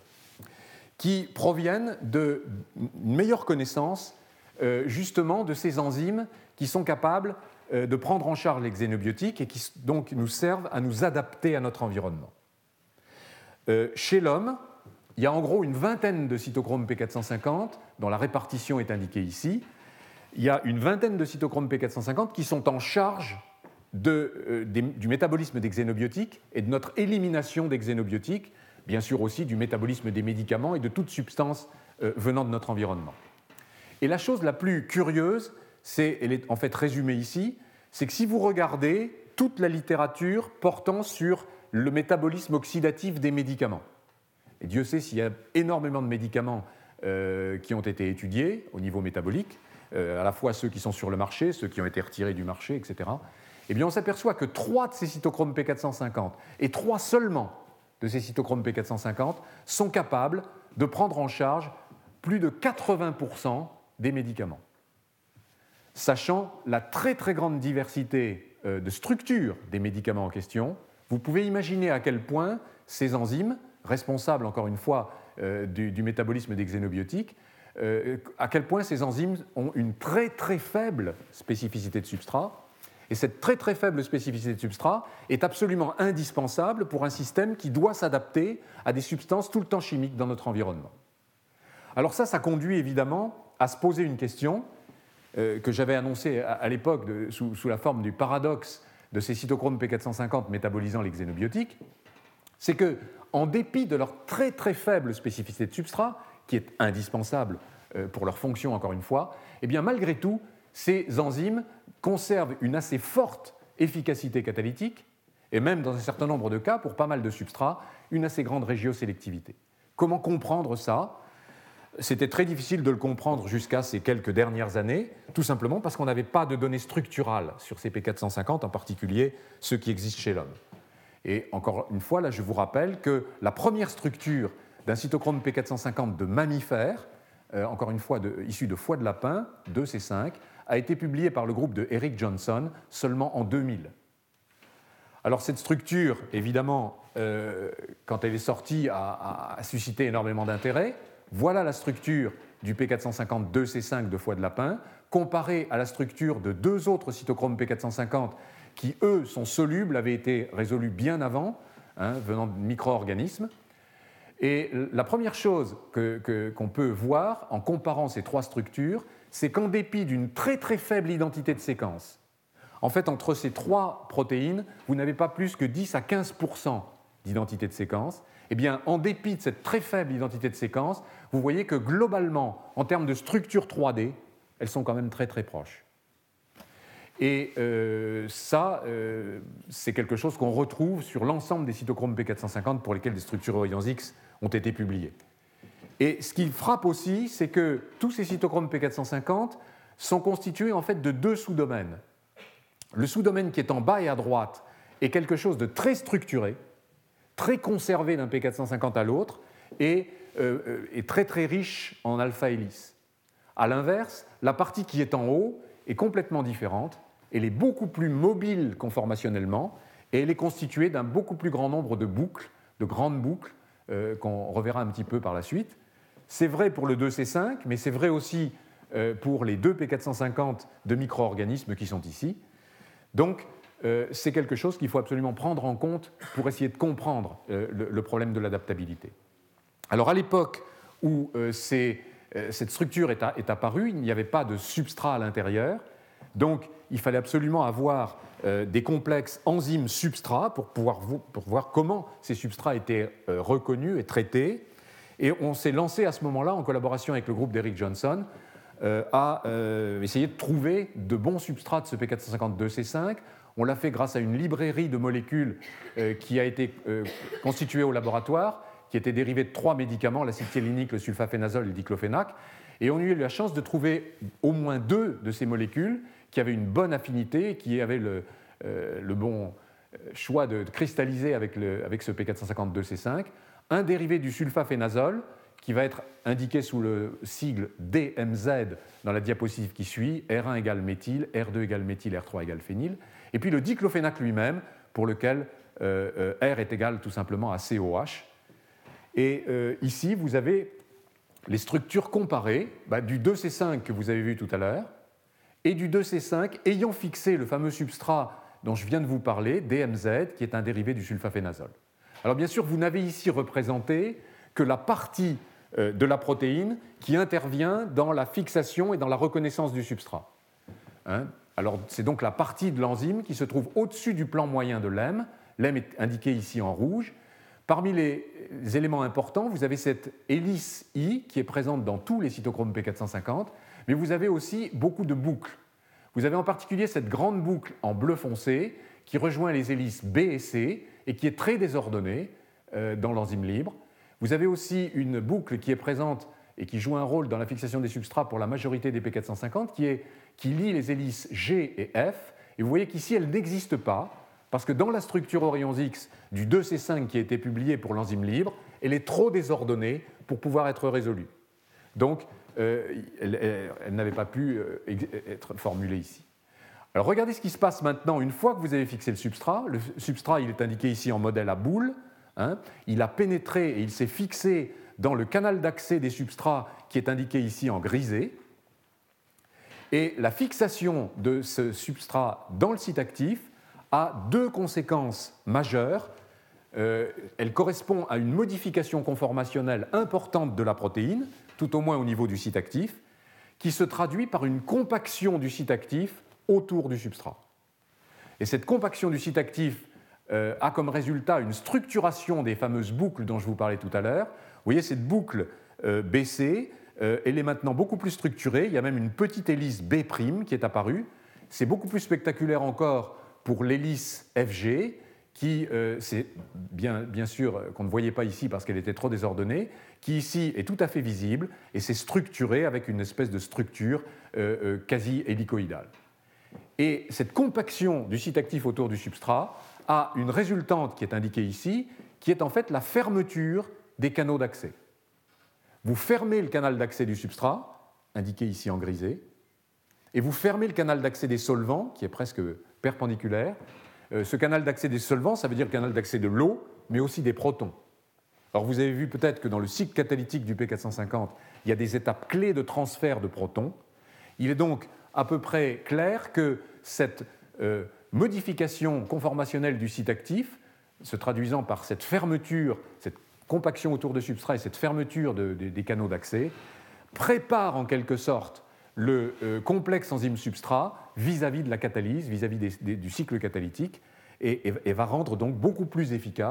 qui proviennent d'une meilleure connaissance euh, justement de ces enzymes qui sont capables euh, de prendre en charge les xénobiotiques et qui donc nous servent à nous adapter à notre environnement. Euh, chez l'homme, il y a en gros une vingtaine de cytochromes P quatre cent cinquante dont la répartition est indiquée ici. Il y a une vingtaine de cytochromes P quatre cent cinquante qui sont en charge de, euh, des, du métabolisme des xénobiotiques et de notre élimination des xénobiotiques, bien sûr aussi du métabolisme des médicaments et de toute substance euh, venant de notre environnement. Et la chose la plus curieuse, c'est, elle est en fait résumée ici, c'est que si vous regardez toute la littérature portant sur le métabolisme oxydatif des médicaments, et Dieu sait s'il y a énormément de médicaments euh, qui ont été étudiés au niveau métabolique, euh, à la fois ceux qui sont sur le marché, ceux qui ont été retirés du marché, et cetera, eh bien on s'aperçoit que trois de ces cytochromes P quatre cent cinquante, et trois seulement de ces cytochromes P quatre cent cinquante, sont capables de prendre en charge plus de quatre-vingts pour cent des médicaments. Sachant la très très grande diversité euh, de structure des médicaments en question, vous pouvez imaginer à quel point ces enzymes, responsables encore une fois euh, du, du métabolisme des xénobiotiques, euh, à quel point ces enzymes ont une très très faible spécificité de substrat. Et cette très très faible spécificité de substrat est absolument indispensable pour un système qui doit s'adapter à des substances tout le temps chimiques dans notre environnement. Alors ça, ça conduit évidemment à se poser une question euh, que j'avais annoncée à, à l'époque de, sous, sous la forme du paradoxe de ces cytochromes P quatre cent cinquante métabolisant les xénobiotiques, c'est que, en dépit de leur très très faible spécificité de substrat, qui est indispensable euh, pour leur fonction encore une fois, eh bien malgré tout, ces enzymes conservent une assez forte efficacité catalytique et même dans un certain nombre de cas, pour pas mal de substrats, une assez grande régiosélectivité. Comment comprendre ça ? C'était très difficile de le comprendre jusqu'à ces quelques dernières années, tout simplement parce qu'on n'avait pas de données structurales sur ces P quatre cent cinquante, en particulier ceux qui existent chez l'homme. Et encore une fois, là, je vous rappelle que la première structure d'un cytochrome P quatre cent cinquante de mammifère, euh, encore une fois de, issue de foie de lapin, deux C cinq, a été publiée par le groupe de Eric Johnson seulement en deux mille. Alors cette structure, évidemment, euh, quand elle est sortie, a, a, a suscité énormément d'intérêt. Voilà la structure du P quatre cent cinquante deux C cinq de foie de lapin, comparée à la structure de deux autres cytochromes P quatre cent cinquante qui, eux, sont solubles, avaient été résolus bien avant, hein, venant de micro-organismes. Et la première chose que, que, qu'on peut voir en comparant ces trois structures, c'est qu'en dépit d'une très très faible identité de séquence, en fait, entre ces trois protéines, vous n'avez pas plus que dix à quinze pour cent d'identité de séquence. Eh bien, en dépit de cette très faible identité de séquence, vous voyez que globalement, en termes de structure trois D, elles sont quand même très très proches. Et euh, ça, euh, c'est quelque chose qu'on retrouve sur l'ensemble des cytochromes P quatre cent cinquante pour lesquels des structures aux rayons X ont été publiées. Et ce qui frappe aussi, c'est que tous ces cytochromes P quatre cent cinquante sont constitués en fait de deux sous-domaines. Le sous-domaine qui est en bas et à droite est quelque chose de très structuré, très conservé d'un P quatre cent cinquante à l'autre, et euh, est très très riche en alpha-hélices. A l'inverse, la partie qui est en haut est complètement différente, elle est beaucoup plus mobile conformationnellement, et elle est constituée d'un beaucoup plus grand nombre de boucles, de grandes boucles, euh, qu'on reverra un petit peu par la suite. C'est vrai pour le deux C cinq, mais c'est vrai aussi euh, pour les deux P quatre cent cinquante de micro-organismes qui sont ici. Donc, euh, c'est quelque chose qu'il faut absolument prendre en compte pour essayer de comprendre euh, le, le problème de l'adaptabilité. Alors, à l'époque où euh, c'est, euh, cette structure est, a, est apparue, il n'y avait pas de substrat à l'intérieur, donc il fallait absolument avoir euh, des complexes enzymes-substrats pour pouvoir pour voir comment ces substrats étaient euh, reconnus et traités. Et on s'est lancé à ce moment-là, en collaboration avec le groupe d'Eric Johnson, euh, à euh, essayer de trouver de bons substrats de ce P quatre cent cinquante-deux C cinq. On l'a fait grâce à une librairie de molécules euh, qui a été euh, constituée au laboratoire, qui était dérivée de trois médicaments, l'acétylinique, le sulfaphénazole et le diclofénac. Et on a eu la chance de trouver au moins deux de ces molécules qui avaient une bonne affinité, qui avaient le, euh, le bon choix de, de cristalliser avec, le, avec ce P quatre cent cinquante-deux C cinq. Un dérivé du sulfaphénazole, qui va être indiqué sous le sigle D M Z dans la diapositive qui suit, R un égale méthyle, R deux égale méthyle, R trois égale phényl, et puis le diclofénac lui-même, pour lequel euh, euh, R est égal tout simplement à C O H. Et euh, ici, vous avez les structures comparées bah, du deux C cinq que vous avez vu tout à l'heure, et du deux C cinq ayant fixé le fameux substrat dont je viens de vous parler, D M Z, qui est un dérivé du sulfaphénazole. Alors bien sûr, vous n'avez ici représenté que la partie euh, de la protéine qui intervient dans la fixation et dans la reconnaissance du substrat. Hein? Alors c'est donc la partie de l'enzyme qui se trouve au-dessus du plan moyen de l'E M. L'E M est indiqué ici en rouge. Parmi les éléments importants, vous avez cette hélice I qui est présente dans tous les cytochromes P quatre cent cinquante, mais vous avez aussi beaucoup de boucles. Vous avez en particulier cette grande boucle en bleu foncé qui rejoint les hélices B et C et qui est très désordonnée euh, dans l'enzyme libre. Vous avez aussi une boucle qui est présente et qui joue un rôle dans la fixation des substrats pour la majorité des P quatre cent cinquante, qui, est, qui lie les hélices G et F. Et vous voyez qu'ici, elle n'existe pas, parce que dans la structure aux rayons X du deux C cinq qui a été publiée pour l'enzyme libre, elle est trop désordonnée pour pouvoir être résolue. Donc, euh, elle, elle, elle n'avait pas pu euh, être formulée ici. Alors regardez ce qui se passe maintenant une fois que vous avez fixé le substrat. Le substrat, il est indiqué ici en modèle à boule. Hein. Il a pénétré et il s'est fixé dans le canal d'accès des substrats qui est indiqué ici en grisé. Et la fixation de ce substrat dans le site actif a deux conséquences majeures. Euh, elle correspond à une modification conformationnelle importante de la protéine, tout au moins au niveau du site actif, qui se traduit par une compaction du site actif autour du substrat. Et cette compaction du site actif euh, a comme résultat une structuration des fameuses boucles dont je vous parlais tout à l'heure. Vous voyez cette boucle euh, B C, euh, elle est maintenant beaucoup plus structurée. Il y a même une petite hélice B' qui est apparue. C'est beaucoup plus spectaculaire encore pour l'hélice F G, qui, euh, c'est bien, bien sûr qu'on ne voyait pas ici parce qu'elle était trop désordonnée, qui ici est tout à fait visible et c'est structuré avec une espèce de structure euh, euh, quasi hélicoïdale. Et cette compaction du site actif autour du substrat a une résultante qui est indiquée ici, qui est en fait la fermeture des canaux d'accès. Vous fermez le canal d'accès du substrat, indiqué ici en grisé, et vous fermez le canal d'accès des solvants, qui est presque perpendiculaire. Euh, ce canal d'accès des solvants, ça veut dire le canal d'accès de l'eau, mais aussi des protons. Alors vous avez vu peut-être que dans le cycle catalytique du P quatre cent cinquante, il y a des étapes clés de transfert de protons. Il est donc à peu près clair que cette euh, modification conformationnelle du site actif, se traduisant par cette fermeture, cette compaction autour de substrat et cette fermeture de, de, des canaux d'accès, prépare en quelque sorte le euh, complexe enzyme-substrat vis-à-vis de la catalyse, vis-à-vis des, des, du cycle catalytique, et, et, et va rendre donc beaucoup plus efficace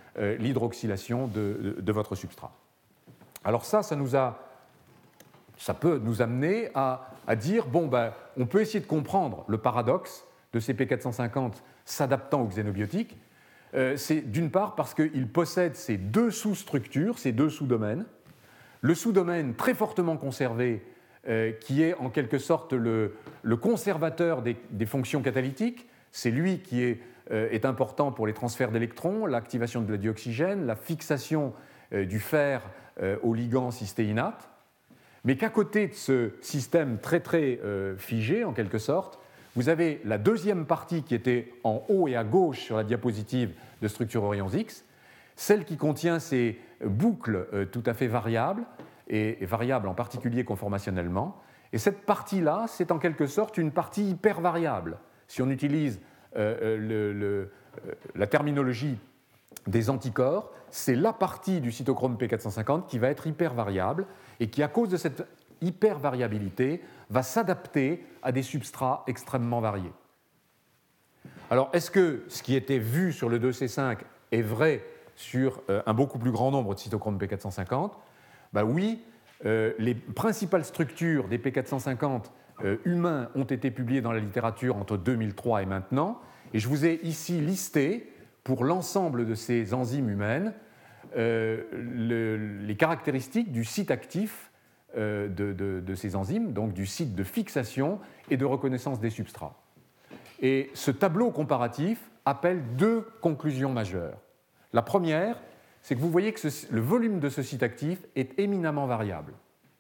euh, l'hydroxylation de, de, de votre substrat. Alors ça, ça, nous a, ça peut nous amener à, à dire, bon, ben, on peut essayer de comprendre le paradoxe de ces P quatre cent cinquante s'adaptant aux xénobiotiques. Euh, c'est d'une part parce qu'ils possèdent ces deux sous-structures, ces deux sous-domaines. Le sous-domaine très fortement conservé, euh, qui est en quelque sorte le, le conservateur des, des fonctions catalytiques, c'est lui qui est, euh, est important pour les transferts d'électrons, l'activation de la dioxygène, la fixation euh, du fer euh, au ligand cystéinate, mais qu'à côté de ce système très très euh, figé en quelque sorte, vous avez la deuxième partie qui était en haut et à gauche sur la diapositive de structure Orions X, celle qui contient ces boucles euh, tout à fait variables, et, et variables en particulier conformationnellement. Et cette partie-là, c'est en quelque sorte une partie hyper variable. Si on utilise euh, le, le, euh, la terminologie des anticorps, c'est la partie du cytochrome P quatre cent cinquante qui va être hyper variable et qui, à cause de cette hypervariabilité, va s'adapter à des substrats extrêmement variés. Alors, est-ce que ce qui était vu sur le deux C cinq est vrai sur euh, un beaucoup plus grand nombre de cytochromes P quatre cent cinquante? Ben oui, euh, les principales structures des P quatre cent cinquante euh, humains ont été publiées dans la littérature entre deux mille trois et maintenant, et je vous ai ici listé, pour l'ensemble de ces enzymes humaines, euh, le, les caractéristiques du site actif euh, de, de, de ces enzymes, donc du site de fixation et de reconnaissance des substrats. Et ce tableau comparatif appelle deux conclusions majeures. La première, c'est que vous voyez que ce, le volume de ce site actif est éminemment variable.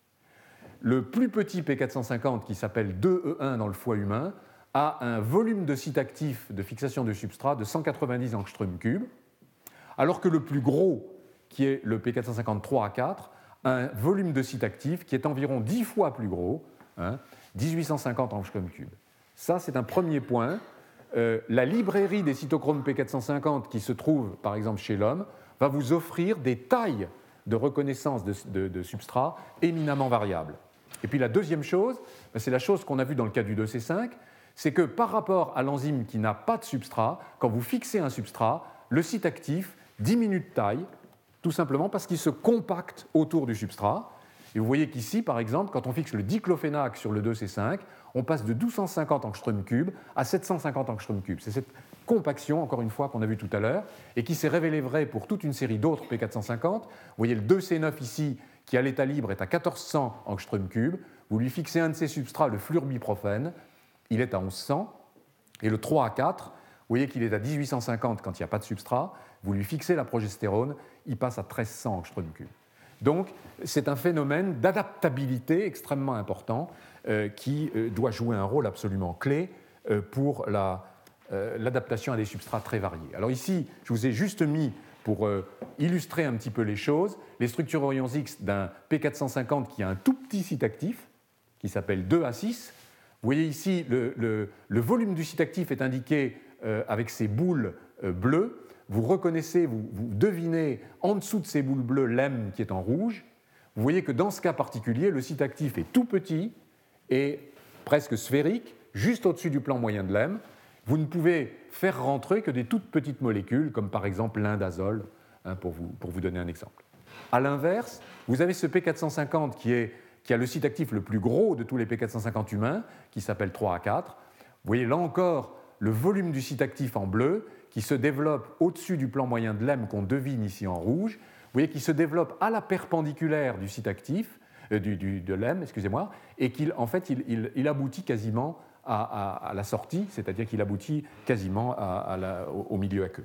Le plus petit P quatre cent cinquante, qui s'appelle deux E un dans le foie humain, a un volume de site actif de fixation de substrat de cent quatre-vingt-dix angstroms cubes, alors que le plus gros, qui est le P quatre cent cinquante trois A quatre, a un volume de site actif qui est environ dix fois plus gros, hein, mille huit cent cinquante angstroms cubes. Ça, c'est un premier point. Euh, la librairie des cytochromes P quatre cent cinquante qui se trouve, par exemple, chez l'homme, va vous offrir des tailles de reconnaissance de, de, de substrats éminemment variables. Et puis la deuxième chose, c'est la chose qu'on a vue dans le cas du deux C cinq, c'est que par rapport à l'enzyme qui n'a pas de substrat, quand vous fixez un substrat, le site actif diminue de taille, tout simplement parce qu'il se compacte autour du substrat. Et vous voyez qu'ici, par exemple, quand on fixe le diclofénac sur le deux C cinq, on passe de douze cent cinquante angstroms cubes à sept cent cinquante angstroms cubes. C'est cette compaction, encore une fois, qu'on a vue tout à l'heure, et qui s'est révélée vraie pour toute une série d'autres P quatre cent cinquante. Vous voyez le deux C neuf ici, qui à l'état libre est à mille quatre cents angstroms cubes. Vous lui fixez un de ses substrats, le fluorbiprophène, il est à mille cent. Et le trois A quatre, vous voyez qu'il est à mille huit cent cinquante quand il n'y a pas de substrat. Vous lui fixez la progestérone, il passe à mille trois cents angstroms cubes. Donc, c'est un phénomène d'adaptabilité extrêmement important euh, qui euh, doit jouer un rôle absolument clé euh, pour la, euh, l'adaptation à des substrats très variés. Alors ici, je vous ai juste mis, pour euh, illustrer un petit peu les choses, les structures Orions X d'un P quatre cent cinquante qui a un tout petit site actif, qui s'appelle deux A six. Vous voyez ici, le, le, le volume du site actif est indiqué euh, avec ces boules euh, bleues. Vous reconnaissez, vous, vous devinez en dessous de ces boules bleues l'M qui est en rouge. Vous voyez que dans ce cas particulier, le site actif est tout petit et presque sphérique, juste au-dessus du plan moyen de l'M. Vous ne pouvez faire rentrer que des toutes petites molécules, comme par exemple l'indazole, hein, pour, vous, pour vous donner un exemple. À l'inverse, vous avez ce P quatre cent cinquante qui, est, qui a le site actif le plus gros de tous les P quatre cent cinquante humains, qui s'appelle trois A quatre. Vous voyez là encore le volume du site actif en bleu, qui se développe au-dessus du plan moyen de l'M qu'on devine ici en rouge. Vous voyez qu'il se développe à la perpendiculaire du site actif, euh, du, du, de l'M, excusez-moi, et qu'il en fait, il, il, il aboutit quasiment à, à, à la sortie, c'est-à-dire qu'il aboutit quasiment à, à la, au, au milieu aqueux.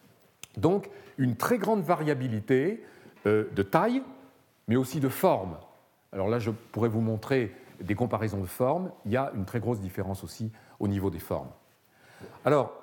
Donc, une très grande variabilité euh, de taille, mais aussi de forme. Alors là, je pourrais vous montrer des comparaisons de formes. Il y a une très grosse différence aussi au niveau des formes. Alors,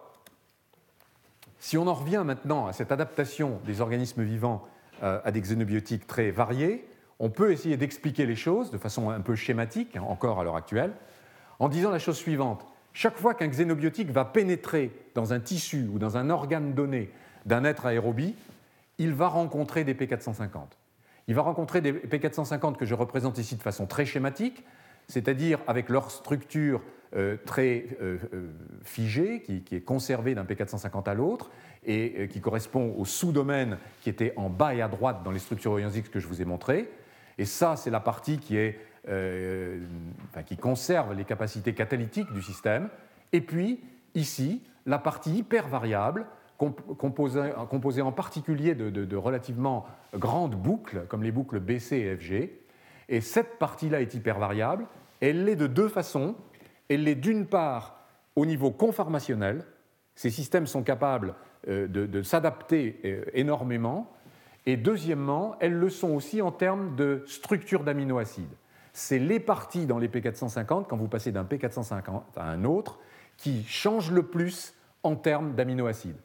si on en revient maintenant à cette adaptation des organismes vivants euh, à des xénobiotiques très variés, on peut essayer d'expliquer les choses de façon un peu schématique, hein, encore à l'heure actuelle, en disant la chose suivante. Chaque fois qu'un xénobiotique va pénétrer dans un tissu ou dans un organe donné d'un être aérobie, il va rencontrer des P quatre cent cinquante. Il va rencontrer des P quatre cent cinquante que je représente ici de façon très schématique, c'est-à-dire avec leur structure euh, très euh, euh, figé, qui, qui est conservé d'un P quatre cent cinquante à l'autre, et euh, qui correspond au sous-domaine qui était en bas et à droite dans les structures Orions X que je vous ai montrées. Et ça, c'est la partie qui, est, euh, enfin, qui conserve les capacités catalytiques du système. Et puis, ici, la partie hyper variable, composée, composée en particulier de, de, de relativement grandes boucles, comme les boucles B C et F G. Et cette partie-là est hyper variable. Elle l'est de deux façons. Elle l'est d'une part au niveau conformationnel. Ces systèmes sont capables euh, de, de s'adapter euh, énormément. Et deuxièmement, elles le sont aussi en termes de structure d'aminoacides. C'est les parties dans les P quatre cent cinquante, quand vous passez d'un P quatre cent cinquante à un autre, qui changent le plus en termes d'aminoacides.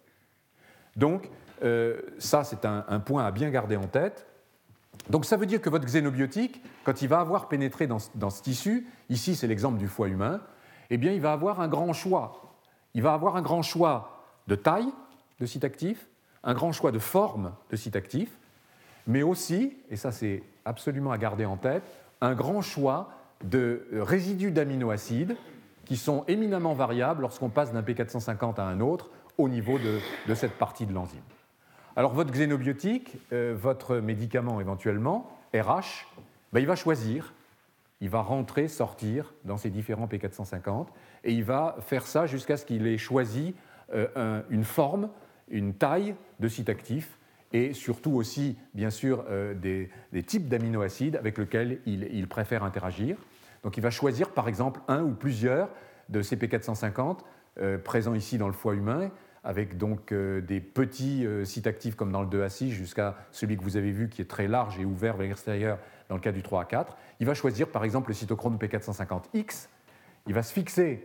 Donc, euh, ça, c'est un, un point à bien garder en tête. Donc, ça veut dire que votre xénobiotique, quand il va avoir pénétré dans, dans ce tissu, ici, c'est l'exemple du foie humain, eh bien, il va avoir un grand choix. Il va avoir un grand choix de taille de site actif, un grand choix de forme de site actif, mais aussi, et ça, c'est absolument à garder en tête, un grand choix de résidus d'aminoacides qui sont éminemment variables lorsqu'on passe d'un P quatre cent cinquante à un autre au niveau de, de cette partie de l'enzyme. Alors votre xénobiotique, euh, votre médicament éventuellement, R H, ben, il va choisir, il va rentrer, sortir dans ces différents P quatre cent cinquante, et il va faire ça jusqu'à ce qu'il ait choisi euh, un, une forme, une taille de site actif, et surtout aussi, bien sûr, euh, des, des types d'aminoacides avec lesquels il, il préfère interagir. Donc il va choisir, par exemple, un ou plusieurs de ces P quatre cent cinquante euh, présents ici dans le foie humain, avec donc euh, des petits euh, sites actifs comme dans le deux A six jusqu'à celui que vous avez vu qui est très large et ouvert vers l'extérieur dans le cas du trois A quatre. Il va choisir, par exemple, le cytochrome P quatre cent cinquante X. Il va se fixer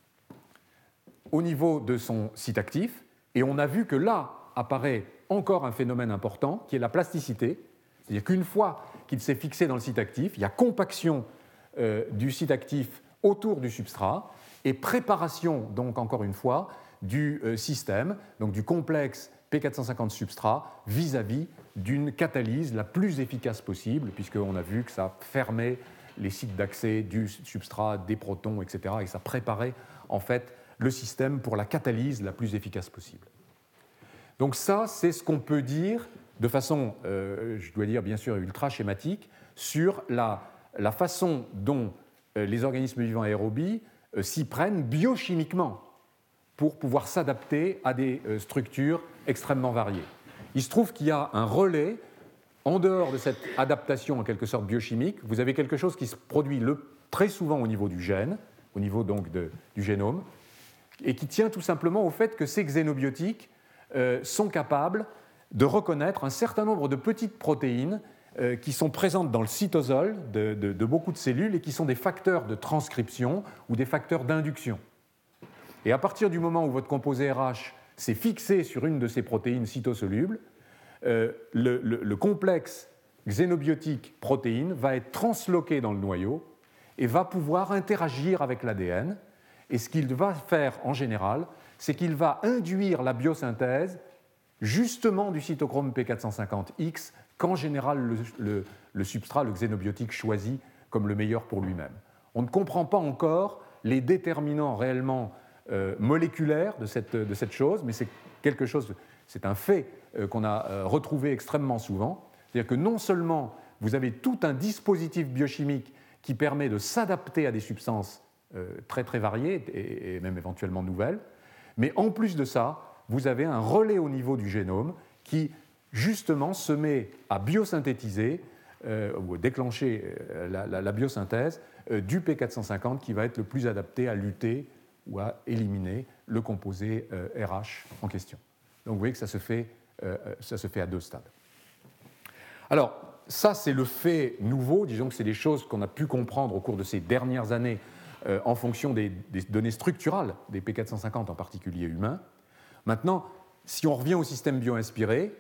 au niveau de son site actif, et on a vu que là apparaît encore un phénomène important qui est la plasticité. C'est-à-dire qu'une fois qu'il s'est fixé dans le site actif, il y a compaction euh, du site actif autour du substrat et préparation, donc encore une fois, du euh, système, donc du complexe P quatre cent cinquante substrat vis-à-vis d'une catalyse la plus efficace possible, puisqu'on a vu que ça fermait les sites d'accès du substrat, des protons, et cetera, et ça préparait en fait le système pour la catalyse la plus efficace possible. Donc ça, c'est ce qu'on peut dire de façon, euh, je dois dire bien sûr ultra schématique, sur la, la façon dont euh, les organismes vivants aérobies euh, s'y prennent biochimiquement pour pouvoir s'adapter à des euh, structures extrêmement variées. Il se trouve qu'il y a un relais, en dehors de cette adaptation en quelque sorte biochimique, vous avez quelque chose qui se produit le, très souvent au niveau du gène, au niveau donc de, du génome, et qui tient tout simplement au fait que ces xénobiotiques Euh, sont capables de reconnaître un certain nombre de petites protéines euh, qui sont présentes dans le cytosol de, de, de beaucoup de cellules et qui sont des facteurs de transcription ou des facteurs d'induction. Et à partir du moment où votre composé R H s'est fixé sur une de ces protéines cytosolubles, euh, le, le, le complexe xénobiotique protéine va être transloqué dans le noyau et va pouvoir interagir avec l'A D N. Et ce qu'il va faire en général, c'est qu'il va induire la biosynthèse justement du cytochrome P quatre cent cinquante X qu'en général le, le, le substrat, le xénobiotique, choisit comme le meilleur pour lui-même. On ne comprend pas encore les déterminants réellement euh, moléculaires de cette, de cette chose, mais c'est quelque chose, c'est un fait euh, qu'on a euh, retrouvé extrêmement souvent. C'est-à-dire que non seulement vous avez tout un dispositif biochimique qui permet de s'adapter à des substances euh, très très variées et, et même éventuellement nouvelles, mais en plus de ça, vous avez un relais au niveau du génome qui, justement, se met à biosynthétiser euh, ou à déclencher euh, la, la, la biosynthèse euh, du P quatre cent cinquante qui va être le plus adapté à lutter ou à éliminer le composé euh, R H en question. Donc vous voyez que ça se fait, euh, ça se fait à deux stades. Alors, ça, c'est le fait nouveau. Disons que c'est des choses qu'on a pu comprendre au cours de ces dernières années Euh, en fonction des, des données structurales des P quatre cent cinquante, en particulier humains. Maintenant, si on revient au système bio-inspiré,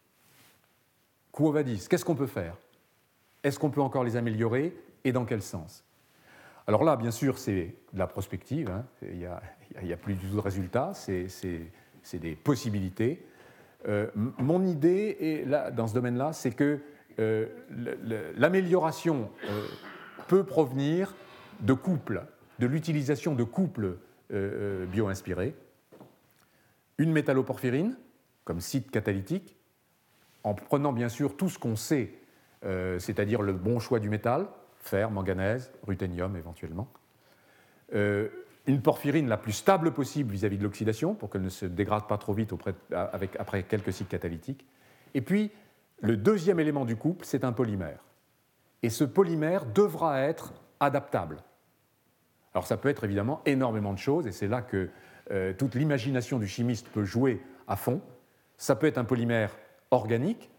quo vadis, qu'est-ce qu'on peut faire? Est-ce qu'on peut encore les améliorer et dans quel sens? Alors là, bien sûr, c'est de la prospective, hein. Il n'y a, il y a plus du tout de résultats, c'est, c'est, c'est des possibilités. Euh, mon idée est, là, dans ce domaine-là, c'est que euh, l'amélioration euh, peut provenir de couples de l'utilisation de couples euh, bio-inspirés. Une métalloporphyrine comme site catalytique, en prenant bien sûr tout ce qu'on sait, euh, c'est-à-dire le bon choix du métal, fer, manganèse, ruthénium éventuellement. Euh, une porphyrine la plus stable possible vis-à-vis de l'oxydation, pour qu'elle ne se dégrade pas trop vite auprès, avec, après quelques cycles catalytiques. Et puis, le deuxième élément du couple, c'est un polymère. Et ce polymère devra être adaptable. Alors ça peut être évidemment énormément de choses, et c'est là que euh, toute l'imagination du chimiste peut jouer à fond. Ça peut être un polymère organique,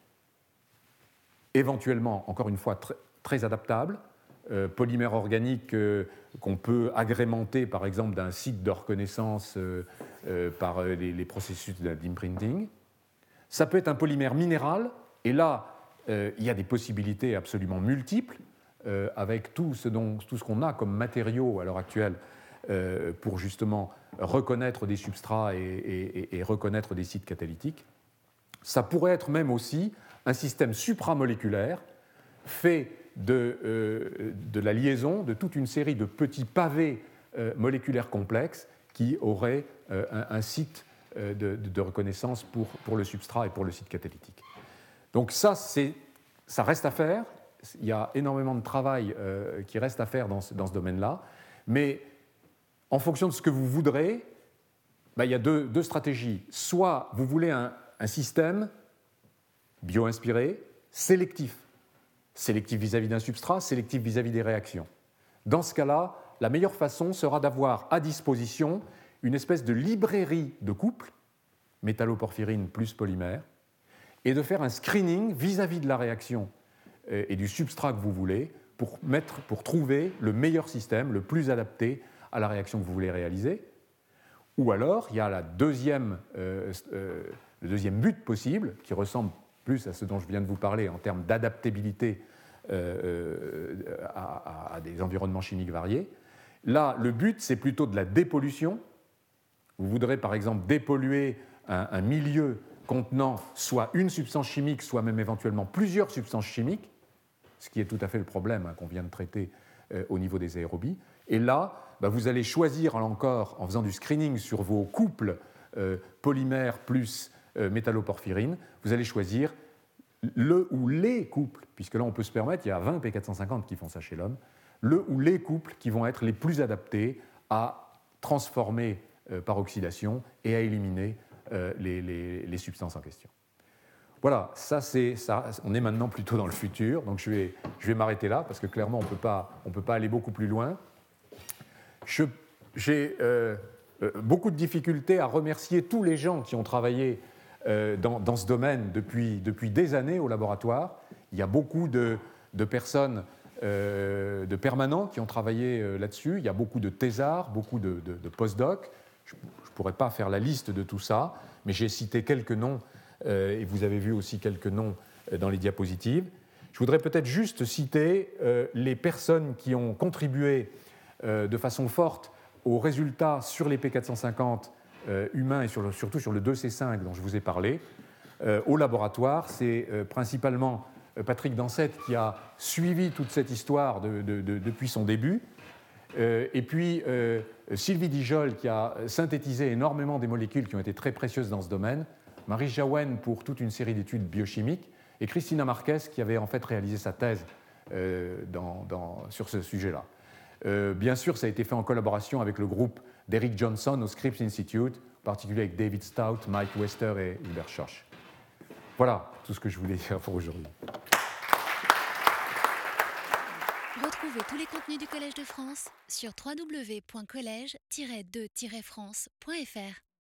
éventuellement, encore une fois, très, très adaptable, euh, polymère organique euh, qu'on peut agrémenter, par exemple, d'un site de reconnaissance euh, euh, par les, les processus d'imprinting. Ça peut être un polymère minéral, et là, euh, il y a des possibilités absolument multiples, euh, avec tout ce, dont, tout ce qu'on a comme matériaux à l'heure actuelle euh, pour justement reconnaître des substrats et, et, et reconnaître des sites catalytiques. Ça pourrait être même aussi un système supramoléculaire fait de, euh, de la liaison de toute une série de petits pavés euh, moléculaires complexes qui auraient euh, un, un site euh, de, de reconnaissance pour, pour le substrat et pour le site catalytique. Donc ça, c'est, ça reste à faire. Il y a énormément de travail euh, qui reste à faire dans ce, dans ce domaine-là. Mais en fonction de ce que vous voudrez, ben, il y a deux, deux stratégies. Soit vous voulez un, un système bio-inspiré, sélectif. Sélectif vis-à-vis d'un substrat, sélectif vis-à-vis des réactions. Dans ce cas-là, la meilleure façon sera d'avoir à disposition une espèce de librairie de couples, métalloporphyrine plus polymère, et de faire un screening vis-à-vis de la réaction et du substrat que vous voulez pour, mettre, pour trouver le meilleur système, le plus adapté à la réaction que vous voulez réaliser. Ou alors, il y a la deuxième, euh, euh, le deuxième but possible, qui ressemble plus à ce dont je viens de vous parler en termes d'adaptabilité euh, à, à des environnements chimiques variés. Là, le but, c'est plutôt de la dépollution. Vous voudrez, par exemple, dépolluer un, un milieu contenant soit une substance chimique, soit même éventuellement plusieurs substances chimiques, ce qui est tout à fait le problème hein, qu'on vient de traiter euh, au niveau des aérobies. Et là, bah, vous allez choisir encore, en faisant du screening sur vos couples euh, polymères plus euh, métalloporphyrine, vous allez choisir le ou les couples, puisque là on peut se permettre, il y a vingt P quatre cent cinquante qui font ça chez l'homme, le ou les couples qui vont être les plus adaptés à transformer euh, par oxydation et à éliminer euh, les, les, les substances en question. Voilà, ça c'est ça. On est maintenant plutôt dans le futur, donc je vais, je vais m'arrêter là parce que clairement on peut pas, on peut pas aller beaucoup plus loin. Je, j'ai euh, euh, beaucoup de difficultés à remercier tous les gens qui ont travaillé euh, dans, dans ce domaine depuis, depuis des années au laboratoire. Il y a beaucoup de, de personnes, euh, de permanents qui ont travaillé euh, là-dessus. Il y a beaucoup de thésards, beaucoup de, de, de post-docs. Je ne pourrais pas faire la liste de tout ça, mais j'ai cité quelques noms. Euh, et vous avez vu aussi quelques noms euh, dans les diapositives. Je voudrais peut-être juste citer euh, les personnes qui ont contribué euh, de façon forte aux résultats sur les P quatre cent cinquante euh, humains et sur le, surtout sur le deux C cinq dont je vous ai parlé. Euh, au laboratoire, c'est euh, principalement euh, Patrick Dansette qui a suivi toute cette histoire de, de, de, depuis son début. Euh, et puis euh, Sylvie Dijol qui a synthétisé énormément des molécules qui ont été très précieuses dans ce domaine. Marie Jaouen pour toute une série d'études biochimiques, et Christina Marquez qui avait en fait réalisé sa thèse euh, dans, dans, sur ce sujet-là. Euh, bien sûr, ça a été fait en collaboration avec le groupe d'Eric Johnson au Scripps Institute, en particulier avec David Stout, Mike Wester et Hubert Schoch. Voilà tout ce que je voulais dire pour aujourd'hui. Retrouvez tous les contenus du Collège de France sur w w w point collège tiret de tiret france point f r.